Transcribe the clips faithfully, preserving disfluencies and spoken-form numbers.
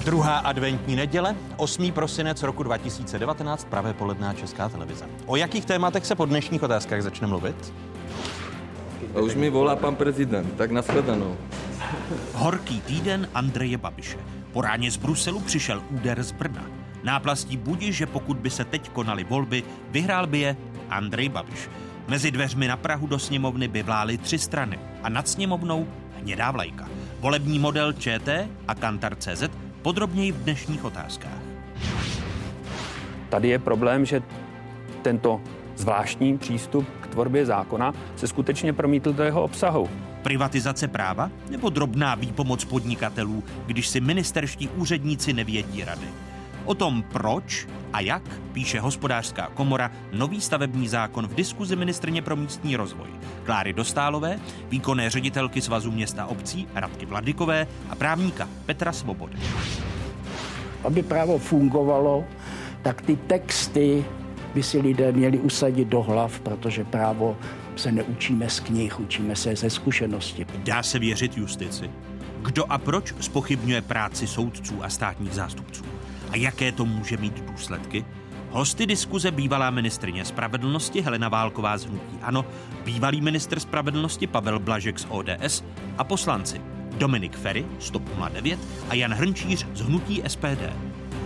Druhá adventní neděle, osmý prosinec roku dva tisíce devatenáct, pravé poledná Česká televize. O jakých tématech se po dnešních otázkách začne mluvit? A už mi volá pan prezident, tak nashledanou. Horký týden Andreje Babiše. Po ráně z Bruselu přišel úder z Brna. Náplastí budí, že pokud by se teď konaly volby, vyhrál by je Andrej Babiš. Mezi dveřmi na Prahu do sněmovny by vlály tři strany a nad sněmovnou hnědá vlajka. Volební model ČT a Kantar tečka cé zet podrobněji v dnešních otázkách. Tady je problém, že tento zvláštní přístup k tvorbě zákona se skutečně promítl do jeho obsahu. Privatizace práva nebo drobná výpomoc podnikatelů, když si ministerští úředníci nevědí rady? O tom, proč a jak píše Hospodářská komora nový stavební zákon v diskuzi ministryně pro místní rozvoj Kláry Dostálové, výkonné ředitelky Svazu měst a obcí Radky Vladykové a právníka Petra Svobody. Aby právo fungovalo, tak ty texty by si lidé měli usadit do hlav, protože právo se neučíme z knih, učíme se ze zkušenosti. Dá se věřit justici? Kdo a proč zpochybňuje práci soudců a státních zástupců? A jaké to může mít důsledky? Hosty diskuze bývalá ministryně spravedlnosti Helena Válková z hnutí ANO, bývalý ministr spravedlnosti Pavel Blažek z O D S a poslanci Dominik Feri z T O P nula devět a Jan Hrnčíř z hnutí S P D.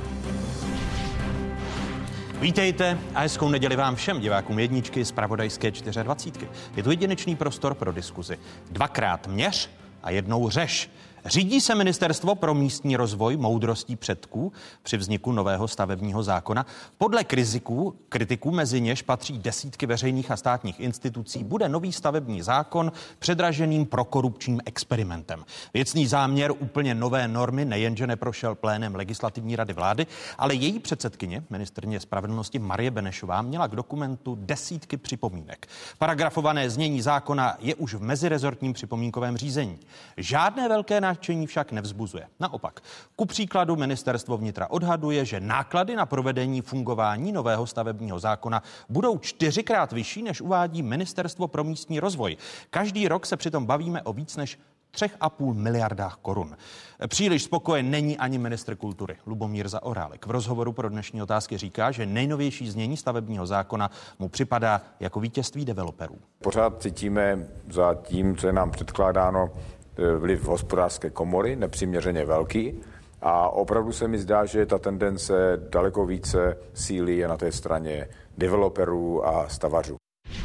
Vítejte a hezkou neděli vám všem divákům jedničky z zpravodajské dvacet čtyři. Je tu jedinečný prostor pro diskuzi. Dvakrát měř a jednou řeš. Řídí se Ministerstvo pro místní rozvoj moudrostí předků při vzniku nového stavebního zákona? Podle kritiků, kritiků mezi něž patří desítky veřejných a státních institucí, bude nový stavební zákon předraženým prokorupčním experimentem. Věcný záměr úplně nové normy nejenže neprošel plénem Legislativní rady vlády, ale její předsedkyně, ministryně spravedlnosti Marie Benešová, měla k dokumentu desítky připomínek. Paragrafované znění zákona je už v mezirezortním připomínkovém řízení. Žádné velké nadšení však nevzbuzuje. Naopak, ku příkladu ministerstvo vnitra odhaduje, že náklady na provedení fungování nového stavebního zákona budou čtyřikrát vyšší, než uvádí Ministerstvo pro místní rozvoj. Každý rok se přitom bavíme o víc než třech a půl miliardách korun. Příliš spokojen není ani ministr kultury Lubomír Zaorálek. V rozhovoru pro dnešní otázky říká, že nejnovější znění stavebního zákona mu připadá jako vítězství developerů. Pořád cítíme za tím, co je nám předkládáno, vliv Hospodářské komory, nepřiměřeně velký. A opravdu se mi zdá, že ta tendence daleko více sílí je na té straně developerů a stavařů.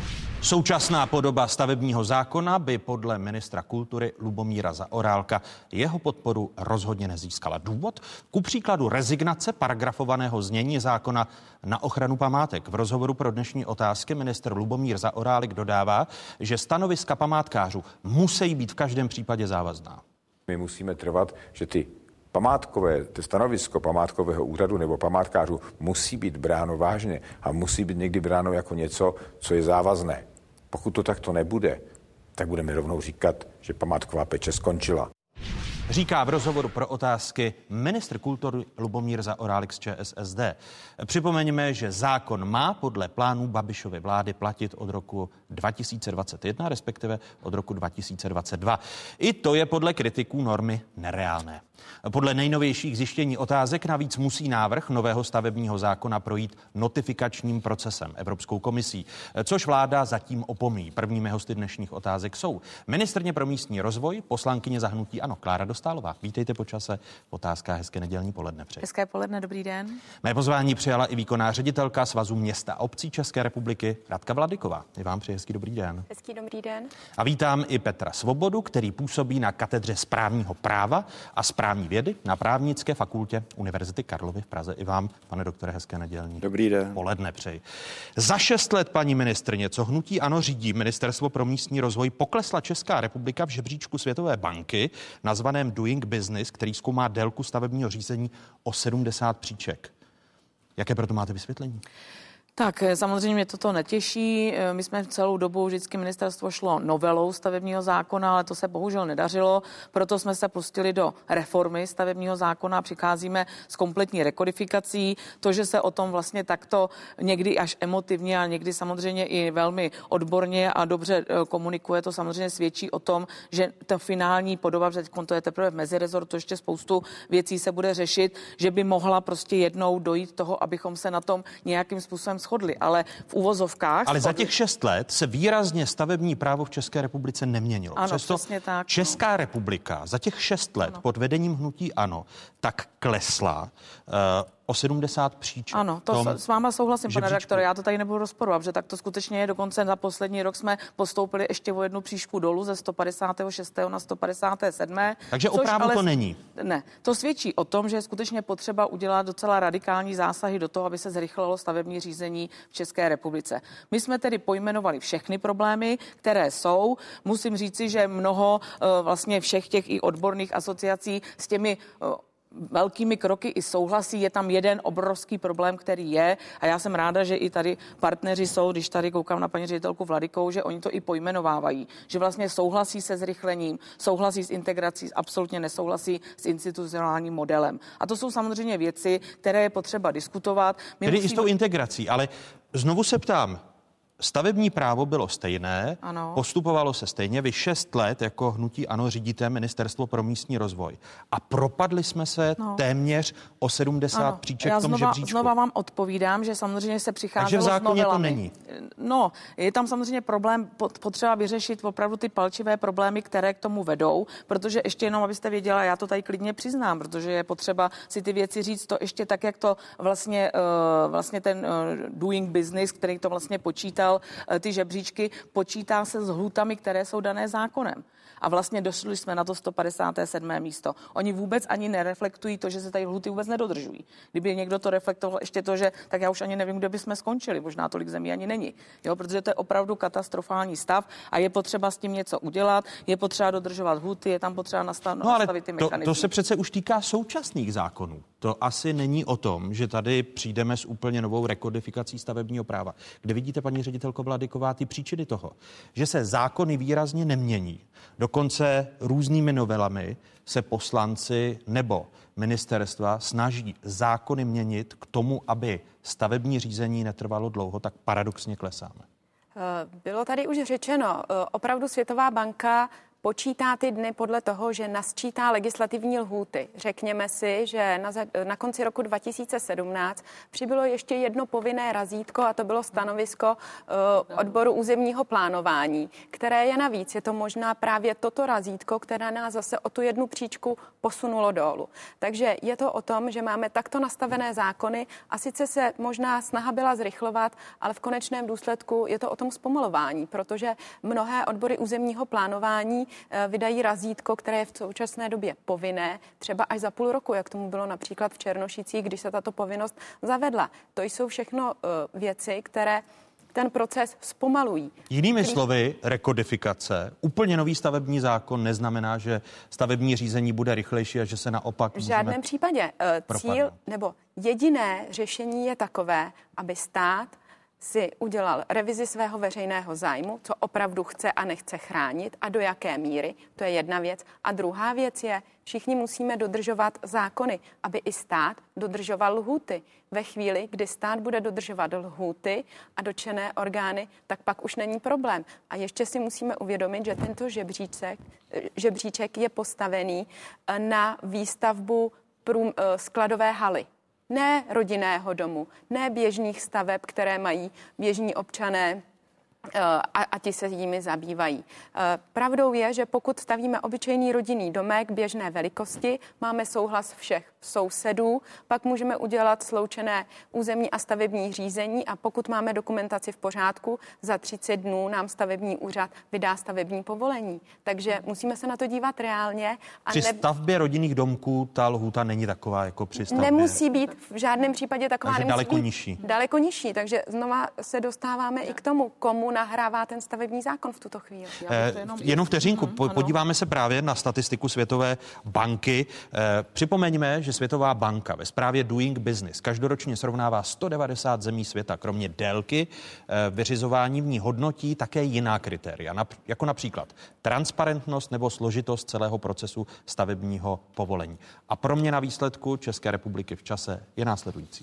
Současná podoba stavebního zákona by podle ministra kultury Lubomíra Zaorálka jeho podporu rozhodně nezískala. Důvod? Ku příkladu rezignace paragrafovaného znění zákona na ochranu památek. V rozhovoru pro dnešní otázky ministr Lubomír Zaorálek dodává, že stanoviska památkářů musí být v každém případě závazná. My musíme trvat, že ty památkové, to stanovisko památkového úřadu nebo památkářů musí být bráno vážně a musí být někdy bráno jako něco, co je závazné. Pokud to takto nebude, tak budeme rovnou říkat, že památková péče skončila. Říká v rozhovoru pro otázky ministr kultury Lubomír Zaorálek z Č S S D. Připomeňme, že zákon má podle plánů Babišovy vlády platit od roku dva tisíce dvacet jedna, respektive od roku dva tisíce dvacet dva. I to je podle kritiků normy nereálné. Podle nejnovějších zjištění otázek navíc musí návrh nového stavebního zákona projít notifikačním procesem Evropskou komisí, což vláda zatím opomíjí. Prvními hosty dnešních otázek jsou ministryně pro místní rozvoj, poslankyně za hnutí ANO Klára Dostálová. Vítejte po čase v otázkách. Hezké nedělní poledne přeji. Hezké poledne, dobrý den. Mé pozvání přijala i výkonná ředitelka Svazu měst a obcí České republiky Radka Vladyková. I vám přeji hezký dobrý den. Hezký dobrý den. A vítám i Petra Svobodu, který působí na katedře správního práva a správní vědy na Právnické fakultě Univerzity Karlovy v Praze. I vám, pane doktore, hezké nedělní Dobrý den. poledne přeji. Za šest let, paní ministryně, co hnutí ANO řídí Ministerstvo pro místní rozvoj, poklesla Česká republika v žebříčku Světové banky nazvaném Doing Business, který zkoumá délku stavebního řízení o sedmdesát příček. Jaké proto máte vysvětlení? Tak samozřejmě mě toto netěší. My jsme celou dobu, vždycky ministerstvo šlo novelou stavebního zákona, ale to se bohužel nedařilo. Proto jsme se pustili do reformy stavebního zákona. Přicházíme s kompletní rekodifikací. To, že se o tom vlastně takto někdy až emotivně a někdy samozřejmě i velmi odborně a dobře komunikuje, to samozřejmě svědčí o tom, že ta finální podoba, že to je teprve v mezirezortu, ještě spoustu věcí se bude řešit, že by mohla prostě jednou dojít toho, abychom se na tom nějakým způsobem shodli, ale v uvozovkách... Ale za těch šest let se výrazně stavební právo v České republice neměnilo. Ano, Přesto přesně tak. Česká republika za těch šest let ano. pod vedením hnutí ANO tak klesla uh, o sedmdesát příček. Ano, to tom, s váma souhlasím, pane žebříčku. redaktore, já to tady nebudu rozporovat, že tak to skutečně je. Dokonce za poslední rok jsme postoupili ještě o jednu příčku dolů ze sto padesát šest na sto padesát sedm. Takže opravdu ale, to není. Ne, to svědčí o tom, že je skutečně potřeba udělat docela radikální zásahy do toho, aby se zrychlilo stavební řízení v České republice. My jsme tedy pojmenovali všechny problémy, které jsou. Musím říci, že mnoho vlastně všech těch i odborných asociací s těmi velkými kroky i souhlasí. Je tam jeden obrovský problém, který je, a já jsem ráda, že i tady partneři jsou, když tady koukám na paní ředitelku Vladykou, že oni to i pojmenovávají, že vlastně souhlasí se zrychlením, souhlasí s integrací, absolutně nesouhlasí s institucionálním modelem. A to jsou samozřejmě věci, které je potřeba diskutovat. My Tedy musíme... i s tou integrací, ale znovu se ptám, stavební právo bylo stejné, ano. Postupovalo se stejně. Vy šest let jako hnutí ANO řídíte Ministerstvo pro místní rozvoj. A propadli jsme se no. téměř o sedmdesát ano. příček Já v tom znova, žebříčku. znova vám odpovídám, že samozřejmě se přicházelo Takže v zákoně s novelami. to není. No, je tam samozřejmě problém, potřeba vyřešit opravdu ty palčivé problémy, které k tomu vedou, protože ještě jenom, abyste věděla, já to tady klidně přiznám, protože je potřeba si ty věci říct to ještě tak, jak to vlastně, uh, vlastně ten uh, doing business, který to vlastně počítal, ty žebříčky, počítá se s lhůtami, které jsou dané zákonem. A vlastně došli jsme na to sto padesát sedm místo. Oni vůbec ani nereflektují to, že se tady lhůty vůbec nedodržují. Kdyby někdo to reflektoval ještě to, že tak já už ani nevím, kde bychom skončili, možná tolik zemí ani není. Jo, protože to je opravdu katastrofální stav a je potřeba s tím něco udělat, je potřeba dodržovat lhůty, je tam potřeba nastavit, no, ale nastavit ty mechanismy. To, to se přece už týká současných zákonů. To asi není o tom, že tady přijdeme s úplně novou rekodifikací stavebního práva. Kde vidíte, paní ředitelko Vladyková, ty příčiny toho, že se zákony výrazně nemění. Dokonce různými novelami se poslanci nebo ministerstva snaží zákony měnit k tomu, aby stavební řízení netrvalo dlouho, tak paradoxně klesáme. Bylo tady už řečeno, opravdu Světová banka počítá ty dny podle toho, že nasčítá legislativní lhůty. Řekněme si, že na, na konci roku dva tisíce sedmnáct přibylo ještě jedno povinné razítko a to bylo stanovisko uh, odboru územního plánování, které je navíc. Je to možná právě toto razítko, které nás zase o tu jednu příčku posunulo dolů. Takže je to o tom, že máme takto nastavené zákony a sice se možná snaha byla zrychlovat, ale v konečném důsledku je to o tom zpomalování, protože mnohé odbory územního plánování vydají razítko, které je v současné době povinné, třeba až za půl roku, jak tomu bylo například v Černošicích, když se tato povinnost zavedla. To jsou všechno uh, věci, které ten proces zpomalují. Jinými Který... slovy, rekodifikace, úplně nový stavební zákon neznamená, že stavební řízení bude rychlejší a že se naopak v žádném případě. Uh, cíl nebo jediné řešení je takové, aby stát si udělal revizi svého veřejného zájmu, co opravdu chce a nechce chránit a do jaké míry. To je jedna věc. A druhá věc je, všichni musíme dodržovat zákony, aby i stát dodržoval lhůty. Ve chvíli, kdy stát bude dodržovat lhůty a dotčené orgány, tak pak už není problém. A ještě si musíme uvědomit, že tento žebříček, žebříček je postavený na výstavbu prům, skladové haly. Ne rodinného domu, ne běžných staveb, které mají běžní občané a, a ti se jimi zabývají. Pravdou je, že pokud stavíme obyčejný rodinný domek běžné velikosti, máme souhlas všech sousedů, pak můžeme udělat sloučené územní a stavební řízení a pokud máme dokumentaci v pořádku, za třicet dnů nám stavební úřad vydá stavební povolení. Takže musíme se na to dívat reálně. A při ne... stavbě rodinných domků ta lhůta není taková jako při stavbě. Nemusí být v žádném případě taková. Takže nemusí daleko být nižší. Daleko nižší, takže znova se dostáváme i k tomu, komu čemu nahrává ten stavební zákon v tuto chvíli. Eh, jenom, jenom vteřinku, hmm, podíváme se právě na statistiku Světové banky. Eh, připomeňme, že Světová banka ve zprávě Doing Business každoročně srovnává sto devadesát zemí světa. Kromě délky eh, vyřizování v ní hodnotí také jiná kritéria, nap, jako například transparentnost nebo složitost celého procesu stavebního povolení. A proměna výsledku České republiky v čase je následující.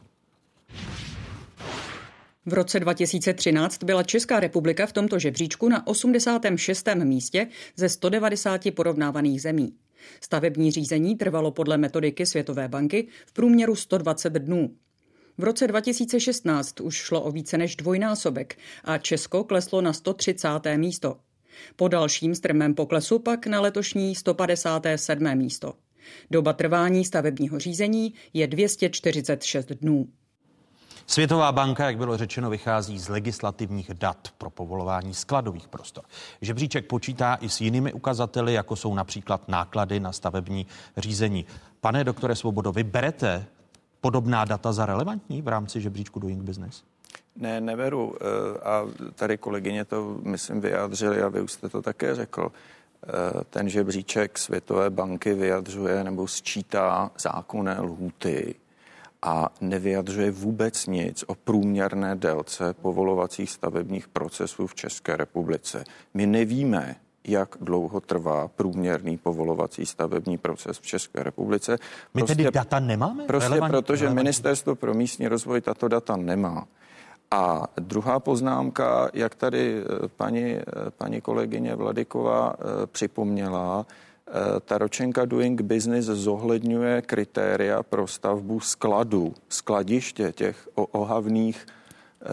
V roce dva tisíce třináct byla Česká republika v tomto žebříčku na osmdesátém šestém místě ze sto devadesáti porovnávaných zemí. Stavební řízení trvalo podle metodiky Světové banky v průměru sto dvacet dnů. V roce dva tisíce šestnáct už šlo o více než dvojnásobek a Česko kleslo na sto třicáté místo. Po dalším strmém poklesu pak na letošní sto padesáté sedmé místo. Doba trvání stavebního řízení je dvě stě čtyřicet šest dnů. Světová banka, jak bylo řečeno, vychází z legislativních dat pro povolování skladových prostor. Žebříček počítá i s jinými ukazateli, jako jsou například náklady na stavební řízení. Pane doktore Svobodo, vy berete podobná data za relevantní v rámci žebříčku Doing Business? Ne, neberu. A tady kolegyně to, myslím, vyjádřili a vy už jste to také řekl. Ten žebříček Světové banky vyjadřuje nebo sčítá zákonné lhůty a nevyjadřuje vůbec nic o průměrné délce povolovacích stavebních procesů v České republice. My nevíme, jak dlouho trvá průměrný povolovací stavební proces v České republice. My prostě, tedy data nemáme? Prostě protože relevantní. Ministerstvo pro místní rozvoj tato data nemá. A druhá poznámka, jak tady paní, paní kolegyně Vladyková připomněla, ta ročenka Doing Business zohledňuje kritéria pro stavbu skladu, skladiště těch ohavných eh,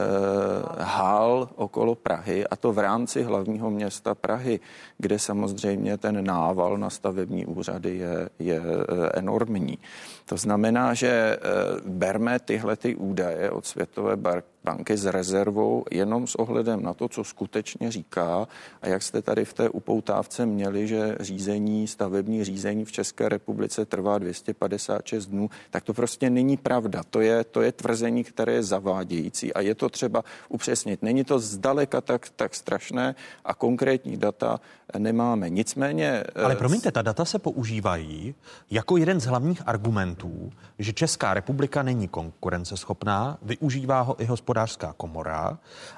hal okolo Prahy, a to v rámci hlavního města Prahy, kde samozřejmě ten nával na stavební úřady je, je enormní. To znamená, že eh, berme tyhle ty údaje od Světové banky s rezervou jenom s ohledem na to, co skutečně říká, a jak jste tady v té upoutávce měli, že řízení, stavební řízení v České republice trvá dvě stě padesát šest dnů, tak to prostě není pravda. To je, to je tvrzení, které je zavádějící a je to třeba upřesnit. Není to zdaleka tak, tak strašné a konkrétní data nemáme. Nicméně... Ale promiňte, ta data se používají jako jeden z hlavních argumentů, že Česká republika není konkurenceschopná, využívá ho i hospodářská komora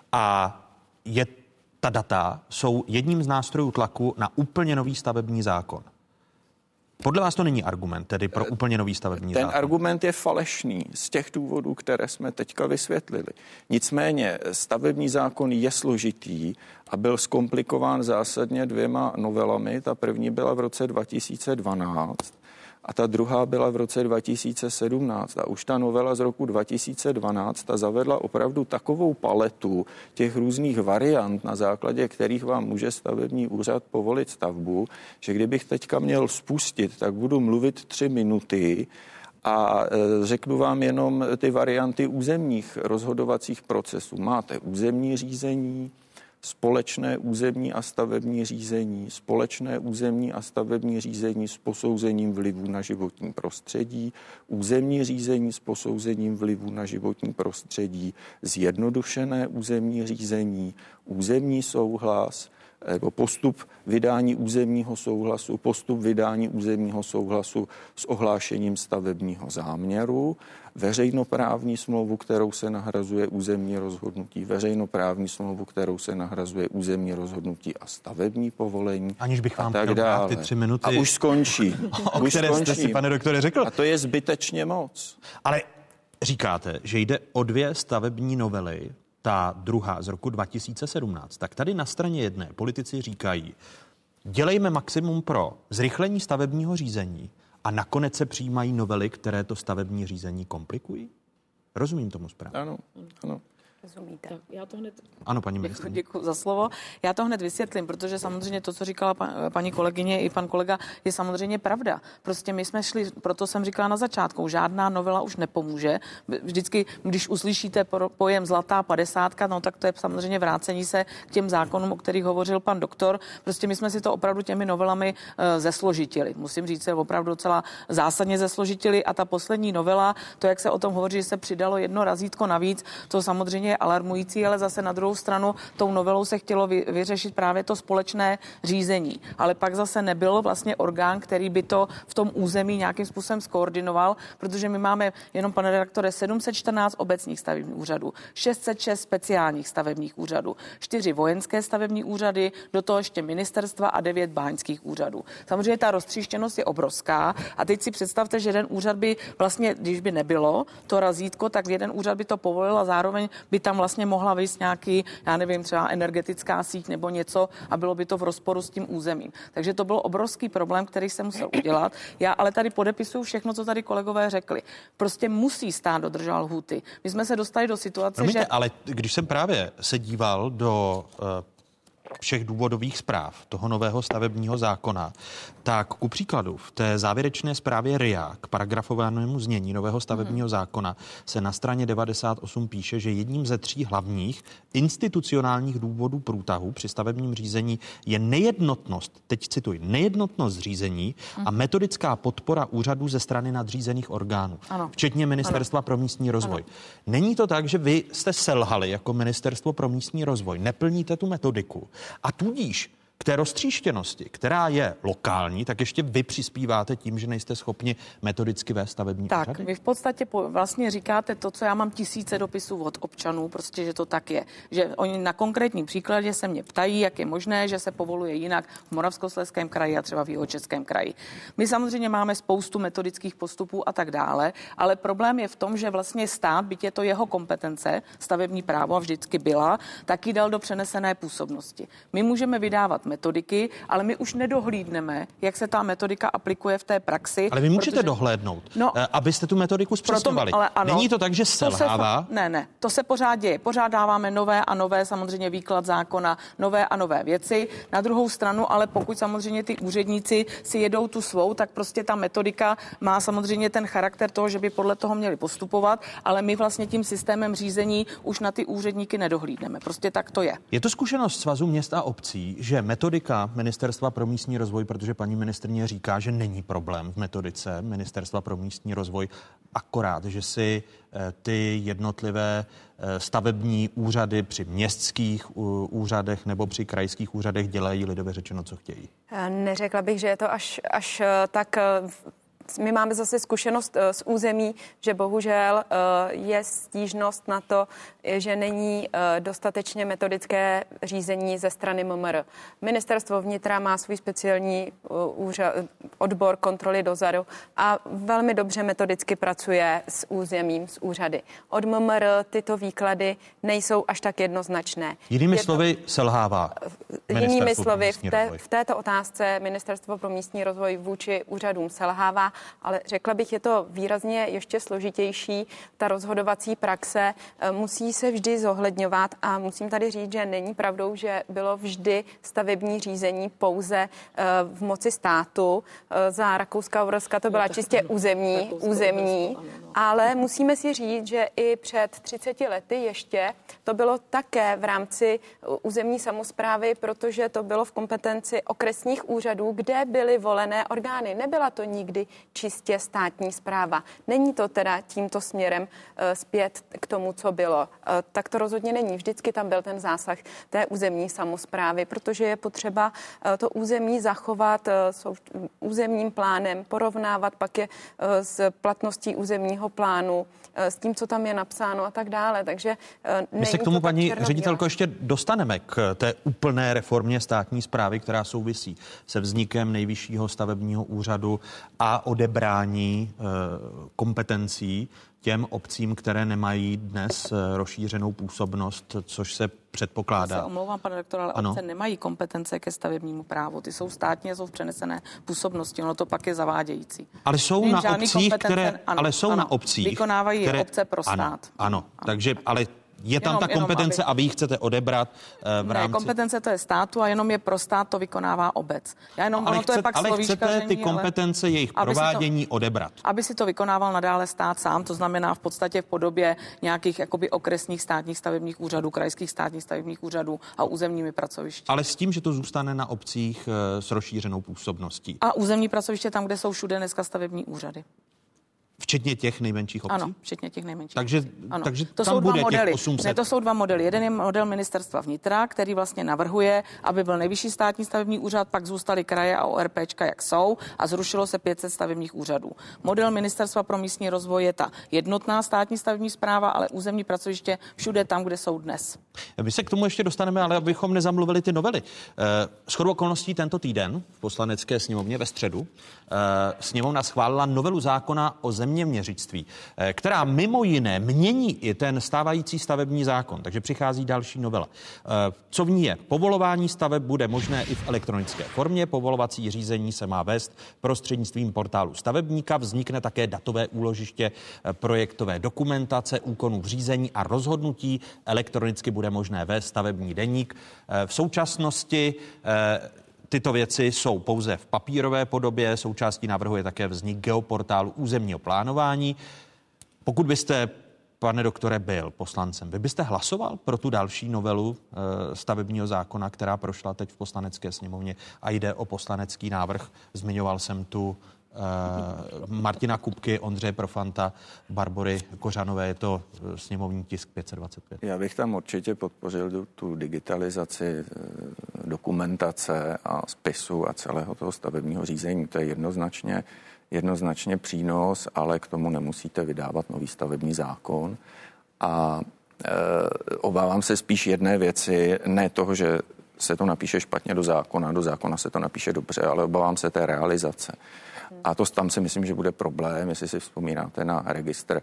a je, ta data jsou jedním z nástrojů tlaku na úplně nový stavební zákon. Podle vás to není argument, tedy pro úplně nový stavební Ten zákon? Ten argument je falešný z těch důvodů, které jsme teďka vysvětlili. Nicméně stavební zákon je složitý a byl zkomplikován zásadně dvěma novelami. Ta první byla v roce dva tisíce dvanáct a ta druhá byla v roce dva tisíce sedmnáct. A už ta novela z roku dva tisíce dvanáct ta zavedla opravdu takovou paletu těch různých variant, na základě kterých vám může stavební úřad povolit stavbu, že kdybych teďka měl spustit, tak budu mluvit tři minuty a řeknu vám jenom ty varianty územních rozhodovacích procesů. Máte územní řízení, společné územní a stavební řízení, společné územní a stavební řízení s posouzením vlivu na životní prostředí, územní řízení s posouzením vlivu na životní prostředí, zjednodušené územní řízení, územní souhlas, nebo postup vydání územního souhlasu, postup vydání územního souhlasu s ohlášením stavebního záměru, veřejnoprávní smlouvu, kterou se nahrazuje územní rozhodnutí, veřejnoprávní smlouvu, kterou se nahrazuje územní rozhodnutí a stavební povolení. Aniž bych vám tak dále. Ty tři minuty. A už skončí. O už které skončí. jste si, pane doktore, řekl. A to je zbytečně moc. Ale říkáte, že jde o dvě stavební novely, ta druhá z roku dva tisíce sedmnáct, tak tady na straně jedné politici říkají, dělejme maximum pro zrychlení stavebního řízení a nakonec se přijímají novely, které to stavební řízení komplikují? Rozumím tomu správně? Ano, ano. Rozumíte. Tak já to hned... Ano, paní ministryně. Děkuji za slovo. Já to hned vysvětlím, protože samozřejmě to, co říkala paní kolegyně i pan kolega, je samozřejmě pravda. Prostě my jsme šli, proto jsem říkala na začátku, žádná novela už nepomůže. Vždycky, když uslyšíte pojem zlatá padesátka, no tak to je samozřejmě vrácení se k těm zákonům, o kterých hovořil pan doktor. Prostě my jsme si to opravdu těmi novelami uh, zesložitili. Musím říct, se opravdu docela zásadně zesložitili a ta poslední novela, to, jak se o tom hovoří, že se přidalo jedno razítko navíc, to samozřejmě je alarmující, ale zase na druhou stranu tou novelou se chtělo vy, vyřešit právě to společné řízení. Ale pak zase nebyl vlastně orgán, který by to v tom území nějakým způsobem skoordinoval, protože my máme jenom, pane redaktore, sedm set čtrnáct obecních stavebních úřadů, šest set šest speciálních stavebních úřadů, čtyři vojenské stavební úřady, do toho ještě ministerstva a devět báňských úřadů. Samozřejmě ta roztříštěnost je obrovská a teď si představte, že jeden úřad by vlastně, když by nebylo to razítko, tak jeden úřad by to povolil a zároveň by tam vlastně mohla vyjít nějaký, já nevím, třeba energetická síť nebo něco a bylo by to v rozporu s tím územím. Takže to byl obrovský problém, který se musel udělat. Já ale tady podepisuju všechno, co tady kolegové řekli. Prostě musí stát dodržovat lhůty. My jsme se dostali do situace, Promiňte, že... ale když jsem právě se díval do uh, všech důvodových zpráv toho nového stavebního zákona, tak ku příkladu v té závěrečné zprávě R I A k paragrafovému znění nového stavebního hmm. zákona se na straně devadesát osm píše, že jedním ze tří hlavních institucionálních důvodů průtahu při stavebním řízení je nejednotnost, teď cituji, nejednotnost řízení hmm. a metodická podpora úřadů ze strany nadřízených orgánů, ano. včetně Ministerstva ano. pro místní rozvoj. Ano. Není to tak, že vy jste selhali jako Ministerstvo pro místní rozvoj, neplníte tu metodiku a tudíž k té roztříštěnosti, která je lokální, tak ještě vy přispíváte tím, že nejste schopni metodicky vést stavební tak, úřady? Tak, vy v podstatě po, vlastně říkáte to, co já mám tisíce dopisů od občanů, prostě, že to tak je. Že oni na konkrétním příkladě se mě ptají, jak je možné, že se povoluje jinak v Moravskoslezském kraji a třeba v Jihočeském kraji. My samozřejmě máme spoustu metodických postupů a tak dále, ale problém je v tom, že vlastně stát, byť je to jeho kompetence, stavební právo vždycky byla, taky dal do přenesené působnosti. My můžeme vydávat metodiky, ale my už nedohlídneme, jak se ta metodika aplikuje v té praxi. Ale vy můžete protože... dohlédnout, no, abyste tu metodiku zpřesňovali. Není to tak, že selhává? Se, ne, ne, to se pořád děje. Pořád dáváme nové a nové, samozřejmě výklad zákona, nové a nové věci. Na druhou stranu, ale pokud samozřejmě ty úředníci si jedou tu svou, tak prostě ta metodika má samozřejmě ten charakter toho, že by podle toho měli postupovat, ale my vlastně tím systémem řízení už na ty úředníky nedohlídneme. Prostě tak to je. Je to zkušenost Svazu měst a obcí, že metodika Ministerstva pro místní rozvoj, protože paní ministryně říká, že není problém v metodice Ministerstva pro místní rozvoj, akorát, že si ty jednotlivé stavební úřady při městských úřadech nebo při krajských úřadech dělají lidově řečeno, co chtějí? Neřekla bych, že je to až, až tak... My máme zase zkušenost z území, že bohužel je stížnost na to, že není dostatečně metodické řízení ze strany M M R. Ministerstvo vnitra má svůj speciální úřad, odbor kontroly dozoru a velmi dobře metodicky pracuje s územím, s úřady. Od M M R tyto výklady nejsou až tak jednoznačné. Jinými je slovy to, selhává. Jinými slovy v, té, v této otázce Ministerstvo pro místní rozvoj vůči úřadům selhává, ale řekla bych, je to výrazně ještě složitější. Ta rozhodovací praxe musí se vždy zohledňovat a musím tady říct, že není pravdou, že bylo vždy stavební řízení pouze v moci státu. Za Rakouska-Uherska to byla čistě územní, územní, ale musíme si říct, že i před třiceti lety ještě to bylo také v rámci územní samosprávy, protože to bylo v kompetenci okresních úřadů, kde byly volené orgány. Nebyla to nikdy čistě státní správa. Není to teda tímto směrem uh, zpět k tomu, co bylo. Uh, tak to rozhodně není. Vždycky tam byl ten zásah té územní samosprávy, protože je potřeba uh, to území zachovat uh, s územním plánem, porovnávat pak je uh, s platností územního plánu, uh, s tím, co tam je napsáno a tak dále. Takže uh, my se k tomu, paní ředitelko, ještě dostaneme k té úplné reformě státní správy, která souvisí se vznikem Nejvyššího stavebního úřadu a odebrání e, kompetencí těm obcím, které nemají dnes rozšířenou působnost, což se předpokládá. Já se omlouvám, pane doktor, ale ano. obce nemají kompetence ke stavebnímu právu. Ty jsou státně, jsou v přenesené působnosti. Ono to pak je zavádějící. Ale jsou na obcích, které, ano, ale jsou ano, na obcích, vykonávají které, obce pro stát. Ano, ano, ano. Takže, ale je tam jenom, ta kompetence jenom, aby... a vy ji chcete odebrat uh, v rámci... Ne, kompetence to je státu a jenom je pro stát, to vykonává obec. Já jenom, ale ono chcete, to je pak ale slovíčkaření, chcete ty kompetence, jejich provádění to, odebrat. Aby si to vykonával nadále stát sám, to znamená v podstatě v podobě nějakých jakoby okresních státních stavebních úřadů, krajských státních stavebních úřadů a územními pracovišti. Ale s tím, že to zůstane na obcích uh, s rozšířenou působností. A územní pracoviště tam, kde jsou všude dneska stavební úřady. Včetně těch nejmenších obcí? Ano, včetně těch nejmenších. Takže, ano. takže to tam jsou dva bude modely. těch osm set. Ne, to jsou dva modely. Jeden je model ministerstva vnitra, který vlastně navrhuje, aby byl nejvyšší státní stavební úřad, pak zůstaly kraje a ORPčka, jak jsou, a zrušilo se pět set stavebních úřadů. Model ministerstva pro místní rozvoj je ta jednotná státní stavební správa, ale územní pracoviště všude tam, kde jsou dnes. My se k tomu ještě dostaneme, ale abychom nezamluvili ty novely. Shodou okolností tento týden v Poslanecké sněmovně ve středu sněmovna schválila novelu zákona o zeměměřictví, která mimo jiné mění i ten stávající stavební zákon, takže přichází další novela. Co v ní je? Povolování staveb bude možné i v elektronické formě, povolovací řízení se má vést prostřednictvím portálu stavebníka, vznikne také datové úložiště projektové dokumentace, úkonů v řízení a rozhodnutí, elektronicky bude možné vést stavební deník. V současnosti tyto věci jsou pouze v papírové podobě, součástí návrhu je také vznik geoportálu územního plánování. Pokud byste, pane doktore, byl poslancem, vy byste hlasoval pro tu další novelu e, stavebního zákona, která prošla teď v Poslanecké sněmovně a jde o poslanecký návrh. Zmiňoval jsem tu e, Martina Kupky, Ondřeje Profanta, Barbory Kořanové, je to sněmovní tisk pět set dvacet pět. Já bych tam určitě podpořil tu digitalizaci dokumentace a spisu a celého toho stavebního řízení. To je jednoznačně jednoznačně přínos, ale k tomu nemusíte vydávat nový stavební zákon. A e, obávám se spíš jedné věci, ne toho, že se to napíše špatně do zákona, do zákona se to napíše dobře, ale obávám se té realizace. A to tam si myslím, že bude problém, jestli si vzpomínáte na registr,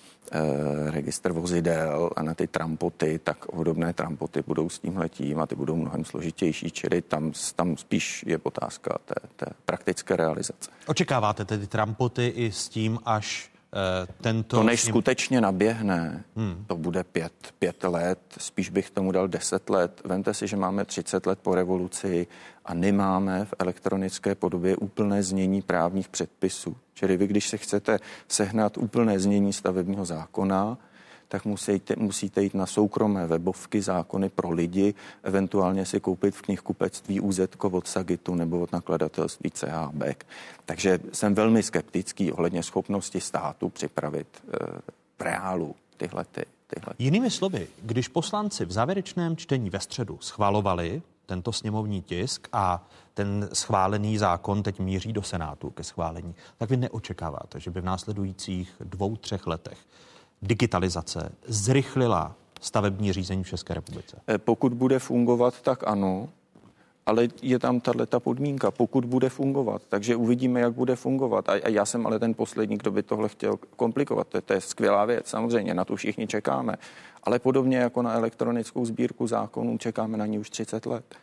e, registr vozidel a na ty trampoty, tak podobné trampoty budou s tímhletím a ty budou mnohem složitější, čili tam, tam spíš je otázka té, té praktické realizace. Očekáváte tedy trampoty i s tím, až e, tento... To než skutečně naběhne, hmm. to bude pět, pět let, spíš bych tomu dal deset let. Vemte si, že máme třicet let po revoluci a nemáme v elektronické podobě úplné znění právních předpisů. Čili vy, když se chcete sehnat úplné znění stavebního zákona, tak musíte, musíte jít na soukromé webovky zákony pro lidi, eventuálně si koupit v knihkupectví U Z ko od Sagitu nebo od nakladatelství C H Beck. Takže jsem velmi skeptický ohledně schopnosti státu připravit e, v reálu tyhle, ty, tyhle. Jinými slovy, když poslanci v závěrečném čtení ve středu schvalovali tento sněmovní tisk a ten schválený zákon teď míří do Senátu ke schválení, tak vy neočekáváte, že by v následujících dvou, třech letech digitalizace zrychlila stavební řízení v České republice? Pokud bude fungovat, tak ano, ale je tam tato podmínka, pokud bude fungovat, takže uvidíme, jak bude fungovat. A já jsem ale ten poslední, kdo by tohle chtěl komplikovat. To je, to je skvělá věc, samozřejmě, na to všichni čekáme. Ale podobně jako na elektronickou sbírku zákonů, čekáme na ní už třicet let.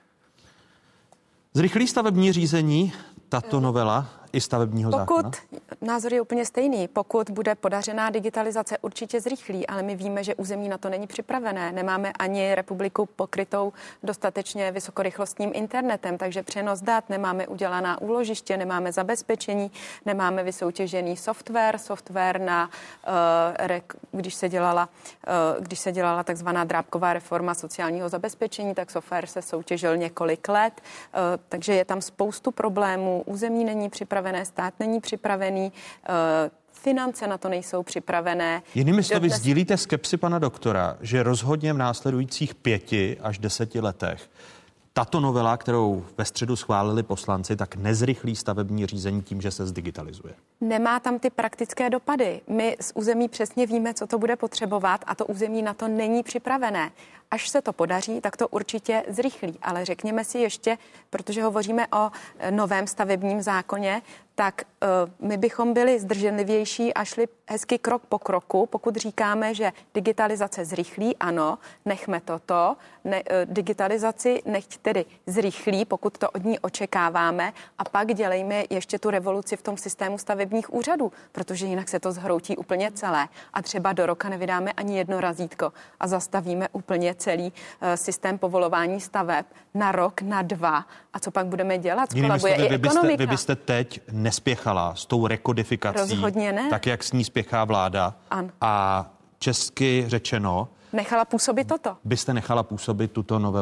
Zrychlí stavební řízení tato novela i stavebního Pokud, zákona? názor je úplně stejný, pokud bude podařená digitalizace, určitě zrychlí, ale my víme, že území na to není připravené. Nemáme ani republiku pokrytou dostatečně vysokorychlostním internetem, takže přenos dat, nemáme udělaná úložiště, nemáme zabezpečení, nemáme vysoutěžený software, software na, uh, když se dělala, uh, když se dělala takzvaná drábková reforma sociálního zabezpečení, tak software se soutěžil několik let, uh, takže je tam spoustu problémů, území není připravené, stát není připravený, finance na to nejsou připravené. Jinými slovy, dnes... sdílíte skepsi pana doktora, že rozhodně v následujících pěti až deseti letech tato novela, kterou ve středu schválili poslanci, tak nezrychlí stavební řízení tím, že se zdigitalizuje? Nemá tam ty praktické dopady. My z území přesně víme, co to bude potřebovat a to území na to není připravené. Až se to podaří, tak to určitě zrychlí. Ale řekněme si ještě, protože hovoříme o novém stavebním zákoně, tak uh, my bychom byli zdrženlivější a šli hezky krok po kroku, pokud říkáme, že digitalizace zrychlí, ano, nechme toto, ne, uh, digitalizaci nechť tedy zrychlí, pokud to od ní očekáváme, a pak dělejme ještě tu revoluci v tom systému stavebních úřadů, protože jinak se to zhroutí úplně celé a třeba do roka nevydáme ani jedno razítko a zastavíme úplně celý uh, systém povolování staveb na rok, na dva. A co pak budeme dělat? Skolabuje i vy byste, ekonomika. vy byste teď nespěchala s tou rekodifikací, Rozhodně ne. tak jak s ní spěchá vláda. Ano. A česky řečeno, nechala působit toto. Byste nechala působit tuto novelu.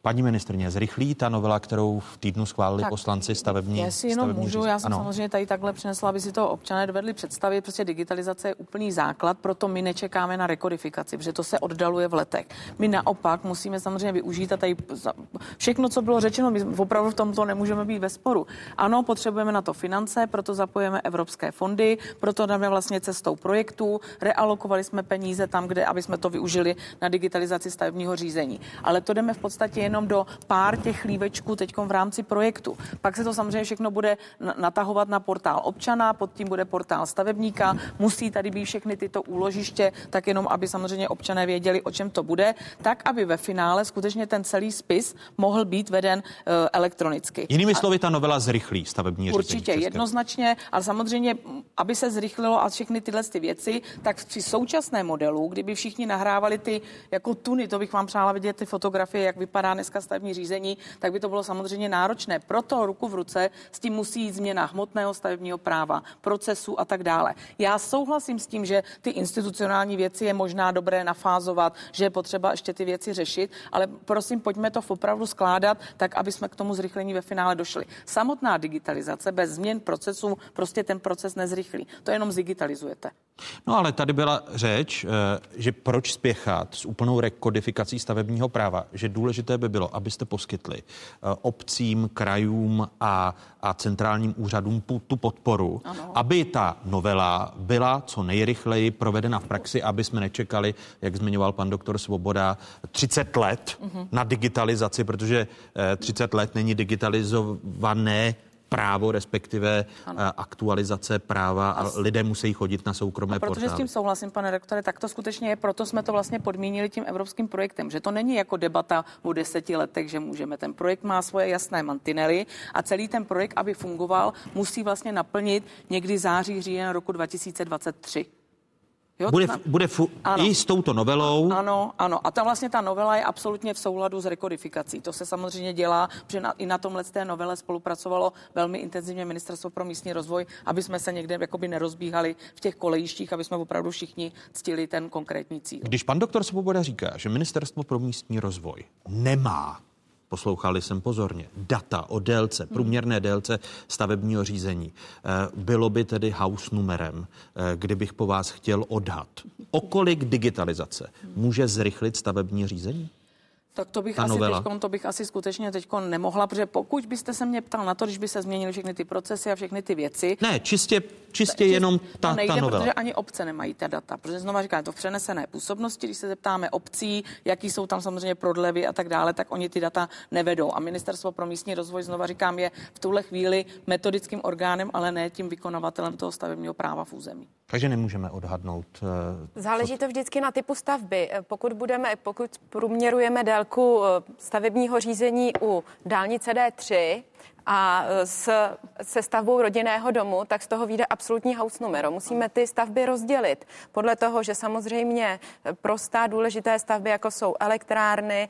Paní ministryně, zrychlí ta novela, kterou v týdnu schválili tak, poslanci stavební? Já si jenom můžu, řízení. já jsem ano. samozřejmě tady takhle přinesla, aby si to občané dovedli představit. Prostě digitalizace je úplný základ, proto my nečekáme na rekodifikaci, protože to se oddaluje v letech. My naopak musíme samozřejmě využít a tady všechno, co bylo řečeno, my opravdu v tomto nemůžeme být ve sporu. Ano, potřebujeme na to finance, proto zapojíme evropské fondy, proto jdeme vlastně cestou projektů, realokovali jsme peníze tam, kde, aby jsme to využili na digitalizaci stavebního řízení. Ale to jdeme v podstatě jenom do pár těch chlívečků teďkom v rámci projektu. Pak se to samozřejmě všechno bude natahovat na portál občana, pod tím bude portál stavebníka, musí tady být všechny tyto úložiště, tak jenom, aby samozřejmě občané věděli, o čem to bude, tak, aby ve finále skutečně ten celý spis mohl být veden uh, elektronicky. Jinými slovy, ta novela zrychlí stavební řízení. Určitě, jednoznačně, ale samozřejmě, aby se zrychlilo a všechny tyhle ty věci, tak při současném modelu, kdyby všichni nahrávali ty jako tuny, to bych vám přála vidět ty fotografie, jak vypadá dneska stavební řízení, tak by to bylo samozřejmě náročné. Proto ruku v ruce s tím musí jít změna hmotného stavebního práva, procesů a tak dále. Já souhlasím s tím, že ty institucionální věci je možná dobré nafázovat, že je potřeba ještě ty věci řešit, ale prosím, pojďme to opravdu skládat tak, aby jsme k tomu zrychlení ve finále došli. Samotná digitalizace bez změn procesů prostě ten proces nezrychlí. To jenom zdigitalizujete. No ale tady byla řeč, že proč spěchat s úplnou rekodifikací stavebního práva, že důležité by bylo, abyste poskytli obcím, krajům a, a centrálním úřadům tu podporu, ano. aby ta novela byla co nejrychleji provedena v praxi, aby jsme nečekali, jak zmiňoval pan doktor Svoboda, třicet let uh-huh. na digitalizaci, protože třicet let není digitalizované právo, respektive ano. aktualizace práva a lidé musí chodit na soukromé portály. Protože s tím souhlasím, pane rektore, tak to skutečně je, proto jsme to vlastně podmínili tím evropským projektem, že to není jako debata o deseti letech, že můžeme. Ten projekt má svoje jasné mantinely a celý ten projekt, aby fungoval, musí vlastně naplnit někdy září, říjen roku dva tisíce dvacet tři. Jo, bude bude fu- i s touto novelou. Ano, ano. A ta vlastně ta novela je absolutně v souladu s rekodifikací. To se samozřejmě dělá, že na, i na tomhle té novele spolupracovalo velmi intenzivně Ministerstvo pro místní rozvoj, aby jsme se někde jakoby nerozbíhali v těch kolejištích, aby jsme opravdu všichni ctili ten konkrétní cíl. Když pan doktor Svoboda říká, že Ministerstvo pro místní rozvoj nemá, poslouchali jsem pozorně, data o délce, průměrné délce stavebního řízení. Bylo by tedy house numerem, kdybych po vás chtěl odhad. O kolik digitalizace může zrychlit stavební řízení? Tak to bych, asi teďkon, to bych asi skutečně teď nemohla, protože pokud byste se mě ptal na to, když by se změnily všechny ty procesy a všechny ty věci. Ne, čistě, čistě čist, jenom ta, to nejde, ta novela. Protože ani obce nemají ta data, protože znova říkám, to v přenesené působnosti, když se zeptáme obcí, jaký jsou tam samozřejmě prodlevy a tak dále, tak oni ty data nevedou. A Ministerstvo pro místní rozvoj, znova říkám, je v tuhle chvíli metodickým orgánem, ale ne tím vykonavatelem toho stavebního práva v území. Takže nemůžeme odhadnout. Záleží to vždycky na typu stavby. Pokud budeme, pokud průměrujeme délku stavebního řízení u dálnice D tři a s, se stavbou rodinného domu, tak z toho vyjde absolutní house numero. Musíme ty stavby rozdělit podle toho, že samozřejmě pro stát důležité stavby, jako jsou elektrárny,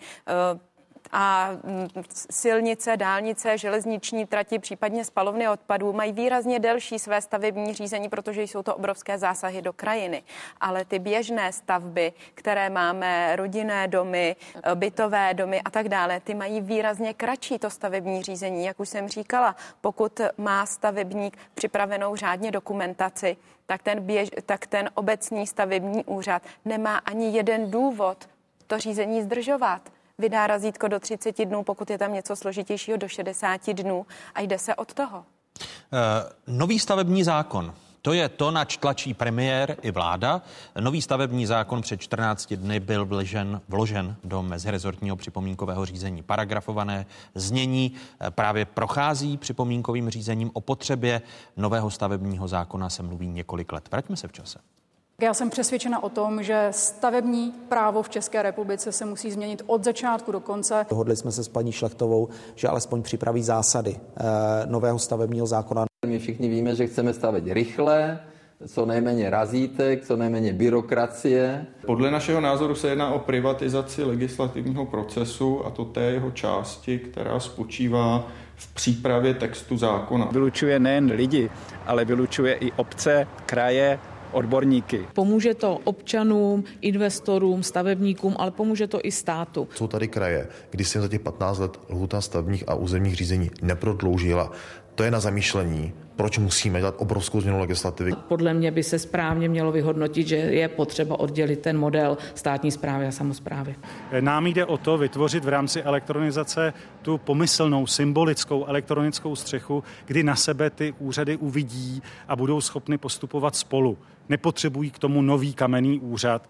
a silnice, dálnice, železniční trati, případně spalovny odpadů mají výrazně delší své stavební řízení, protože jsou to obrovské zásahy do krajiny. Ale ty běžné stavby, které máme, rodinné domy, bytové domy a tak dále, ty mají výrazně kratší to stavební řízení. Jak už jsem říkala, pokud má stavebník připravenou řádně dokumentaci, tak ten, běž, tak ten obecní stavební úřad nemá ani jeden důvod to řízení zdržovat. Vydá razítko do třiceti dnů, pokud je tam něco složitějšího do šedesáti dnů a jde se od toho. Uh, nový stavební zákon. To je to, nač tlačí premiér i vláda. Nový stavební zákon před čtrnácti dny byl vložen, vložen do mezirezortního připomínkového řízení. Paragrafované znění právě prochází připomínkovým řízením. O potřebě nového stavebního zákona se mluví několik let. Vraťme se v čase. Já jsem přesvědčena o tom, že stavební právo v České republice se musí změnit od začátku do konce. Dohodli jsme se s paní Šlechtovou, že alespoň připraví zásady eh, nového stavebního zákona. My všichni víme, že chceme stavět rychle, co nejméně razítek, co nejméně byrokracie. Podle našeho názoru se jedná o privatizaci legislativního procesu, a to té jeho části, která spočívá v přípravě textu zákona. Vylučuje nejen lidi, ale vylučuje i obce, kraje, odborníky. Pomůže to občanům, investorům, stavebníkům, ale pomůže to i státu. Jsou tady kraje, kdy se za těch patnáct let lhůta stavebních a územních řízení neprodloužila. To je na zamýšlení, proč musíme dělat obrovskou změnu legislativy. Podle mě by se správně mělo vyhodnotit, že je potřeba oddělit ten model státní správy a samosprávy. Nám jde o to vytvořit v rámci elektronizace tu pomyslnou, symbolickou elektronickou střechu, kdy na sebe ty úřady uvidí a budou schopny postupovat spolu. Nepotřebují k tomu nový kamenný úřad.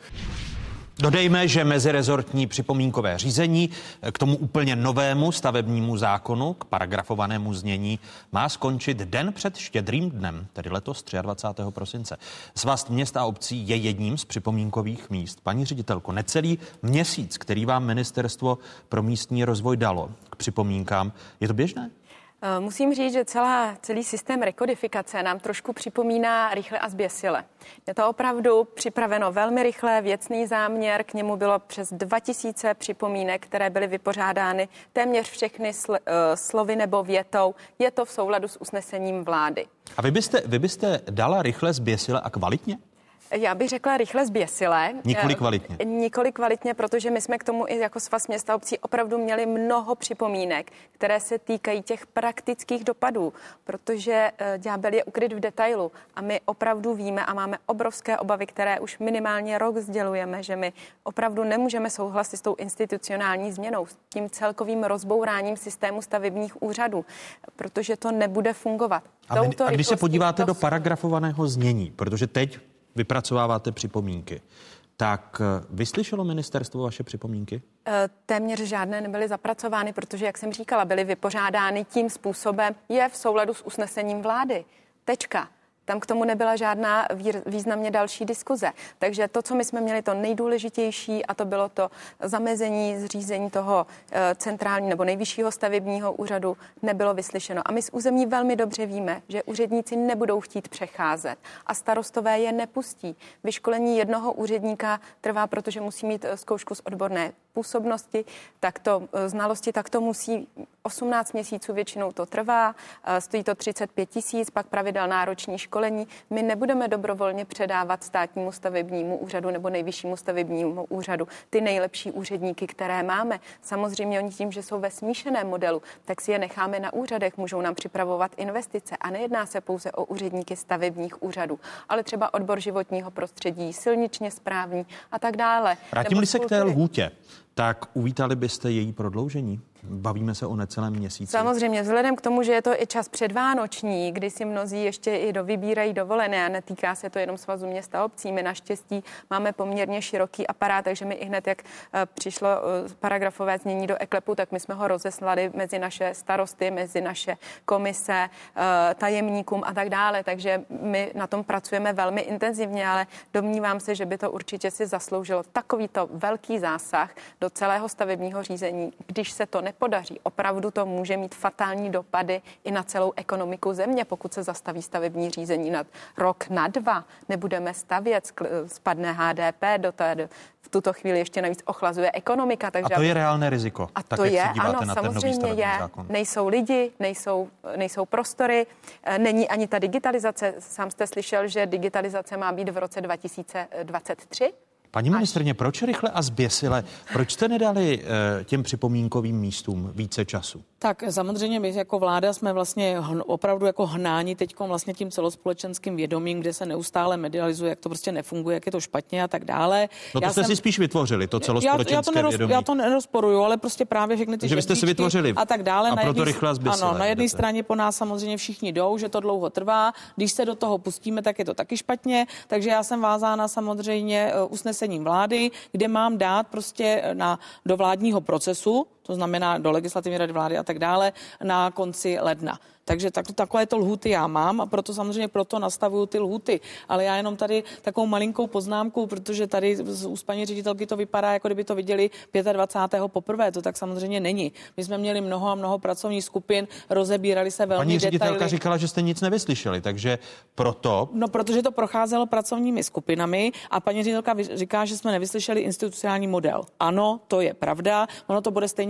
Dodejme, že mezirezortní připomínkové řízení k tomu úplně novému stavebnímu zákonu, k paragrafovanému znění, má skončit den před Štědrým dnem, tedy letos dvacátého třetího prosince. Svaz měst a obcí je jedním z připomínkových míst. Paní ředitelko, necelý měsíc, který vám Ministerstvo pro místní rozvoj dalo k připomínkám, je to běžné? Musím říct, že celá, celý systém rekodifikace nám trošku připomíná rychle a zběsile. Je to opravdu připraveno velmi rychle, věcný záměr, k němu bylo přes dva tisíce připomínek, které byly vypořádány téměř všechny sl, uh, slovy nebo větou. Je to v souladu s usnesením vlády. A vy byste, vy byste dala rychle, zběsile a kvalitně? Já bych řekla rychle zběsile. Nikoli kvalitně. Nikoli kvalitně, protože my jsme k tomu i jako Svaz měst a obcí opravdu měli mnoho připomínek, které se týkají těch praktických dopadů, protože ďábel je ukryt v detailu a my opravdu víme a máme obrovské obavy, které už minimálně rok sdělujeme, že my opravdu nemůžeme souhlasit s tou institucionální změnou, s tím celkovým rozbouráním systému stavebních úřadů, protože to nebude fungovat. A, vy, a když se podíváte do paragrafovaného znění, protože teď vypracováváte připomínky, tak vyslyšelo ministerstvo vaše připomínky? Téměř žádné nebyly zapracovány, protože, jak jsem říkala, byly vypořádány tím způsobem, je v souladu s usnesením vlády. Tečka. Tam k tomu nebyla žádná významně další diskuze. Takže to, co my jsme měli, to nejdůležitější, a to bylo to zamezení zřízení toho centrálního nebo nejvyššího stavebního úřadu, nebylo vyslyšeno. A my z území velmi dobře víme, že úředníci nebudou chtít přecházet a starostové je nepustí. Vyškolení jednoho úředníka trvá, protože musí mít zkoušku z odborné působnosti, tak to znalosti, tak to musí osmnáct měsíců většinou to trvá, stojí to třicet pět tisíc, pak pravidelná roční školení. My nebudeme dobrovolně předávat státnímu stavebnímu úřadu nebo nejvyššímu stavebnímu úřadu ty nejlepší úředníky, které máme. Samozřejmě oni tím, že jsou ve smíšeném modelu, tak si je necháme na úřadech, můžou nám připravovat investice a nejedná se pouze o úředníky stavebních úřadů, ale třeba odbor životního prostředí, silničně správní a tak dále. Vrátím-li se k té lhůtě, tak uvítali byste její prodloužení? Bavíme se o necelém měsíci. Samozřejmě, vzhledem k tomu, že je to i čas předvánoční, kdy si mnozí ještě i dovybírají dovolené a netýká se to jenom Svazu měst a obcí. My naštěstí máme poměrně široký aparát, takže my i hned, jak přišlo paragrafové znění do eKLEPu, tak my jsme ho rozeslali mezi naše starosty, mezi naše komise, tajemníkům a tak dále. Takže my na tom pracujeme velmi intenzivně, ale domnívám se, že by to určitě si zasloužilo takovýto velký zásah do celého stavebního řízení, když se to nepodaří. Opravdu to může mít fatální dopady i na celou ekonomiku země, pokud se zastaví stavební řízení na rok, na dva. Nebudeme stavět, spadne H D P, do té, v tuto chvíli ještě navíc ochlazuje ekonomika. Takže a to je reálné riziko. A tak, to jak je, se díváte ano, na ten samozřejmě nový je. Zákon. Nejsou lidi, nejsou, nejsou prostory, není ani ta digitalizace. Sám jste slyšel, že digitalizace má být v roce dva tisíce dvacet tři? Paní ministryně, proč rychle a zběsile? Proč jste nedali e, těm připomínkovým místům více času? Tak samozřejmě my jako vláda jsme vlastně hn, opravdu jako hnáni teďkom vlastně tím celospolečenským vědomím, kde se neustále medializuje, jak to prostě nefunguje, jak je to špatně a tak dále. No to já jste jsem, si spíš vytvořili, to celospolečenské já, já to neroz, vědomí. Já to nerozporuju, ale prostě právě všechny ty že byste si vytvořili a tak dále. A na proto jedný, rychle a zběsile. Ano, na jedné jdete. straně po nás samozřejmě všichni jdou, že to dlouho trvá. Když se do toho pustíme, tak je to taky špatně. Takže já jsem vázána samozřejmě usnesením vlády, kde mám dát prostě na, do vládního procesu, to znamená do legislativní rady vlády a tak dále, na konci ledna. Takže tak, takové to lhuty já mám a proto samozřejmě proto nastavuju ty lhuty. Ale já jenom tady takovou malinkou poznámku, protože tady z úst paní ředitelky to vypadá, jako kdyby to viděli dvacátého pátého poprvé. To tak samozřejmě není. My jsme měli mnoho a mnoho pracovních skupin, rozebírali se velmi paní detaily. ředitelka říkala, že jste nic nevyslyšeli, takže proto... No, protože to procházelo pracovními skupinami a paní ředitelka říká, že jsme nevyslyšeli institucionální model. Ano, to je pravda. Ono to bude stejně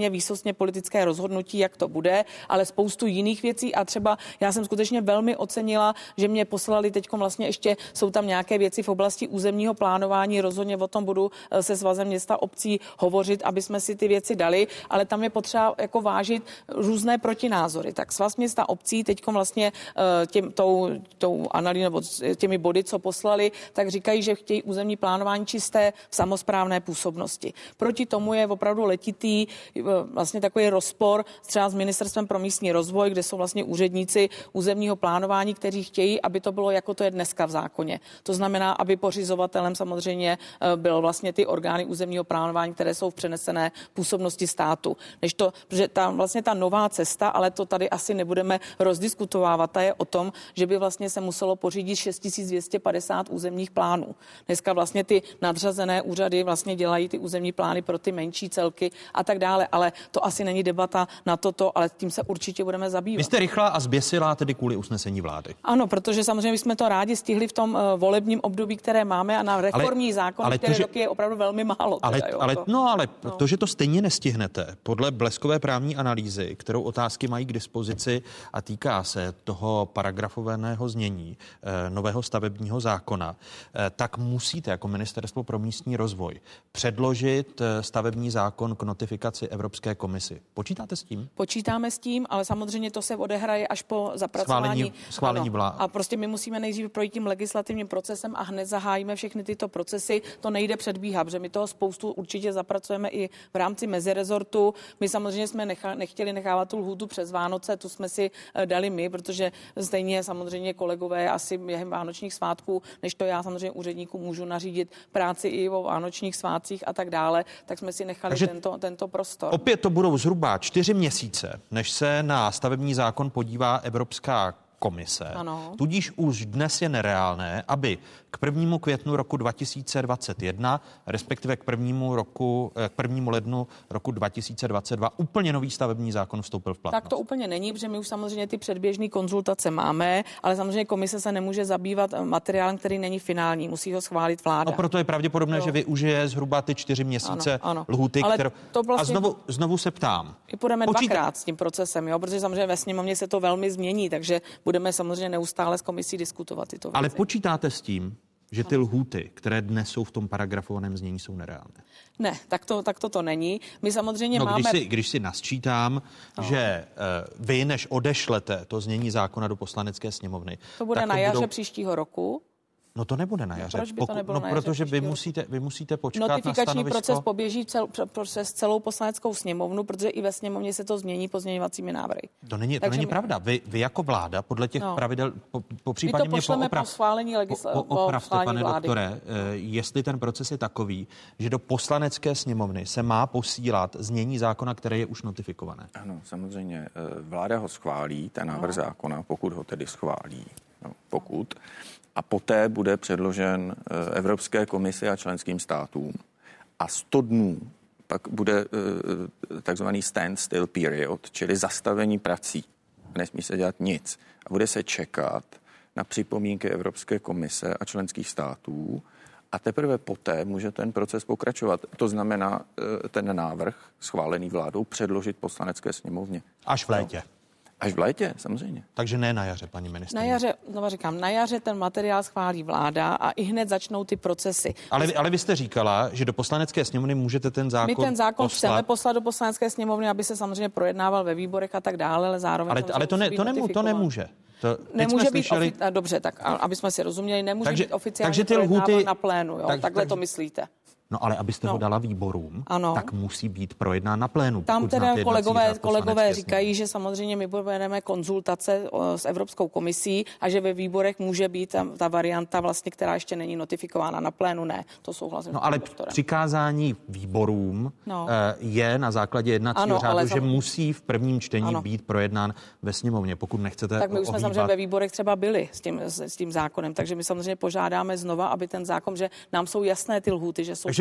samozřejmě výsostně politické rozhodnutí, jak to bude, ale spoustu jiných věcí a třeba já jsem skutečně velmi ocenila, že mě poslali teďkom vlastně ještě, jsou tam nějaké věci v oblasti územního plánování, rozhodně o tom budu se Svazem města obcí hovořit, aby jsme si ty věci dali, ale tam je potřeba jako vážit různé protinázory. Tak Svaz města obcí teďkom vlastně těm, tou, tou analýzou nebo těmi body, co poslali, tak říkají, že chtějí územní plánování čisté v samosprávné působnosti. Proti tomu je opravdu letitý vlastně takový rozpor třeba s Ministerstvem pro místní rozvoj, kde jsou vlastně úředníci územního plánování, kteří chtějí, aby to bylo, jako to je dneska v zákoně. To znamená, aby pořizovatelem samozřejmě byl vlastně ty orgány územního plánování, které jsou v přenesené působnosti státu. Než to, protože ta vlastně ta nová cesta, ale to tady asi nebudeme rozdiskutovávat, ta je o tom, že by vlastně se muselo pořídit šest tisíc dvě stě padesát územních plánů. Dneska vlastně ty nadřazené úřady vlastně dělají ty územní plány pro ty menší celky a tak dále, ale to asi není debata na toto, ale tím se určitě budeme zabývat. Vy jste rychlá a zběsilá tedy kvůli usnesení vlády. Ano, protože samozřejmě jsme to rádi stihli v tom uh, volebním období, které máme a na reformní ale, zákon, ale které to, že... roky je opravdu velmi málo. Ale, teda, jo, ale, to... no ale no. to, že to stejně nestihnete, podle bleskové právní analýzy, kterou otázky mají k dispozici a týká se toho paragrafovaného znění eh, nového stavebního zákona, eh, tak musíte jako Ministerstvo pro místní rozvoj předložit eh, stavební zákon k notifikaci Evropské komisi. Počítáte s tím? Počítáme s tím, ale samozřejmě to se odehraje až po zapracování. Schválení, schválení vlády. A prostě my musíme nejdřív projít tím legislativním procesem a hned zahájíme všechny tyto procesy. To nejde předbíhat, protože my toho spoustu určitě zapracujeme i v rámci mezirezortu. My samozřejmě jsme necha, nechtěli nechávat tu lhůtu přes Vánoce, tu jsme si dali my, protože stejně samozřejmě kolegové asi během vánočních svátků, než to já samozřejmě úředníků můžu nařídit práci i o vánočních svátcích a tak dále, tak jsme si nechali tento, tento prostor. Opět to budou zhruba čtyři měsíce, než se na stavební zákon podívá Evropská komise. Ano. Tudíž už dnes je nereálné, aby k prvnímu květnu roku dva tisíce dvacet jedna, respektive k prvnímu roku, k prvnímu lednu roku dva tisíce dvacet dva úplně nový stavební zákon vstoupil v platnost. Tak to úplně není, protože my už samozřejmě ty předběžné konzultace máme, ale samozřejmě komise se nemůže zabývat materiálem, který není finální, musí ho schválit vláda. No proto je pravděpodobné, jo. že využije zhruba ty čtyři měsíce ano, ano. lhůty, kterou... Vlastně... A znovu, znovu se ptám. I půjdeme Počíta... dvakrát s tím procesem, jo, protože samozřejmě ve sněmovně se to velmi změní, takže budeme samozřejmě neustále s komisí diskutovat tyto věci. Ale počítáte s tím, že ty lhůty, které dnes jsou v tom paragrafovaném znění, jsou nereálné? Ne, tak to, tak to, to není. My samozřejmě no, máme... Když si, když si nasčítám, no. že uh, vy, než odešlete to znění zákona do poslanecké sněmovny... To bude na jaře budou... příštího roku. No to nebude na jaře. Proč by to nebylo no, na jaře protože vy musíte, vy musíte počkat na stanovisko. Notifikační proces poběží cel, přes celou poslaneckou sněmovnu, protože i ve sněmovně se to změní pozměňovacími návrhy. To není, to není my... pravda. Vy, vy jako vláda podle těch no. pravidel, po, po případě mě pooprav, po schválení legisla... po, po, opravte, po pane vlády. doktore, jestli ten proces je takový, že do poslanecké sněmovny se má posílat znění zákona, které je už notifikované. Ano, samozřejmě. Vláda ho schválí, ten návrh no. zákona, pokud ho tedy schválí. No, pokud... A poté bude předložen Evropské komisi a členským státům. A sto dnů pak bude takzvaný standstill period, čili zastavení prací. Nesmí se dělat nic. A bude se čekat na připomínky Evropské komise a členských států a teprve poté může ten proces pokračovat. To znamená ten návrh schválený vládou předložit poslanecké sněmovně. Až v létě. No. Až v létě, samozřejmě. Takže ne na jaře, paní ministryně. Na jaře, no říkám, na jaře ten materiál schválí vláda a i hned začnou ty procesy. Ale, ale vy jste říkala, že do poslanecké sněmovny můžete ten zákon My ten zákon poslat. chceme poslat do poslanecké sněmovny, aby se samozřejmě projednával ve výborech a tak dále, ale zároveň... Ale, ale to, ne, to, nemů, to nemůže. To, nemůže být slyšeli... ofi... Dobře, tak aby jsme si rozuměli, nemůže takže, být oficiálně takže ty lhuty... na plénu, jo? Tak, Takhle takže... to myslíte. No ale abyste no. ho dala výborům, ano. tak musí být projednán na plénu. Tam teda kolegové, kolegové říkají, že samozřejmě my budeme konzultace o, s Evropskou komisí a že ve výborech může být ta, ta varianta vlastně, která ještě není notifikována na plénu, ne. To souhlasím. No ale doktorem. Přikázání výborům no. je na základě jednacího řádu, že sam... musí v prvním čtení ano. být projednán ve sněmovně, pokud nechcete Tak my už jsme ohýbat... samozřejmě ve výborech třeba byli s tím, s, s tím zákonem, takže my samozřejmě požádáme znova, aby ten zákon, že nám jsou jasné ty lhůty, že jsou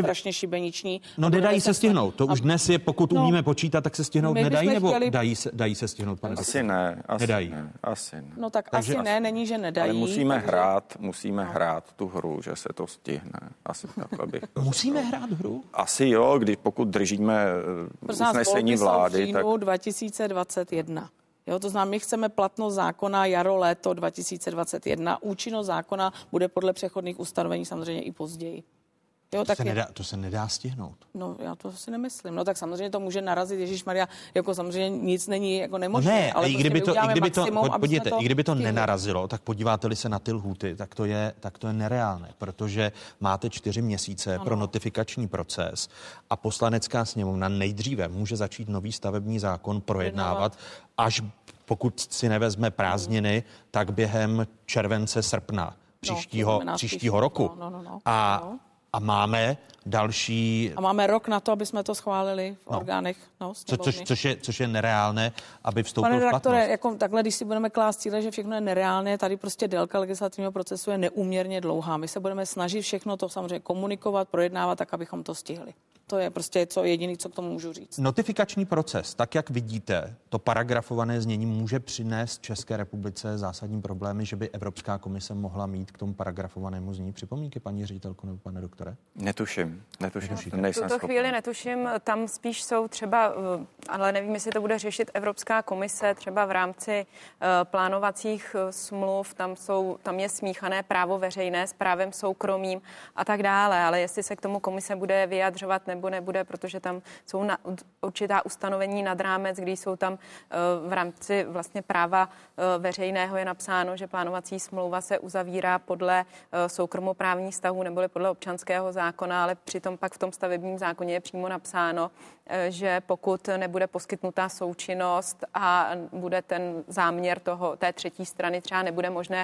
strašně šibeniční. No nedají se stihnout. To a... už dnes je, pokud no, umíme počítat, tak se stihnout nedají, nebo chtěli... dají, se, dají se stihnout, pane Asi doktor? ne, asi nedají. ne, asi ne. No tak Takže asi ne, není, že nedají. Ale musíme takže... hrát, musíme no. hrát tu hru, že se to stihne. Asi takhle bych to Musíme řekl. hrát hru? Asi jo, když pokud držíme Prosím usnesení vlády, tak... dva tisíce dvacet jedna. Jo, to znamená, my chceme platnost zákona jaro, léto dva tisíce dvacet jedna. Účinnost zákona bude podle přechodných ustanovení samozřejmě i později. Jo, to, tak se je... nedá, to se nedá stihnout. No, já to si nemyslím. No tak samozřejmě to může narazit, ježišmarja, jako samozřejmě nic není jako nemožné. No ne, ale i kdyby to, i kdyby to, maximum, podívejte, to i kdyby to stihli. nenarazilo, tak podíváte-li se na ty lhůty, tak to je, tak to je nereálné, protože máte čtyři měsíce ano. pro notifikační proces a Poslanecká sněmovna nejdříve může začít nový stavební zákon projednávat, až pokud si nevezme prázdniny, tak během července, srpna příštího, no, příštího roku. No, no, no, a no. A máme další... A máme rok na to, aby jsme to schválili v no. orgánech. No, Co, což, což, je, což je nereálné, aby vstoupil Pane v platnost. redaktore, jako takhle, když si budeme klást cíle, že všechno je nereálné, tady prostě délka legislativního procesu je neúměrně dlouhá. My se budeme snažit všechno to samozřejmě komunikovat, projednávat, tak, abychom to stihli. To je prostě co jediný, co k tomu můžu říct. Notifikační proces, tak jak vidíte, to paragrafované znění může přinést České republice zásadní problémy, že by Evropská komise mohla mít k tomu paragrafovanému znění připomínky, paní ředitelko nebo pane doktore? Netuším, netuším. V tuto chvíli netuším, tam spíš jsou třeba, ale nevím, jestli to bude řešit Evropská komise, třeba v rámci uh, plánovacích uh, smluv, tam, jsou, tam je smíchané právo veřejné s právem soukromým a tak dále, ale jestli se k tomu komise bude vyjadřovat nebo nebude, protože tam jsou na, určitá ustanovení nad rámec, kdy jsou tam uh, v rámci vlastně práva uh, veřejného je napsáno, že plánovací smlouva se uzavírá podle uh, soukromoprávních vztahů neboli podle občanského zákona, ale přitom pak v tom stavebním zákoně je přímo napsáno, že pokud nebude poskytnutá součinnost a bude ten záměr toho, té třetí strany třeba nebude možné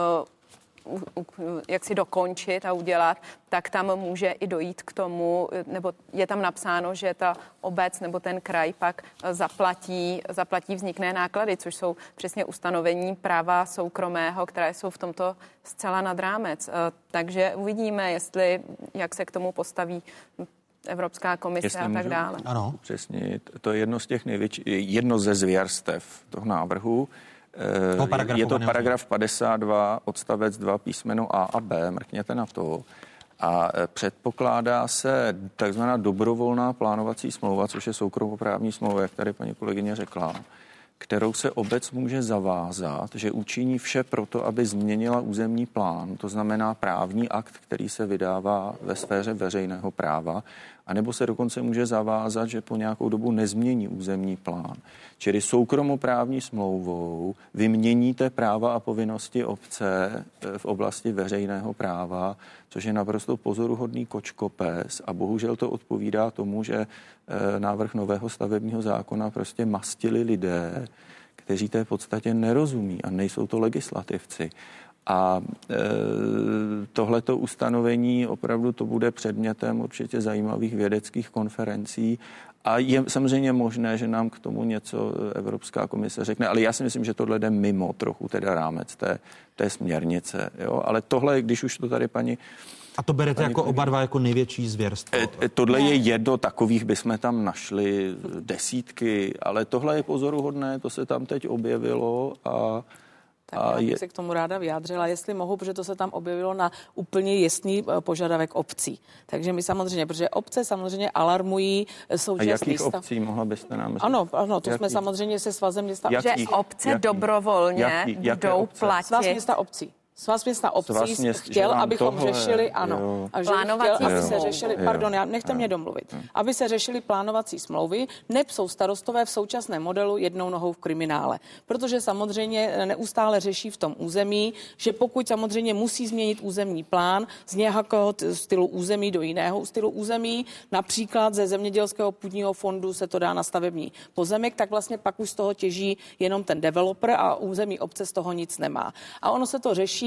jak si dokončit a udělat, tak tam může i dojít k tomu, nebo je tam napsáno, že ta obec nebo ten kraj pak zaplatí, zaplatí vznikné náklady, což jsou přesně ustanovení práva soukromého, které jsou v tomto zcela nad rámec. Takže uvidíme, jestli, jak se k tomu postaví Evropská komise jestli a tak dále. Ano. Přesně, to je jedno z těch největší, jedno ze zvěrstev toho návrhu. Je to paragraf padesát dva, odstavec dva, písmeno A a B, mrkněte na to. A předpokládá se takzvaná dobrovolná plánovací smlouva, což je soukromoprávní smlouva, jak tady paní kolegyně řekla, kterou se obec může zavázat, že učiní vše proto, aby změnila územní plán, to znamená právní akt, který se vydává ve sféře veřejného práva, anebo se dokonce může zavázat, že po nějakou dobu nezmění územní plán. Čili soukromoprávní smlouvou vyměníte práva a povinnosti obce v oblasti veřejného práva, což je naprosto pozoruhodný kočkopes a bohužel to odpovídá tomu, že návrh nového stavebního zákona prostě mastili lidé, kteří té v podstatě nerozumí a nejsou to legislativci. A e, tohleto ustanovení opravdu to bude předmětem určitě zajímavých vědeckých konferencí a je samozřejmě možné, že nám k tomu něco Evropská komise řekne, ale já si myslím, že tohle jde mimo trochu teda rámec té, té směrnice. Jo? Ale tohle, když už to tady paní... A to berete jako oba dva jako největší zvěrstvo? E, tohle ne. je jedno, takových bychom tam našli desítky, ale tohle je pozoruhodné, to se tam teď objevilo a Tak já bych je... se k tomu ráda vyjádřila, jestli mohu, protože to se tam objevilo na úplně jasný požadavek obcí. Takže my samozřejmě, protože obce samozřejmě alarmují současný stav. A jakých stav... obcí mohla byste nám říct? Ano, ano, to jaký? jsme samozřejmě se svazem města. Jaký? Že obce jaký? dobrovolně jaký? budou platit. Svaz města obcí. Svaz města obcí měst, chtěl, abychom tohle, řešili, ano, jo. a že chtěl, aby se řešili, pardon, já nechte jo. mě domluvit, jo. aby se řešili plánovací smlouvy, neb jsou starostové v současném modelu jednou nohou v kriminále, protože samozřejmě neustále řeší v tom území, že pokud samozřejmě musí změnit územní plán z nějakého stylu území do jiného stylu území, například ze zemědělského půdního fondu se to dá na stavební pozemek, tak vlastně pak už z toho těží jenom ten developer a území obce z toho nic nemá. A ono se to řeší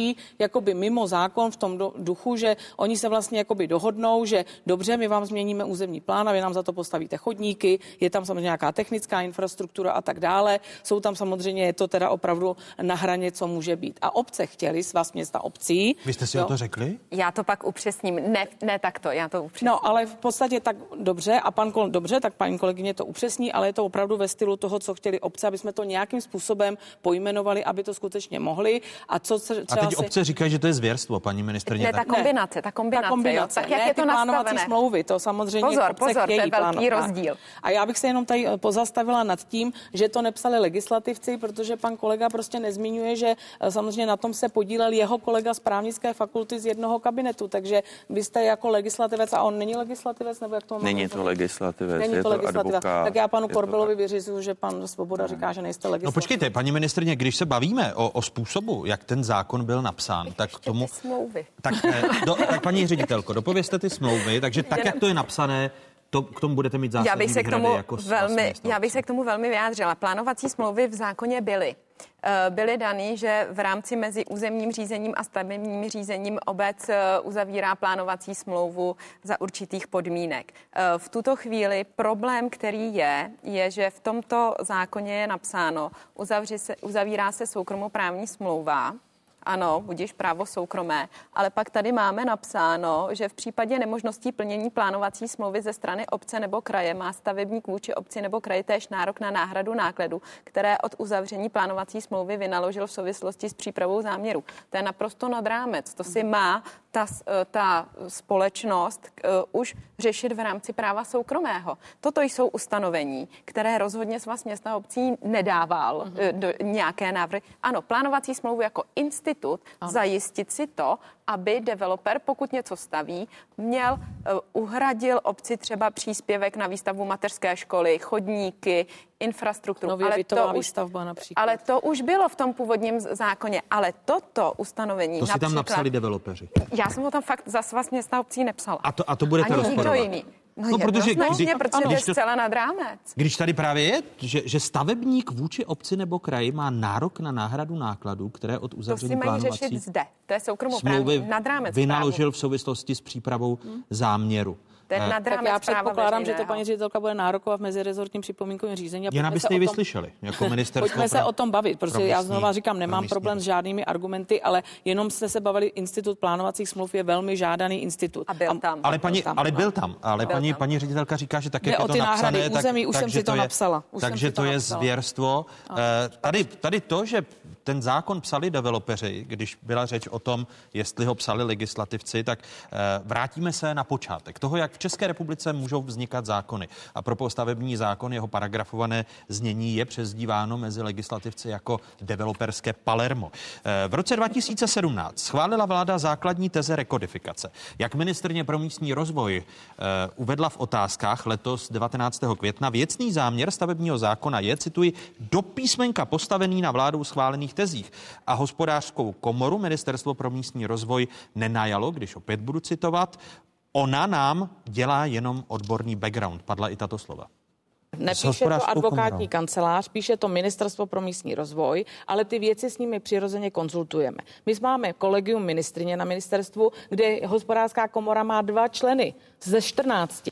tvoří jakoby mimo zákon v tom duchu, že oni se vlastně jakoby dohodnou, že dobře, my vám změníme územní plán a vy nám za to postavíte chodníky, je tam samozřejmě nějaká technická infrastruktura a tak dále. Jsou tam samozřejmě, je to teda opravdu na hraně, co může být. A obce chtěli, Svaz města obcí. Vy jste si jo? o to řekli? Já to pak upřesním. Ne, ne takto, já to upřesním. No, ale v podstatě tak dobře a pan kol, dobře, tak paní kolegyně to upřesní, ale je to opravdu ve stylu toho, co chtěli obce, aby jsme to nějakým způsobem pojmenovali, aby to skutečně mohli. A co třeba A teď si... obce říkají, že to je zvěrstvo, paní ministryně. Ne, ta kombinace, ta kombinace, ta kombinace, jo, tak jak ne, je to ty nastavené. plánovací smlouvy, to samozřejmě pozor, obce pozor, chtějí to je velký plánovat. rozdíl. A já bych se jenom tady pozastavila nad tím, že to nepsali legislativci, protože pan kolega prostě nezmiňuje, že samozřejmě na tom se podílel jeho kolega z právnické fakulty z jednoho kabinetu, takže vy jste jako legislativec a on není legislativec, nebo jak to máme? Není to legislativec, není je to, to legislativa. advokát. Tak já panu Korbelovi vyřizuju, že pan Svoboda říká, že nejste legislativec. No počkejte, paní ministryně, když se bavíme o, o způsobu, jak ten zákon byl napsán, tak k tomu... Smlouvy. Tak, do, tak paní ředitelko, dopovězte ty smlouvy, takže tak, jak to je napsané, to, k tomu budete mít zásadní já bych se k tomu jako velmi, Já bych se k tomu velmi vyjádřila. Plánovací smlouvy v zákoně byly. Byly daný, že v rámci mezi územním řízením a stavebním řízením obec uzavírá plánovací smlouvu za určitých podmínek. V tuto chvíli problém, který je, je, že v tomto zákoně je napsáno, uzavři se, uzavírá se soukromoprávní smlouva. Ano, budíš právo soukromé, ale pak tady máme napsáno, že v případě nemožnosti plnění plánovací smlouvy ze strany obce nebo kraje má stavebník vůči obci nebo kraji též nárok na náhradu nákladů, které od uzavření plánovací smlouvy vynaložil v souvislosti s přípravou záměru. To je naprosto nad rámec. To si má ta, ta společnost uh, už řešit v rámci práva soukromého. Toto jsou ustanovení, které rozhodně Svaz měst a obcí nedával uh, do nějaké návrhy. Ano, plánovací smlouvu jako institut Ano. zajistit si to, aby developer, pokud něco staví, měl, uh, uhradil obci třeba příspěvek na výstavbu mateřské školy, chodníky, infrastrukturu. Nově ale bytová to už, výstavba například. Ale to už bylo v tom původním zákoně. Ale toto ustanovení To si tam napsali developeři. Já jsem ho tam fakt za Svaz města obcí nepsala. A to, a to budete Ani rozporovat. nikdo jiný. No, No, protože protože, kdy- protože ano, je když to- zcela nad rámec. Když tady právě je, že, že stavebník vůči obci nebo kraji má nárok na náhradu nákladů, které od To uzavření si mají plánovací řešit zde. To je soukromoprávní smlouvy nad rámec vynaložil v souvislosti s přípravou Hmm. záměru. To je Eh, nad Tak rámec já práva předpokládám, že to veřejného. paní ředitelka bude nárokovat v mezirezortním připomínkovém řízení. A Jen pojďme abyste se ji o tom- vyslyšeli, jako ministerstvo Pojďme se pro- o tom bavit, pro protože já místní- znova říkám, pro nemám místní problém s žádnými argumenty, ale jenom jsme se bavili, institut plánovacích smluv je velmi žádaný institut. A byl tam. Ale paní, tam, ale no. byl tam, ale Byl paní, tam. paní ředitelka říká, že tak, Jde jak je o to ty napsané, náhrady tak, území, už jsem takže si to je, napsala, už jsem takže si to to je napsala. zvěrstvo. Eh, Tady, tady to, že ten zákon psali developeři, když byla řeč o tom, jestli ho psali legislativci, tak eh, vrátíme se na počátek toho, jak v České republice můžou vznikat zákony. A pro stavební zákon, jeho paragrafované znění je přezdíváno mezi legislativci jako developerské Palermo. Eh, V roce dva tisíce sedmnáct schválila vláda základní teze rekodifikace. Jak ministryně pro místní rozvoj eh, uvedla v otázkách letos devatenáctého května, věcný záměr stavebního zákona je, cituji, do písmenka postavený na vládou schválených tezích. A hospodářskou komoru ministerstvo pro místní rozvoj nenajalo, když opět budu citovat, ona nám dělá jenom odborný background. Padla i tato slova. Nepíše to advokátní kancelář, píše to Ministerstvo pro místní rozvoj, ale ty věci s nimi přirozeně konzultujeme. My máme kolegium ministryně na ministerstvu, kde hospodářská komora má dva členy ze čtrnácti.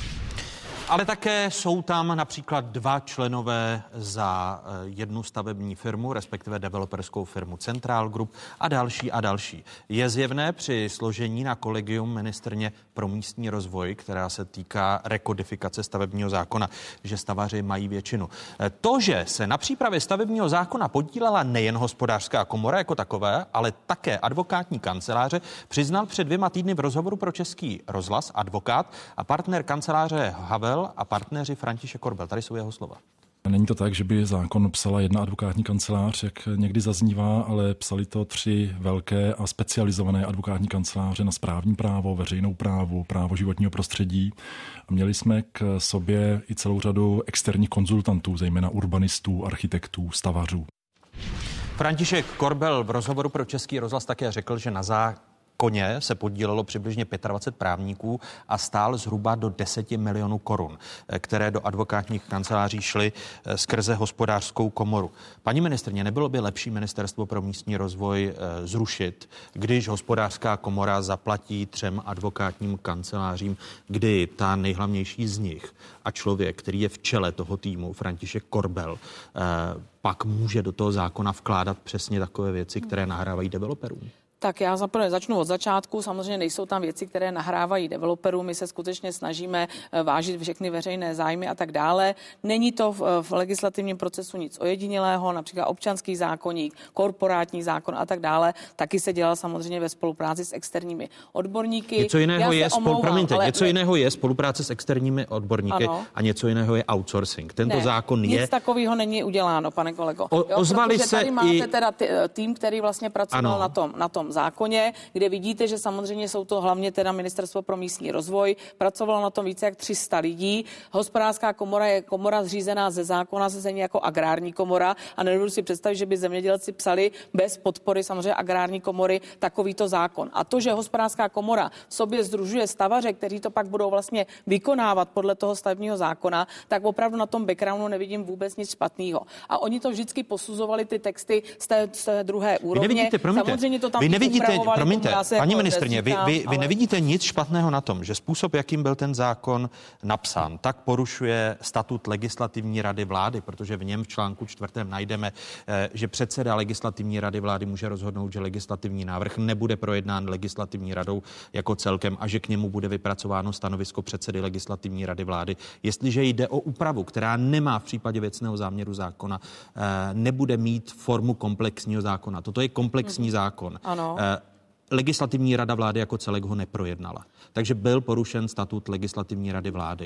Ale také jsou tam například dva členové za jednu stavební firmu, respektive developerskou firmu Central Group a další a další. Je zjevné při složení na kolegium ministryně pro místní rozvoj, která se týká rekodifikace stavebního zákona, že stavaři mají většinu. To, že se na přípravě stavebního zákona podílela nejen hospodářská komora jako takové, ale také advokátní kanceláře, přiznal před dvěma týdny v rozhovoru pro Český rozhlas advokát a partner kanceláře Havel a partneři František Korbel. Tady jsou jeho slova. Není to tak, že by zákon psala jedna advokátní kancelář, jak někdy zaznívá, ale psali to tři velké a specializované advokátní kanceláře na správní právo, veřejnou právo, právo životního prostředí. A měli jsme k sobě i celou řadu externích konzultantů, zejména urbanistů, architektů, stavařů. František Korbel v rozhovoru pro Český rozhlas také řekl, že na zá koně se podílelo přibližně dvacet pět právníků a stál zhruba do deset milionů korun, které do advokátních kanceláří šly skrze hospodářskou komoru. Paní ministryně, nebylo by lepší Ministerstvo pro místní rozvoj zrušit, když hospodářská komora zaplatí třem advokátním kancelářím, kdy ta nejhlavnější z nich a člověk, který je v čele toho týmu, František Korbel, pak může do toho zákona vkládat přesně takové věci, které nahrávají developerům? Tak já zaprvé začnu od začátku. Samozřejmě nejsou tam věci, které nahrávají developerům. My se skutečně snažíme vážit všechny veřejné zájmy a tak dále. Není to v, v legislativním procesu nic ojedinělého, například občanský zákoník, korporátní zákon a tak dále. Taky se dělal samozřejmě ve spolupráci s externími odborníky. Něco jiného, je, omlouvám, spol, promiňte, ale... něco jiného je spolupráce s externími odborníky ano. a něco jiného je outsourcing. Tento ne, zákon je... Nic takového není uděláno, pane kolego. O, jo, ozvali protože se tady máte i... teda tým, který vlastně pracoval na tom, na tom zákoně, kde vidíte, že samozřejmě jsou to hlavně teda Ministerstvo pro místní rozvoj. Pracovalo na tom více jak tři sta lidí. Hospodářská komora je komora zřízená ze zákona, se stejně jako agrární komora a nedovedu si představit, že by zemědělci psali bez podpory samozřejmě agrární komory takovýto zákon. A to, že hospodářská komora v sobě sdružuje stavaře, kteří to pak budou vlastně vykonávat podle toho stavebního zákona, tak opravdu na tom backgroundu nevidím vůbec nic špatného. A oni to vždycky posuzovali ty texty z té, z té druhé úrovně. Vy nevidíte, promiňte, samozřejmě to tam vy nevidíte, promiňte, jako paní ministryně, vy, vy, ale... vy nevidíte nic špatného na tom, že způsob, jakým byl ten zákon napsán, tak porušuje statut legislativní rady vlády, protože v něm v článku čtvrtém najdeme, že předseda legislativní rady vlády může rozhodnout, že legislativní návrh nebude projednán legislativní radou jako celkem a že k němu bude vypracováno stanovisko předsedy legislativní rady vlády. Jestliže jde o úpravu, která nemá v případě věcného záměru zákona, nebude mít formu komplexního zákona. Toto je komplexní hmm. zákon. Ano. Legislativní rada vlády jako celek ho neprojednala. Takže byl porušen statut legislativní rady vlády.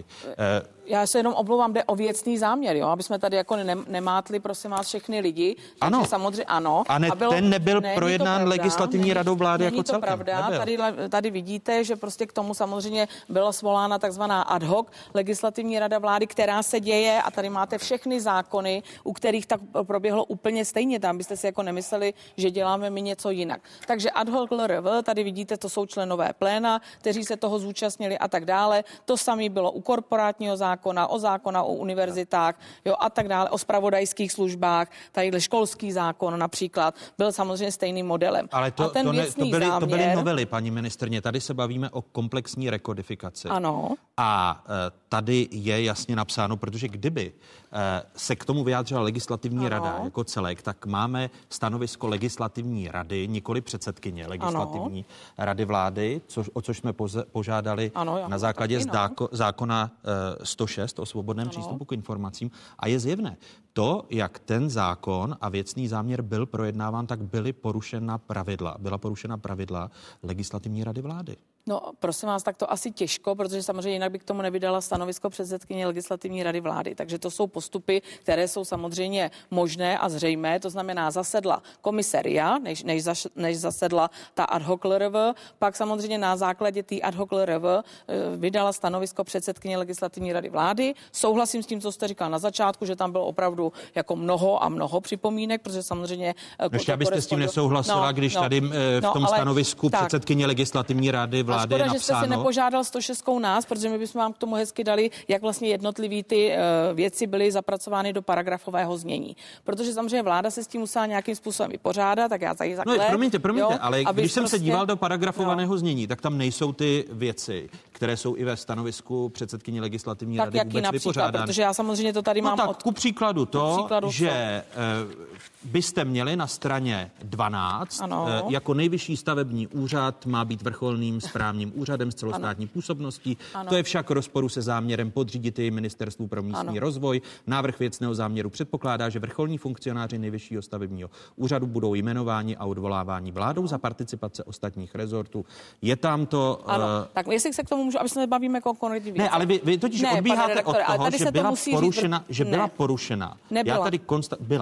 Já se jenom omlouvám, jde o věcný záměr, jo? Aby jsme tady jako ne, nemátli, prosím vás, všechny lidi. Ano. Samozřejmě ano. A, ne, a bylo, ten nebyl ne, projednán pravda, legislativní není, radou vlády není jako to celkem. Pravda. Tady, tady vidíte, že prostě k tomu samozřejmě byla svolána takzvaná ad hoc legislativní rada vlády, která se děje a tady máte všechny zákony, u kterých tak proběhlo úplně stejně. Tam byste si jako nemysleli, že děláme my něco jinak. Takže ad hoc L R V, tady vidíte, to jsou členové pléna, kteří se toho zúčastnili a tak dále. To samé bylo u korporátního zákona, o zákona o univerzitách, jo, a tak dále, o zpravodajských službách, tadyhle školský zákon například, byl samozřejmě stejným modelem. Ale to, a ten to, ne, to, byly, záměr... to byly novely, paní ministrně. Tady se bavíme o komplexní rekodifikaci. Ano. A e, tady je jasně napsáno, protože kdyby e, se k tomu vyjádřila legislativní ano. rada jako celek, tak máme stanovisko legislativní rady, nikoli předsedkyně legislativní ano. rady vlády, což, o což jsme poze, požádali ano, na základě taky, zdáko, no. zákona e, sto šest o svobodném ano. přístupu k informacím. A je zjevné, to, jak ten zákon a věcný záměr byl projednáván, tak byly porušena pravidla. Byla porušena pravidla legislativní rady vlády. No, prosím vás, tak to asi těžko, protože samozřejmě jinak by k tomu nevydala stanovisko předsedkyně legislativní rady vlády. Takže to jsou postupy, které jsou samozřejmě možné a zřejmé. To znamená, zasedla komise R I A, než, než, zaš, než zasedla ta ad hoc L R V. Pak samozřejmě na základě té ad hoc L R V vydala stanovisko předsedkyně legislativní rady vlády. Souhlasím s tím, co jste říkal na začátku, že tam bylo opravdu jako mnoho a mnoho připomínek, protože samozřejmě... Ještě abyste s tím nesouhlasila, no, když no, tady v no, tom ale, stanovisku tak, předsedkyně legislativní rady vlády a škoda, je napsáno... že jste si nepožádal sto šest nás, protože my bychom vám k tomu hezky dali, jak vlastně jednotlivý ty uh, věci byly zapracovány do paragrafového znění. Protože samozřejmě vláda se s tím musela nějakým způsobem vypořádat, tak já tady takhle... No, promiňte, promiňte, jo, ale když jsem prostě... se díval do paragrafovaného no. znění, tak tam nejsou ty věci, které jsou i ve stanovisku předsedkyně legislativní tak rady vůbec vypořádány. Protože já samozřejmě to tady no mám tak, od... ku příkladu to, ku příkladu že uh, byste měli na straně dvanáct uh, jako nejvyšší stavební úřad má být vrcholným správním úřadem s celostátní ano. působností. Ano. To je však rozporu se záměrem podřídit jej Ministerstvu pro místní ano. rozvoj. Návrh věcného záměru předpokládá, že vrcholní funkcionáři nejvyššího stavebního úřadu budou jmenováni a odvoláváni vládou ano. za participace ostatních rezortů. Je tam to... Ano, uh... tak jestli se k tomu můžu, aby se nebavíme jako konkrétní věci. Ne, ale vy, vy totiž ne, odbíháte od toho, že byla, porušena, říct... že byla porušena. Nebyla. Já tady konsta... Byla.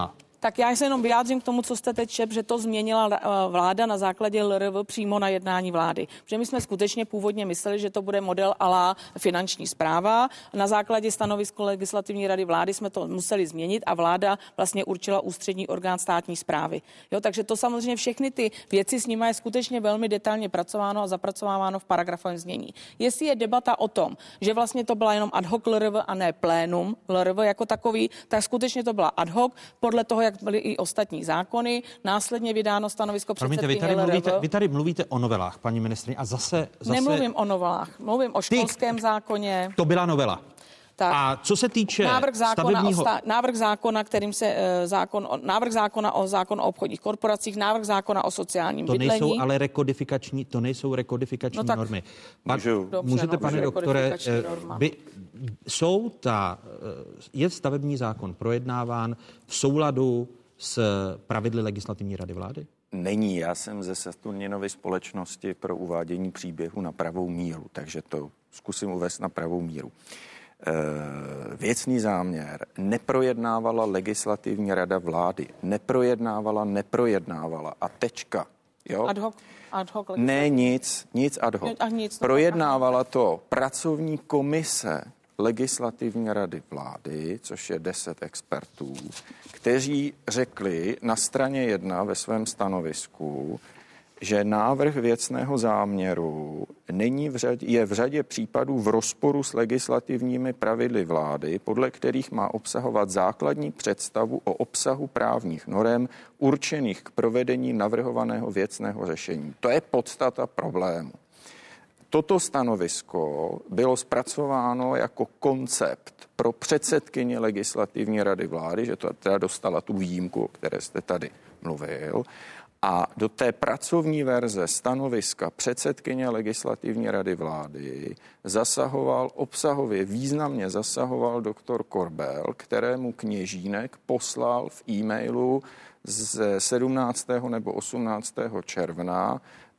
Tak já se jenom vyjádřím k tomu, co jste teď čep, že to změnila vláda na základě L R V přímo na jednání vlády. Protože my jsme skutečně původně mysleli, že to bude model à la finanční správa. Na základě stanovisko legislativní rady vlády jsme to museli změnit a vláda vlastně určila ústřední orgán státní správy. Jo, takže to samozřejmě všechny ty věci s nimi je skutečně velmi detailně pracováno a zapracováváno v paragrafovém znění. Jestli je debata o tom, že vlastně to byla jenom ad hoc L R V a ne plénum L R V jako takový, tak skutečně to byla ad hoc podle toho, jak byly i ostatní zákony. Následně vydáno stanovisko předsedkyně vy tady L R V. mluvíte, vy tady mluvíte o novelách, paní ministryně, a zase, zase... Nemluvím o novelách, mluvím o školském Ty, zákoně. To byla novela. Tak, a co se týče návrh zákona, stavebního... o stá, návrh zákona, kterým se uh, zákon, o, návrh zákona o zákon o obchodních korporacích, návrh zákona o sociálním to bydlení. To nejsou ale rekodifikační, to nejsou rekodifikační no tak, normy. Pan, můžu, dobře, můžete, no, pane doktore, by, jsou ta, je stavební zákon projednáván v souladu s pravidly legislativní rady vlády? Není, já jsem ze Saturninovy společnosti pro uvádění příběhu na pravou míru, takže to zkusím uvést na pravou míru. Věcný záměr neprojednávala legislativní rada vlády. Neprojednávala, neprojednávala. A tečka. Jo? Ad hoc, ad hoc ne, nic, nic ad hoc. A nic, Projednávala to pracovní komise legislativní rady vlády, což je deset expertů, kteří řekli na straně jedna ve svém stanovisku, že návrh věcného záměru není v řadě, je v řadě případů v rozporu s legislativními pravidly vlády, podle kterých má obsahovat základní představu o obsahu právních norem určených k provedení navrhovaného věcného řešení. To je podstata problému. Toto stanovisko bylo zpracováno jako koncept pro předsedkyni legislativní rady vlády, že to teda dostala tu výjimku, o které jste tady mluvil, a do té pracovní verze stanoviska předsedkyně legislativní rady vlády zasahoval obsahově, významně zasahoval doktor Korbel, kterému Kněžínek poslal v e-mailu z sedmnáctého nebo osmnáctého června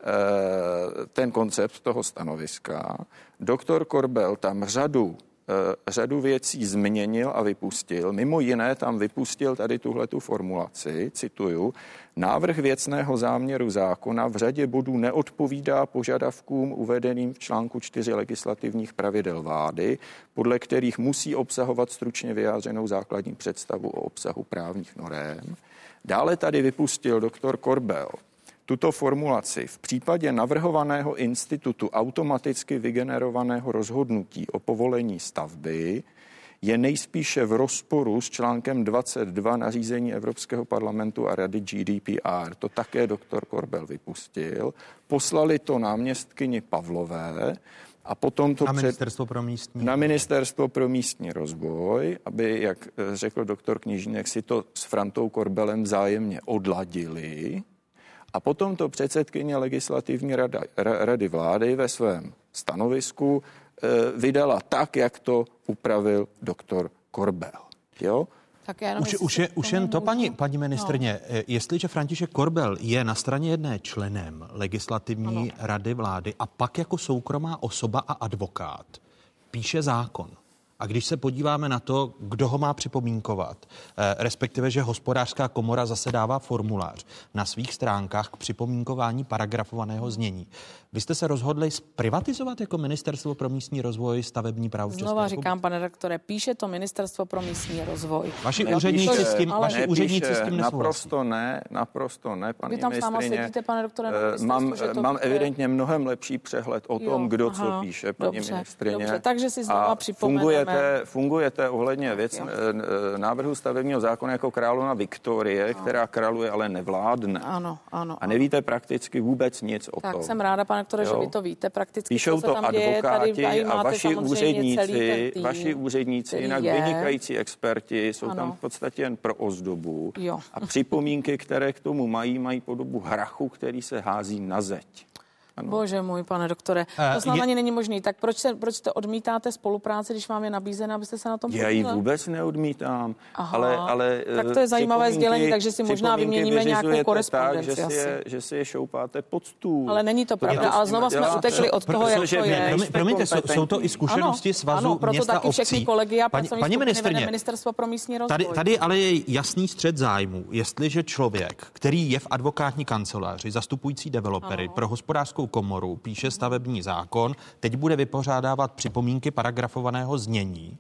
ten koncept toho stanoviska. Doktor Korbel tam řadu řadu věcí změnil a vypustil. Mimo jiné tam vypustil tady tuhletu formulaci, cituju, návrh věcného záměru zákona v řadě bodů neodpovídá požadavkům uvedeným v článku čtyři legislativních pravidel vlády, podle kterých musí obsahovat stručně vyjádřenou základní představu o obsahu právních norem. Dále tady vypustil doktor Korbel tuto formulaci v případě navrhovaného institutu automaticky vygenerovaného rozhodnutí o povolení stavby je nejspíše v rozporu s článkem dvacet dva nařízení Evropského parlamentu a rady G D P R. To také doktor Korbel vypustil. Poslali to náměstkyni Pavlové a potom to na před... ministerstvo pro místní na ministerstvo pro místní rozvoj, aby, jak řekl doktor Kněžínek, si to s Frantou Korbelem vzájemně odladili. A potom to předsedkyně legislativní rada, rady vlády ve svém stanovisku e, vydala tak, jak to upravil doktor Korbel. Jo? Tak já už, už, je, už jen to, paní, paní ministrně, no. Jestliže František Korbel je na straně jedné členem legislativní ano. rady vlády a pak jako soukromá osoba a advokát píše zákon, a když se podíváme na to, kdo ho má připomínkovat, eh, respektive, že hospodářská komora zase dává formulář na svých stránkách k připomínkování paragrafovaného znění. Vy jste se rozhodli zprivatizovat jako Ministerstvo pro místní rozvoj stavební právo v České Znova republice? říkám, pane rektore, píše to Ministerstvo pro místní rozvoj. Vaši Nepíše, úředníci s tím, ale vaši úředníci s tím nesouhlasí. Naprosto ne, naprosto ne, paní Vy tam ministrině. sama sedíte, pane doktore, na mám, to mám je... evidentně mnohem lepší přehled o tom, jo, kdo aha, co píše, paní dobře, ministrině. Dobře, takže si znova připomeneme. Fungujete, fungujete ohledně věc, návrhu stavebního zákona jako královna Viktorie, no. která králuje, ale nevládne. Ano, ano. A nevíte prakticky vůbec nic o tak tom. Tak jsem ráda, pane doktore, že vy to víte prakticky. Píšou to advokáti děje, tady, tady a vaši úředníci, tým, vaši úředníci, jinak je. vynikající experti, jsou ano. tam v podstatě jen pro ozdobu. Jo. A připomínky, které k tomu mají, mají podobu hrachu, který se hází na zeď. Ano. Bože můj, pane doktore, to snad je... ani není možný. Tak proč, se, proč to odmítáte spolupráci, když vám je nabízena, abyste se na tom podíleli? Já ji vůbec neodmítám. Aha, ale, ale, tak to je zajímavé sdělení, takže si možná vyměníme nějakou korespondenci. Tak, že, si je, že si je šoupáte pod stůl. Ale není to pravda, ale znova jsme utekli od toho, jak to je. Promiňte, jsou to i zkušenosti svazu města obcí. Všechny kolegy a paní, paní ministryně, Ministerstvo pro místní rozvoj. Tady, tady ale je jasný střet zájmu, jestliže člověk, který je v advokátní kanceláři, zastupující developery pro hospodářskou komoru, píše stavební zákon, teď bude vypořádávat připomínky paragrafovaného znění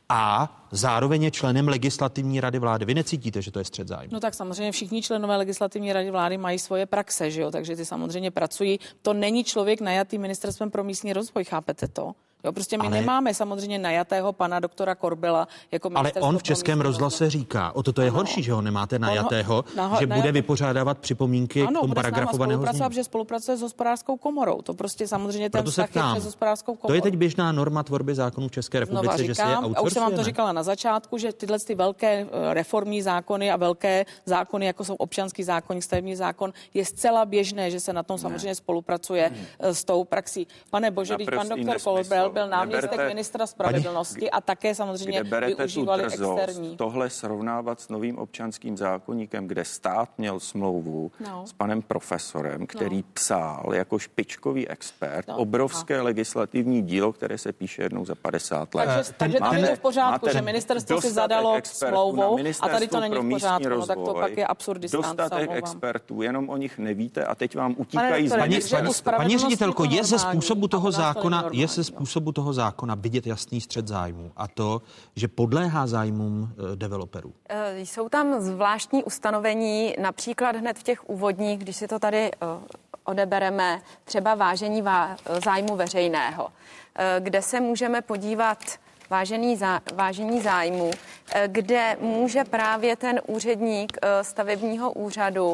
a zároveň je členem legislativní rady vlády. Vy necítíte, že to je střet zájmu? No tak samozřejmě všichni členové legislativní rady vlády mají svoje praxe, že jo? Takže ty samozřejmě pracují. To není člověk najatý Ministerstvem pro místní rozvoj, chápete to? Jo, prostě my ale... nemáme samozřejmě najatého pana doktora Korbela jako ministerstvo. Ale on v Českém rozhlase říká, o toto je ano. horší, že ho nemáte najatého, naho, že bude najat... vypořádávat připomínky ano, k tomu paragrafovaného znění. Ano, že spolupracuje s hospodářskou komorou. To prostě samozřejmě ten vztah je přes hospodářskou komoru. To je teď běžná norma tvorby zákonů v České republice, říkám, že se je outsourcuje. A už jsem vám to říkala na začátku, že tyhle ty velké reformní zákony a velké zákony, jako jsou občanský zákon, stavební zákon, je zcela běžné, že se na tom samozřejmě ne. spolupracuje ne. s tou praxí. Pane Bože, pan doktor Korbel byl náměstek ministra spravedlnosti paní, a také samozřejmě využívali externí. Tohle srovnávat s novým občanským zákoníkem, kde stát měl smlouvu no. s panem profesorem, který no. psal jako špičkový expert no. obrovské no. legislativní dílo, které se píše jednou za padesát let. Takže, takže tam je to v pořádku, že ministerstvo si zadalo smlouvou a tady to není v pořádku, no, tak to pak je absurdistán. Dostatek expertů, jenom o nich nevíte a teď vám utíkají z paní, paní ředitelko, je ze způsobu toho zákona, je ze způsobu toho zákona vidět jasný střet zájmu a to, že podléhá zájmům e, developerů. E, jsou tam zvláštní ustanovení, například hned v těch úvodních, když si to tady e, odebereme, třeba vážení vá, zájmu veřejného, e, kde se můžeme podívat vážený zá, vážení zájmu, e, kde může právě ten úředník e, stavebního úřadu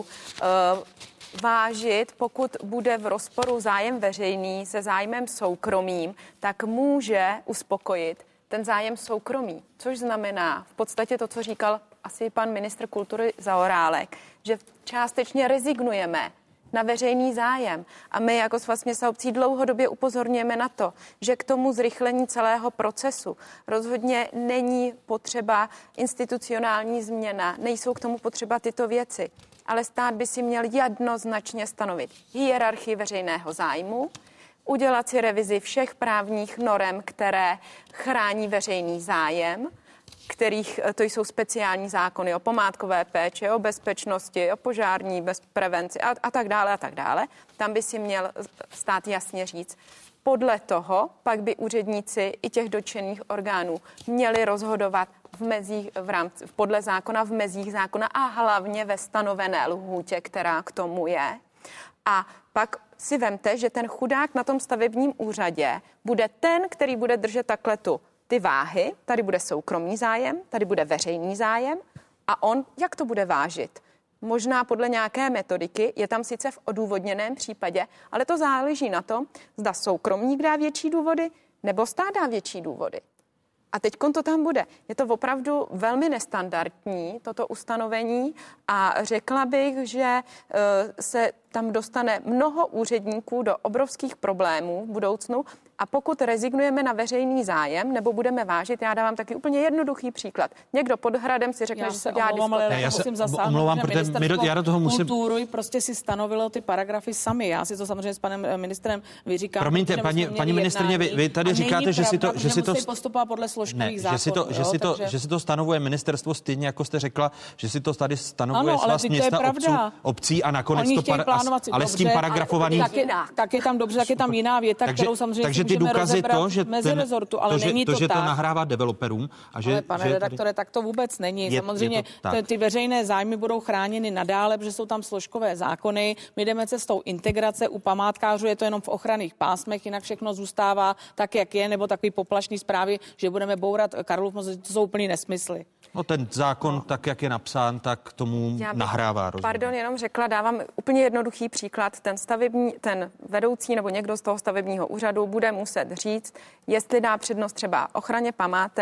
e, vážit, pokud bude v rozporu zájem veřejný se zájmem soukromým, tak může uspokojit ten zájem soukromý, což znamená v podstatě to, co říkal asi pan ministr kultury Zaorálek, že částečně rezignujeme na veřejný zájem. A my jako Svaz měst a obcí dlouhodobě upozorňujeme na to, že k tomu zrychlení celého procesu rozhodně není potřeba institucionální změna, nejsou k tomu potřeba tyto věci. Ale stát by si měl jednoznačně stanovit hierarchii veřejného zájmu, udělat si revizi všech právních norem, které chrání veřejný zájem, kterých to jsou speciální zákony o památkové péči, o bezpečnosti, o požární bezprevenci a, a tak dále a tak dále. Tam by si měl stát jasně říct. Podle toho pak by úředníci i těch dotčených orgánů měli rozhodovat v mezích, v rámci, podle zákona, v mezích zákona a hlavně ve stanovené lhůtě, která k tomu je. A pak si vemte, že ten chudák na tom stavebním úřadě bude ten, který bude držet takhle tu ty váhy. Tady bude soukromý zájem, tady bude veřejný zájem a on jak to bude vážit? Možná podle nějaké metodiky, je tam sice v odůvodněném případě, ale to záleží na tom, zda soukromník dá větší důvody, nebo stát dá větší důvody. A teďkon to tam bude. Je to opravdu velmi nestandardní, toto ustanovení, a řekla bych, že uh, se tam dostane mnoho úředníků do obrovských problémů v budoucnu. A pokud rezignujeme na veřejný zájem nebo budeme vážit, já dávám taky úplně jednoduchý příklad. Někdo pod hradem si řekne, já že se dělá diskotéka. Já se musím zasáhnout, omlouvám, protože my do, já do toho musím... kulturu prostě si stanovilo ty paragrafy sami. Já si to samozřejmě s panem ministrem vyříkám. Promiňte, paní, paní ministryně, vy, vy tady říkáte, pravda, že si to... Že si to postupovat podle složkových zákonů. Že si to, že si to, takže... že si to stanovuje ministerstvo stejně, jako jste řekla, že si to tady stanovuje ano, Svaz města obců, obcí a nakonec to... Para, ale s tím paragrafovaný... Tak je tam dobře, tak je tam jiná věta, kterou samozřejmě můžeme rozebrat mezi rezortu, ale není to tak. To, že to nahrává developerům. A že, ale pane že redaktore, tady... tak to vůbec není. Je, samozřejmě je ty veřejné zájmy budou chráněny nadále, protože jsou tam složkové zákony. My jdeme cestou integrace, u památkářů je to jenom v ochranných pásmech, jinak všechno zůstává tak, jak je, nebo takový poplašný zprávy, že budeme bourat Karlův most, to jsou úplný nesmysly. No ten zákon, no. tak jak je napsán, tak tomu bych, nahrává. Rozumím. Pardon, jenom řekla, dávám úplně jednoduchý příklad. Ten stavební, ten vedoucí nebo někdo z toho stavebního úřadu bude muset říct, jestli dá přednost třeba ochraně památek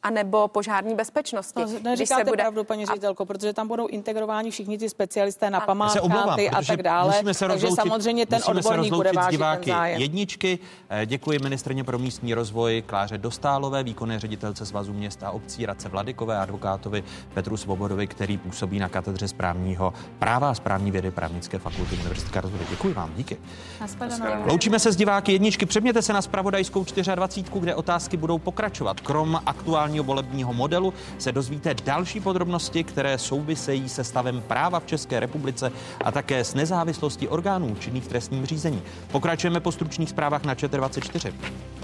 anebo požární bezpečnosti. No, neříkáte bude... pravdu, paní ředitelko, protože tam budou integrováni všichni ty specialisté na památkáty a tak dále. Takže samozřejmě ten odborník bude vážit ten zájem. Jedničky. Děkuji ministryně pro místní rozvoj Kláře Dostálové, výkonné ředitelce Svazu měst a obcí Radce Vladikové, advokátovi Petru Svobodovi, který působí na katedře správního práva a správní vědy Právnické fakulty Univerzity Karlovy. Děkuji vám, díky. Loučíme se s diváky Jedničky. Přepněte se na zpravodajskou dvacet čtyři, kde otázky budou pokračovat. Krom aktuálního volebního modelu se dozvíte další podrobnosti, které souvisejí se stavem práva v České republice a také s nezávislostí orgánů činných v trestním řízení. Pokračujeme po stručných zprávách na ČT dvacet čtyři.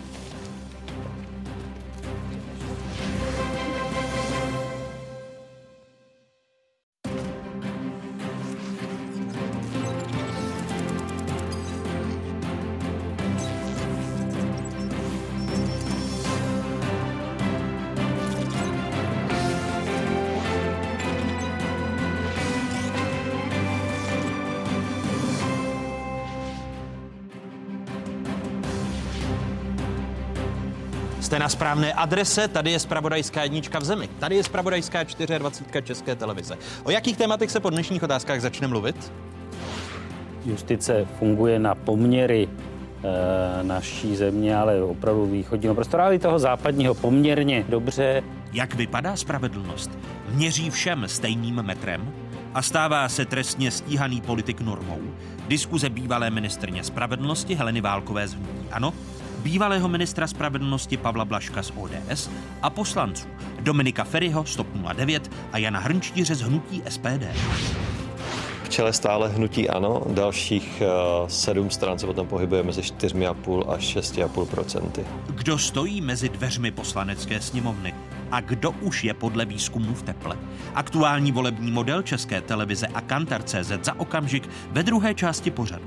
Jste na správné adrese, tady je zpravodajská jednička v zemi. Tady je zpravodajská dvacet čtyři České televize. O jakých tématech se po dnešních otázkách začne mluvit? Justice funguje na poměry e, naší země, ale opravdu východního prostoru, ale i toho západního poměrně dobře. Jak vypadá spravedlnost? Měří všem stejným metrem? A stává se trestně stíhaný politik normou? Diskuze bývalé ministryně spravedlnosti Heleny Válkové z hnutí ANO, bývalého ministra spravedlnosti Pavla Blažka z O D S a poslanců Dominika Feriho z TOP nula devět a Jana Hrnčíře z hnutí S P D. V čele stále hnutí ANO, dalších uh, sedm stran se potom pohybuje mezi čtyři a půl až šest a půl procenta. Kdo stojí mezi dveřmi poslanecké sněmovny a kdo už je podle výzkumů v teple? Aktuální volební model České televize a Kantar tečka cé zet za okamžik ve druhé části pořadu.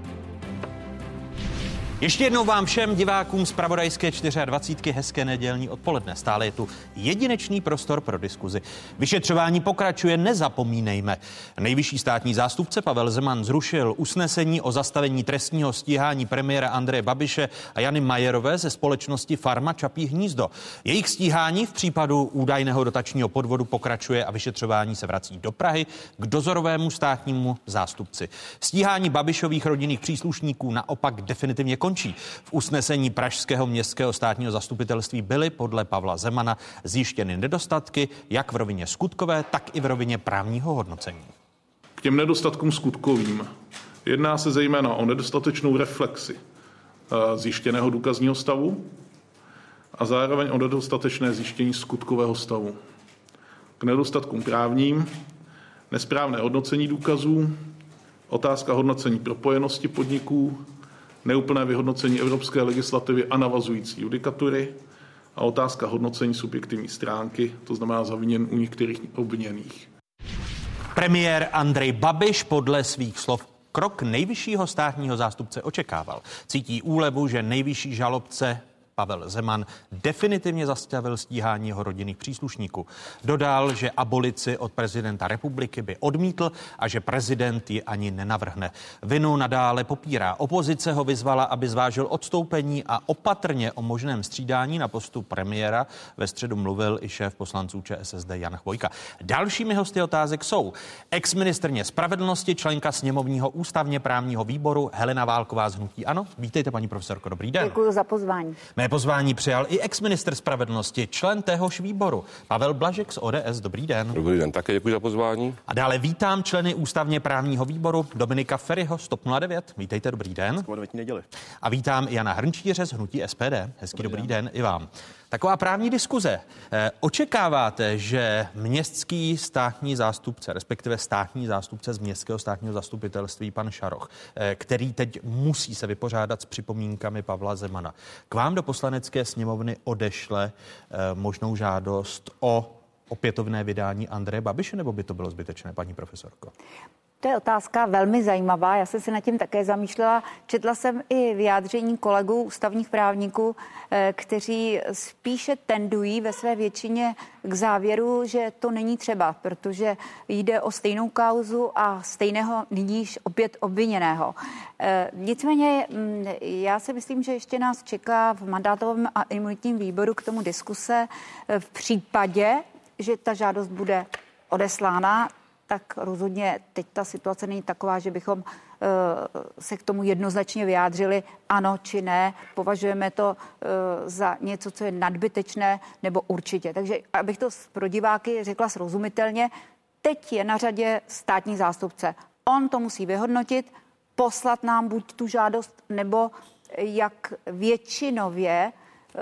Ještě jednou vám všem divákům zpravodajské dvacet čtyři hezké nedělní odpoledne. Stále je tu jedinečný prostor pro diskuzi. Vyšetřování pokračuje, nezapomínejme. Nejvyšší státní zástupce Pavel Zeman zrušil usnesení o zastavení trestního stíhání premiéra Andreje Babiše a Jany Majerové ze společnosti Farma Čapí hnízdo. Jejich stíhání v případu údajného dotačního podvodu pokračuje a vyšetřování se vrací do Prahy k dozorovému státnímu zástupci. Stíhání Babišových rodinných příslušníků naopak definitivně končí. V usnesení pražského městského státního zastupitelství byly podle Pavla Zemana zjištěny nedostatky jak v rovině skutkové, tak i v rovině právního hodnocení. K těm nedostatkům skutkovým jedná se zejména o nedostatečnou reflexi zjištěného důkazního stavu a zároveň o nedostatečné zjištění skutkového stavu. K nedostatkům právním nesprávné hodnocení důkazů, otázka hodnocení propojenosti podniků, neúplné vyhodnocení evropské legislativy a navazující judikatury a otázka hodnocení subjektivní stránky, to znamená zaviněn u některých obviněných. Premiér Andrej Babiš podle svých slov krok nejvyššího státního zástupce očekával. Cítí úlevu, že nejvyšší žalobce Pavel Zeman definitivně zastavil stíhání jeho rodinných příslušníků. Dodal, že abolici od prezidenta republiky by odmítl a že prezident ji ani nenavrhne. Vinu nadále popírá. Opozice ho vyzvala, aby zvážil odstoupení a opatrně o možném střídání na postu premiéra ve středu mluvil i šéf poslanců Č S S D Jan Chvojka. Dalšími hosty otázek jsou exministryně spravedlnosti, členka sněmovního ústavně právního výboru Helena Válková z hnutí ANO. Vítejte, paní profesorko, dobrý den. Děkuji za pozvání. Mé pozvání přijal i exministr spravedlnosti, člen téhož výboru, Pavel Blažek z O D S. Dobrý den. Dobrý den, také děkuji za pozvání. A dále vítám členy ústavně právního výboru Dominika Feriho z TOP nula devět. Vítejte, dobrý den. Neděli. A vítám Jana Hrnčíře z hnutí S P D. Hezký dobrý, dobrý den. den i vám. Taková právní diskuze. Eh, očekáváte, že městský státní zástupce, respektive státní zástupce z městského státního zastupitelství, pan Šaroch, eh, který teď musí se vypořádat s připomínkami Pavla Zemana, k vám do poslanecké sněmovny odešle eh, možnou žádost o opětovné vydání Andreje Babiše, nebo by to bylo zbytečné, paní profesorko? To je otázka velmi zajímavá. Já jsem se nad tím také zamýšlela. Četla jsem i vyjádření kolegů ústavních právníků, kteří spíše tendují ve své většině k závěru, že to není třeba, protože jde o stejnou kauzu a stejného nyní již opět obviněného. Nicméně já si myslím, že ještě nás čeká v mandátovém a imunitním výboru k tomu diskuse v případě, že ta žádost bude odeslána, tak rozhodně teď ta situace není taková, že bychom uh, se k tomu jednoznačně vyjádřili ano či ne. Považujeme to uh, za něco, co je nadbytečné nebo určitě. Takže abych to pro diváky řekla srozumitelně, teď je na řadě státní zástupce. On to musí vyhodnotit, poslat nám buď tu žádost, nebo jak většinově uh,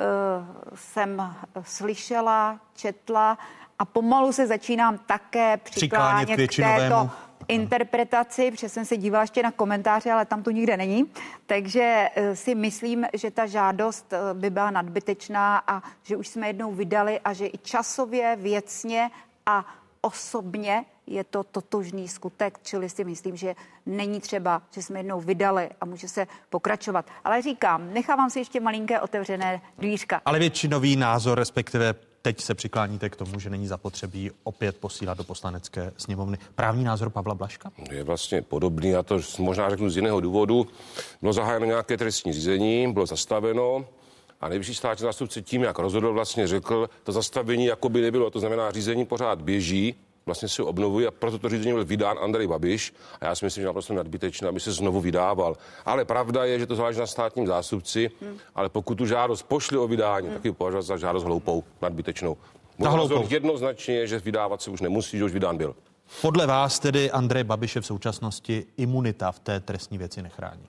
jsem slyšela, četla, a pomalu se začínám také přiklánět k této interpretaci, protože jsem se dívala ještě na komentáře, ale tam to nikde není. Takže si myslím, že ta žádost by byla nadbytečná a že už jsme jednou vydali a že i časově, věcně a osobně je to totožný skutek, čili si myslím, že není třeba, že jsme jednou vydali a může se pokračovat. Ale říkám, nechávám si ještě malinké otevřené dvířka. Ale většinový názor, respektive teď se přikláníte k tomu, že není zapotřebí opět posílat do poslanecké sněmovny. Právní názor Pavla Blažka? Je vlastně podobný, a to možná řeknu z jiného důvodu. Bylo zahájeno nějaké trestní řízení, bylo zastaveno a nejvyšší státní zástupce tím, jak rozhodl, vlastně řekl, to zastavení jako by nebylo, to znamená, řízení pořád běží, vlastně se obnovuje a proto to řízení byl vydán Andrej Babiš a já si myslím, že naprosto nadbytečné, aby se znovu vydával. Ale pravda je, že to záleží na státním zástupci, hmm. ale pokud tu žádost pošli o vydání, hmm. tak ji považovat za žádost hloupou, nadbytečnou. Můj názor jednoznačně je, že vydávat se už nemusí, že už vydán byl. Podle vás tedy Andrej Babiše v současnosti imunita v té trestní věci nechrání?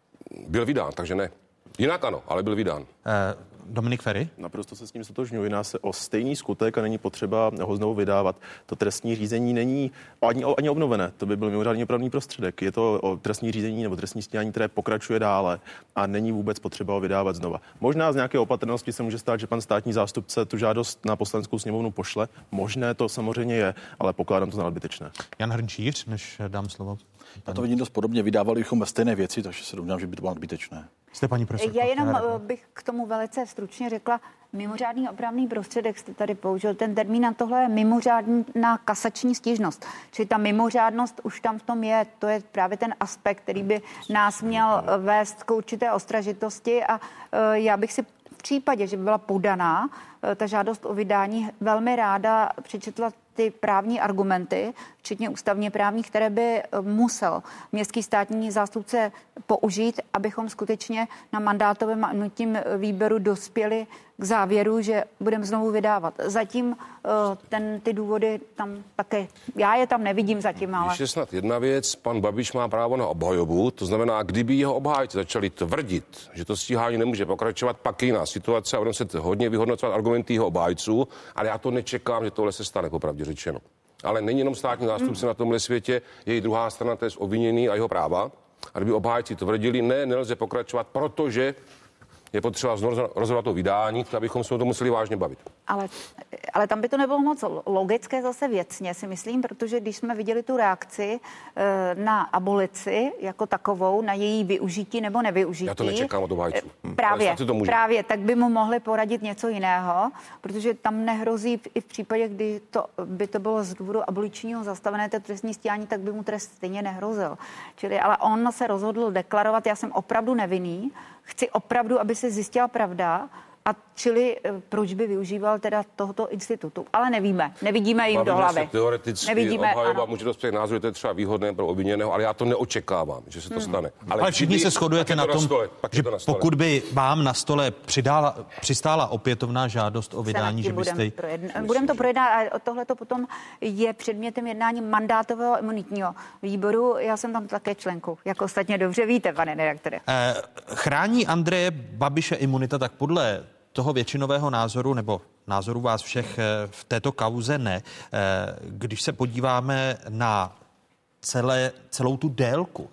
Byl vydán, takže ne. Jinak ano, ale byl vydán. Eh, Dominik Feri? Naprosto se s tím stotožňuji. Jedná se o stejný skutek a není potřeba ho znovu vydávat. To trestní řízení není ani, ani obnovené. To by byl mimořádně opravný prostředek. Je to o trestní řízení nebo trestní stíhání, které pokračuje dále a není vůbec potřeba ho vydávat znova. Možná z nějaké opatrnosti se může stát, že pan státní zástupce tu žádost na poslaneckou sněmovnu pošle. Možné to samozřejmě je, ale pokládám to za nadbytečné. Jan Hrnčíř, než dám slovo. Já to vidím dost podobně. Vydávali bychom ve stejné věci, takže se domnívám, že by to bylo nadbytečné. Jste paní profesorka? Já jenom bych k tomu velice stručně řekla, mimořádný opravný prostředek jste tady použil. Ten termín na tohle je mimořádná kasační stížnost. Čili ta mimořádnost už tam v tom je. To je právě ten aspekt, který by nás měl vést k určité ostražitosti a já bych si v případě, že by byla podaná ta žádost o vydání, velmi ráda přečetla ty právní argumenty, včetně ústavně právních, které by musel městský státní zástupce použít, abychom skutečně na mandátovém a imunitním výboru dospěli k závěru, že budeme znovu vydávat. Zatím ten, ty důvody tam také, já je tam nevidím zatím, ale... Ještě snad jedna věc, pan Babiš má právo na obhajobu, to znamená, kdyby jeho obhájci začali tvrdit, že to stíhání nemůže pokračovat, pak je jiná situace a budeme se hodně vyhodnocovat argumenty jeho obhájců, ale já to nečekám, že tohle se stane, popravdě řečeno. Ale není jenom státní zástupce na tomhle světě, je i druhá strana, to je obviněný a jeho práva. A kdyby obhájci tvrdili, ne, nelze pokračovat, protože je potřeba rozhodovat o vydání, abychom se o to museli vážně bavit. Ale, ale tam by to nebylo moc logické zase věcně, si myslím, protože když jsme viděli tu reakci e, na abolici jako takovou, na její využití nebo nevyužití. Já to nečekám od obhájců. Právě, právě, tak by mu mohli poradit něco jiného, protože tam nehrozí i v případě, kdy to, by to bylo z důvodu aboličního zastavené té trestní stíhání, tak by mu trest stejně nehrozil. Čili, ale on se rozhodl deklarovat, já jsem opravdu nevinný, chci opravdu, aby se zjistila pravda, a čili proč by využíval teda tohoto institutu. Ale nevíme, nevidíme jim do hlavy. Teoreticky Nevidíme, obhajoba ano. může dospět názoru, že to je třeba výhodné pro obviněného, ale já to neočekávám, že se to hmm. stane. Ale, ale všichni se shodujete na tom, na stole, že na pokud by vám na stole přidála, přistála opětovná žádost o vydání, že byste... Budeme to projednat a tohle to potom je předmětem jednání mandátového imunitního výboru. Já jsem tam také členkou, jako ostatně dobře víte, pane redaktore. Eh, chrání Andreje Babiše imunita, tak podle toho většinového názoru nebo názoru vás všech v této kauze ne. Když se podíváme na celé, celou tu délku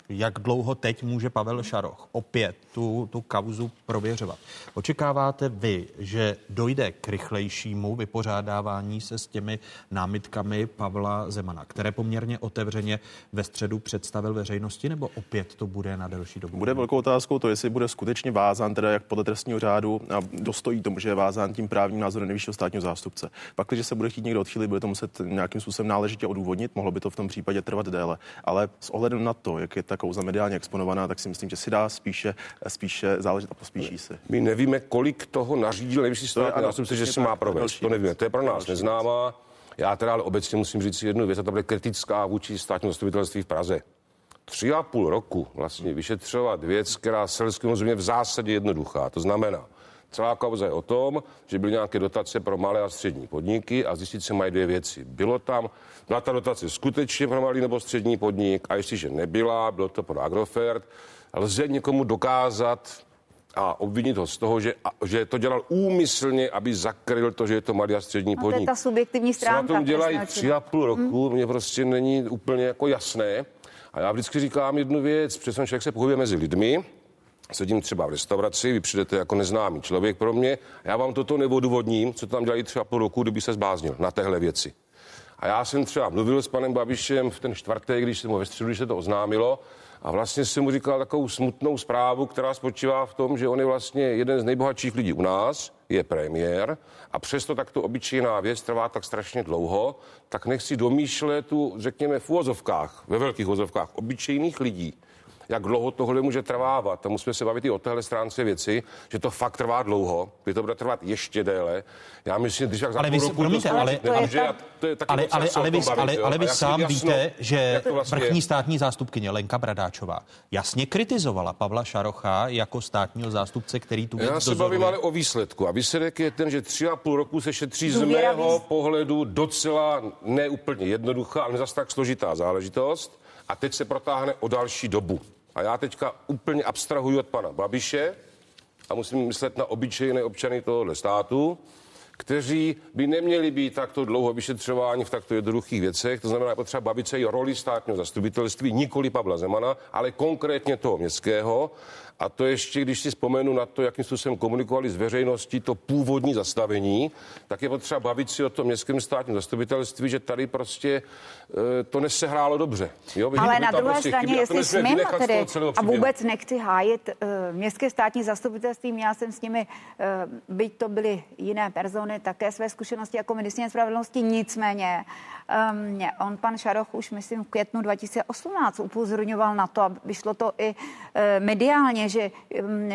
jak dlouho teď může Pavel Šaroch opět tu, tu kauzu prověřovat. Očekáváte vy, že dojde k rychlejšímu vypořádávání se s těmi námitkami Pavla Zemana, které poměrně otevřeně ve středu představil veřejnosti, nebo opět to bude na delší dobu? Bude velkou otázkou to, jestli bude skutečně vázán, teda jak podle trestního řádu, a dostojí tomu, že je vázán tím právním názorem nejvyššího státního zástupce. Pak, když se bude chtít někdo odchýlit, bude to muset nějakým způsobem náležitě odůvodnit, mohlo by to v tom případě trvat déle. Ale s ohledem na to, jak je ta kauza mediálně exponovaná, tak si myslím, že si dá spíše, spíše záležet a pospíší se. My nevíme, kolik toho nařídil nejvyšší státní zástupce, že se má provést. To nevíme, to je pro nás neznámá. Já teda ale obecně musím říct si jednu věc, a ta bude kritická vůči státnímu zastupitelství v Praze. Tři a půl roku vlastně vyšetřovat věc, která selskému rozumě v zásadě jednoduchá. To znamená, celá kauza je o tom, že byly nějaké dotace pro malé a střední podniky a zjistit se mají dvě věci. Bylo tam, byla ta dotace skutečně pro malý nebo střední podnik a jestliže nebyla, bylo to pro Agrofert, lze někomu dokázat a obvinit ho z toho, že, že to dělal úmyslně, aby zakryl to, že je to malý a střední podnik. No to je ta subjektivní stránka. Co na tom dělají tři a půl roku, hmm. mně prostě není úplně jako jasné. A já vždycky říkám jednu věc, přesně člověk se pohybuje mezi lidmi, sedím třeba v restauraci, vy přijdete jako neznámý člověk pro mě, a já vám toto neodůvodním, co tam dělají tři a půl roku, kdyby se zbláznil na téhle věci. A já jsem třeba mluvil s panem Babišem v ten čtvrtek, když jsem mu ve středu, když se to oznámilo, a vlastně jsem mu říkal takovou smutnou zprávu, která spočívá v tom, že on je vlastně jeden z nejbohatších lidí u nás, je premiér, a přesto takto obyčejná věc trvá tak strašně dlouho, tak nech si domýšlet tu, řekněme, v uvozovkách, ve velkých uvozovkách, obyčejných lidí, jak dlouho tohle může trvávat. A musíme se bavit i o téhle stránce věci, že to fakt trvá dlouho, kdy to bude trvat ještě déle. Já myslím, když jak za ale vy, roku promiňte, to ale, ale, že to je taky ale, ale, ale, vy, bavit, ale, ale vy sám jasno, víte, že vlastně vrchní je. státní zástupkyně Lenka Bradáčová jasně kritizovala Pavla Šarocha jako státního zástupce, který tu věc Já se dozoruje. bavím ale o výsledku. A výsledek je ten, že tři a půl roku se šetří z Důvěra mého víc. pohledu docela neúplně jednoduchá, ale zase tak složitá záležitost. A teď se protáhne o další dobu. A já teďka úplně abstrahuji od pana Babiše a musím myslet na obyčejné občany tohohle státu, kteří by neměli být takto dlouho vyšetřováni v takto jednoduchých věcech. To znamená, je potřeba bavit se i o roli státního zastupitelství, nikoli Pavla Zemana, ale konkrétně toho městského. A to ještě, když si vzpomenu na to, jakým způsobem komunikovali s veřejností to původní zastavení, tak je potřeba bavit si o tom městském státním zastupitelství, že tady prostě e, to nesehrálo dobře. Jo, ale na druhé prostě straně, jestli smím tedy, a vůbec nechci hájit uh, městské státní zastupitelství, měla jsem s nimi, uh, byť to byly jiné persony, také své zkušenosti jako ministryně spravedlnosti, nicméně um, on, pan Šaroch, už myslím v květnu dva tisíce osmnáct upozorňoval na to, a vyšlo to i uh, mediálně, že um,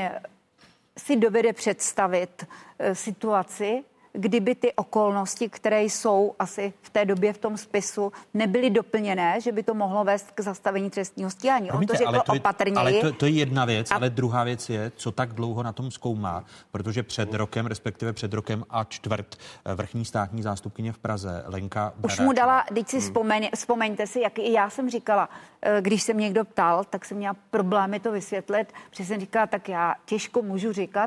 si dovede představit uh, situaci, kdyby ty okolnosti, které jsou asi v té době v tom spisu, nebyly doplněné, že by to mohlo vést k zastavení trestního stíhání. Promiňte, On to řekl ale to je, opatrněji. Ale to, to je jedna věc, a... ale druhá věc je, co tak dlouho na tom zkoumá, protože před rokem, respektive před rokem a čtvrt vrchní státní zástupkyně v Praze, Lenka Už mu dala, teď si vzpomeň, vzpomeňte si, jak i já jsem říkala, když jsem někdo ptal, tak jsem měla problémy to vysvětlit, protože jsem říkala, tak já těžko můžu říkat,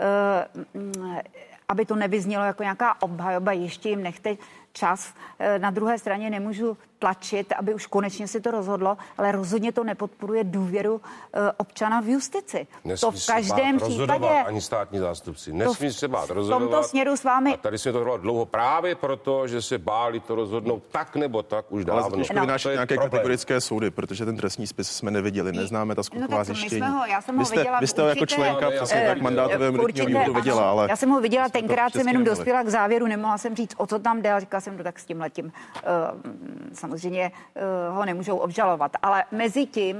uh, aby to nevyznělo jako nějaká obhajoba, ještě jim nechte čas. Na druhé straně nemůžu tlačit, aby už konečně si to rozhodlo, ale rozhodně to nepodporuje důvěru občana v justici. Nesmí to v každém případě ani státní zástupci. Nesmí se bát rozhodovat. V tomto směru s vámi. A tady se to trvalo dlouho právě proto, že se báli to rozhodnout tak nebo tak už dávno. Ale těžko vynášet nějaké problém. Kategorické soudy, protože ten trestní spis jsme neviděli, neznáme ta skutková no, zjištění. Ho, já jsem ho vy jste, viděla vy jste ho jako členka přesně tak mandátového imunitního výboru viděla, ale já jsem ho viděla, tenkrát jsem jenom dospěla k závěru, nemohla jsem říct, o co tam jde, a říkala jsem to tak s tímhletím. Uh, samozřejmě uh, ho nemůžou obžalovat, ale mezi tím uh,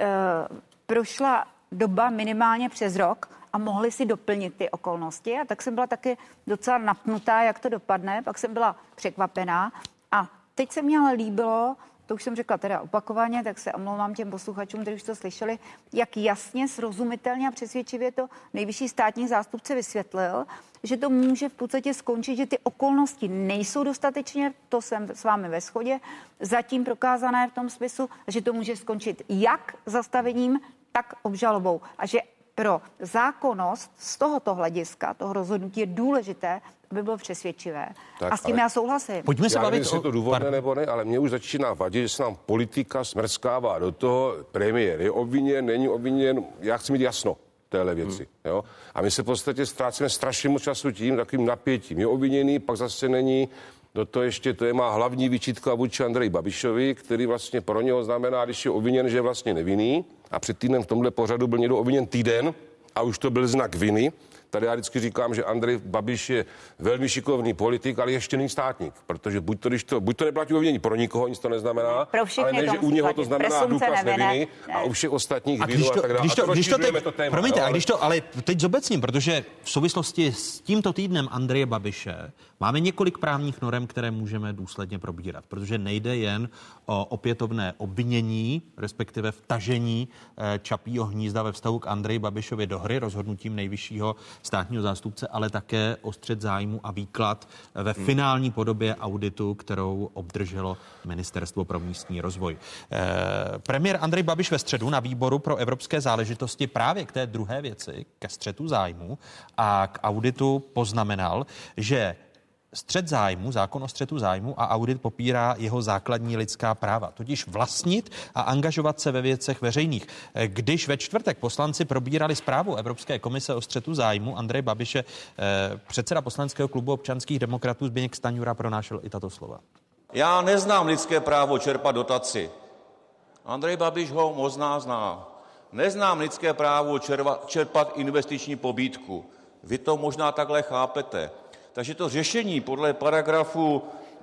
prošla doba minimálně přes rok a mohli si doplnit ty okolnosti, a tak jsem byla taky docela napnutá, jak to dopadne, pak jsem byla překvapená a teď se mě ale líbilo, to už jsem řekla teda opakovaně, tak se omlouvám těm posluchačům, kteří už to slyšeli, jak jasně, srozumitelně a přesvědčivě to nejvyšší státní zástupce vysvětlil, že to může v podstatě skončit, že ty okolnosti nejsou dostatečně, to jsem s vámi ve shodě, zatím prokázané v tom spisu, že to může skončit jak zastavením, tak obžalobou. A že pro zákonnost z tohoto hlediska, toho rozhodnutí je důležité, aby bylo přesvědčivé. Tak, a s tím já souhlasím. Pojďme se já bavit nevím, jestli je to důvodné nebo ne, ale mě už začíná vadit, že se nám politika smrskává do toho, premiér je obviněn, není obviněn, já chci mít jasno téhle věci. Hmm. Jo? A my se v podstatě ztrácíme strašně moc času tím, takovým napětím. Je obviněný, pak zase není. Do toho ještě to je má hlavní výčitka vůči Andreji Babišovi, který vlastně pro něho znamená, když je obviněn, že je vlastně nevinný. A před týdnem v tomhle pořadu byl někdo obviněn týden a už to byl znak viny. Tady já vždycky říkám, že Andrej Babiš je velmi šikovný politik, ale ještě není státník, protože buď to, když to, buď to neplatí obvinění pro nikoho, nic to neznamená, pro ale ne, že u něho to znamená důkaz neviny a u všech ostatních vinu a tak dále. Když to, když to, teď, to téma, promiňte, jo, ale... a když to, ale teď zobecním, protože v souvislosti s tímto týdnem Andreje Babiše máme několik právních norem, které můžeme důsledně probírat, protože nejde jen o opětovné obvinění, respektive vtažení eh, Čapího hnízda ve vztahu k Andreji Babišovi do hry rozhodnutím nejvyššího státního zástupce, ale také o střet zájmu a výklad ve hmm. finální podobě auditu, kterou obdrželo Ministerstvo pro místní rozvoj. Eh, premiér Andrej Babiš ve středu na výboru pro evropské záležitosti právě k té druhé věci, ke střetu zájmu a k auditu poznamenal, že střet zájmu, zákon o střetu zájmu a audit popírá jeho základní lidská práva, totiž vlastnit a angažovat se ve věcech veřejných. Když ve čtvrtek poslanci probírali zprávu Evropské komise o střetu zájmu Andreje Babiše, předseda poslaneckého klubu občanských demokratů Zbyněk Stanjura pronášel i tato slova. Já neznám lidské právo čerpat dotaci. Andrej Babiš ho možná zná. Neznám lidské právo červa, čerpat investiční pobídku. Vy to možná takhle chápete. Takže to řešení podle paragrafu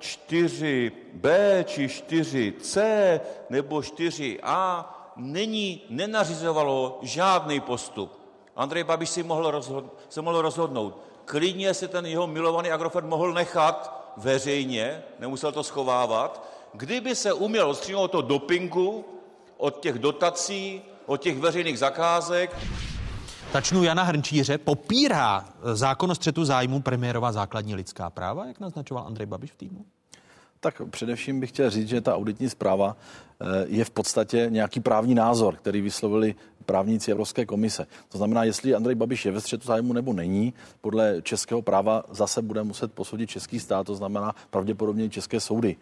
čtyři bé či čtyři cé nebo čtyři á není, nenařizovalo žádný postup. Andrej Babiš si mohl, rozhod, se mohl rozhodnout. Klidně se ten jeho milovaný Agrofert mohl nechat veřejně, nemusel to schovávat. Kdyby se uměl odstřihnout to dopingu od těch dotací, od těch veřejných zakázek. Tačnu Jana Hrnčíře, popírá zákon o střetu zájmu premiérova základní lidská práva, jak naznačoval Andrej Babiš v týdnu? Tak především bych chtěl říct, že ta auditní zpráva je v podstatě nějaký právní názor, který vyslovili právníci Evropské komise. To znamená, jestli Andrej Babiš je ve střetu zájmu nebo není, podle českého práva zase bude muset posoudit český stát, to znamená pravděpodobně české soudy.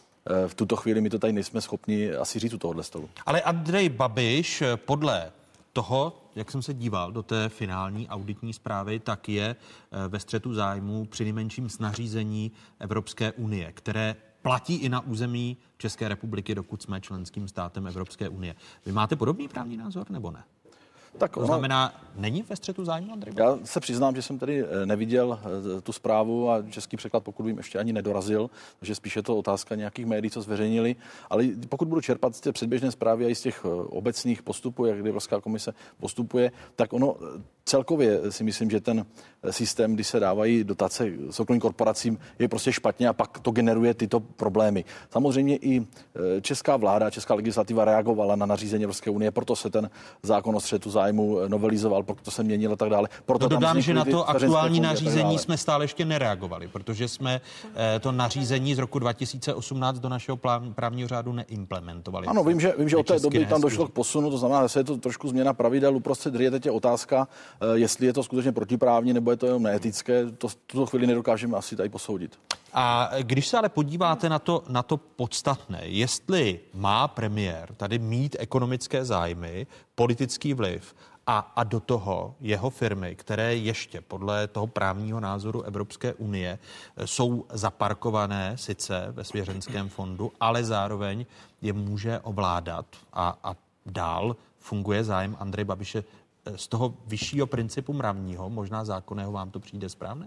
V tuto chvíli my to tady nejsme schopni asi říct u tohohle stolu. Ale Andrej Babiš podle toho, jak jsem se díval do té finální auditní zprávy, tak je ve střetu zájmu přinejmenším s nařízení Evropské unie, které platí i na území České republiky, dokud jsme členským státem Evropské unie. Vy máte podobný právní názor, nebo ne? Tak to znamená, není ve střetu zájmu, Andrej Babiš? Já se přiznám, že jsem tady neviděl tu zprávu a český překlad, pokud vím, ještě ani nedorazil, takže spíše je to otázka nějakých médií, co zveřejnili. Ale pokud budu čerpat z té předběžné zprávy a i z těch obecných postupů, jak Evropská komise postupuje, tak ono celkově si myslím, že ten systém, kdy se dávají dotace soukromým korporacím, je prostě špatně a pak to generuje tyto problémy. Samozřejmě i česká vláda, česká legislativa reagovala na nařízení Evropské unie, proto se ten zákon o střetu zájmu novelizoval, proto se měnil a tak dále. Proto no dodám, že na to aktuální nařízení jsme stále ještě nereagovali, protože jsme to nařízení z roku dva tisíce osmnáct do našeho právního řádu neimplementovali. Ano, vím, že, vím, že od té doby tam došlo k posunu, to znamená, že je to trošku změna pravidel uprostřed hry. Teď je otázka, jestli je to skutečně protiprávní nebo je to jenom neetické, to v tuto chvíli nedokážeme asi tady posoudit. A když se ale podíváte na to, na to podstatné, jestli má premiér tady mít ekonomické zájmy, politický vliv a, a do toho jeho firmy, které ještě podle toho právního názoru Evropské unie jsou zaparkované sice ve svěřenském fondu, ale zároveň je může ovládat a, a dál funguje zájem Andreje Babiše z toho vyššího principu mravního, možná zákonného, vám to přijde správné?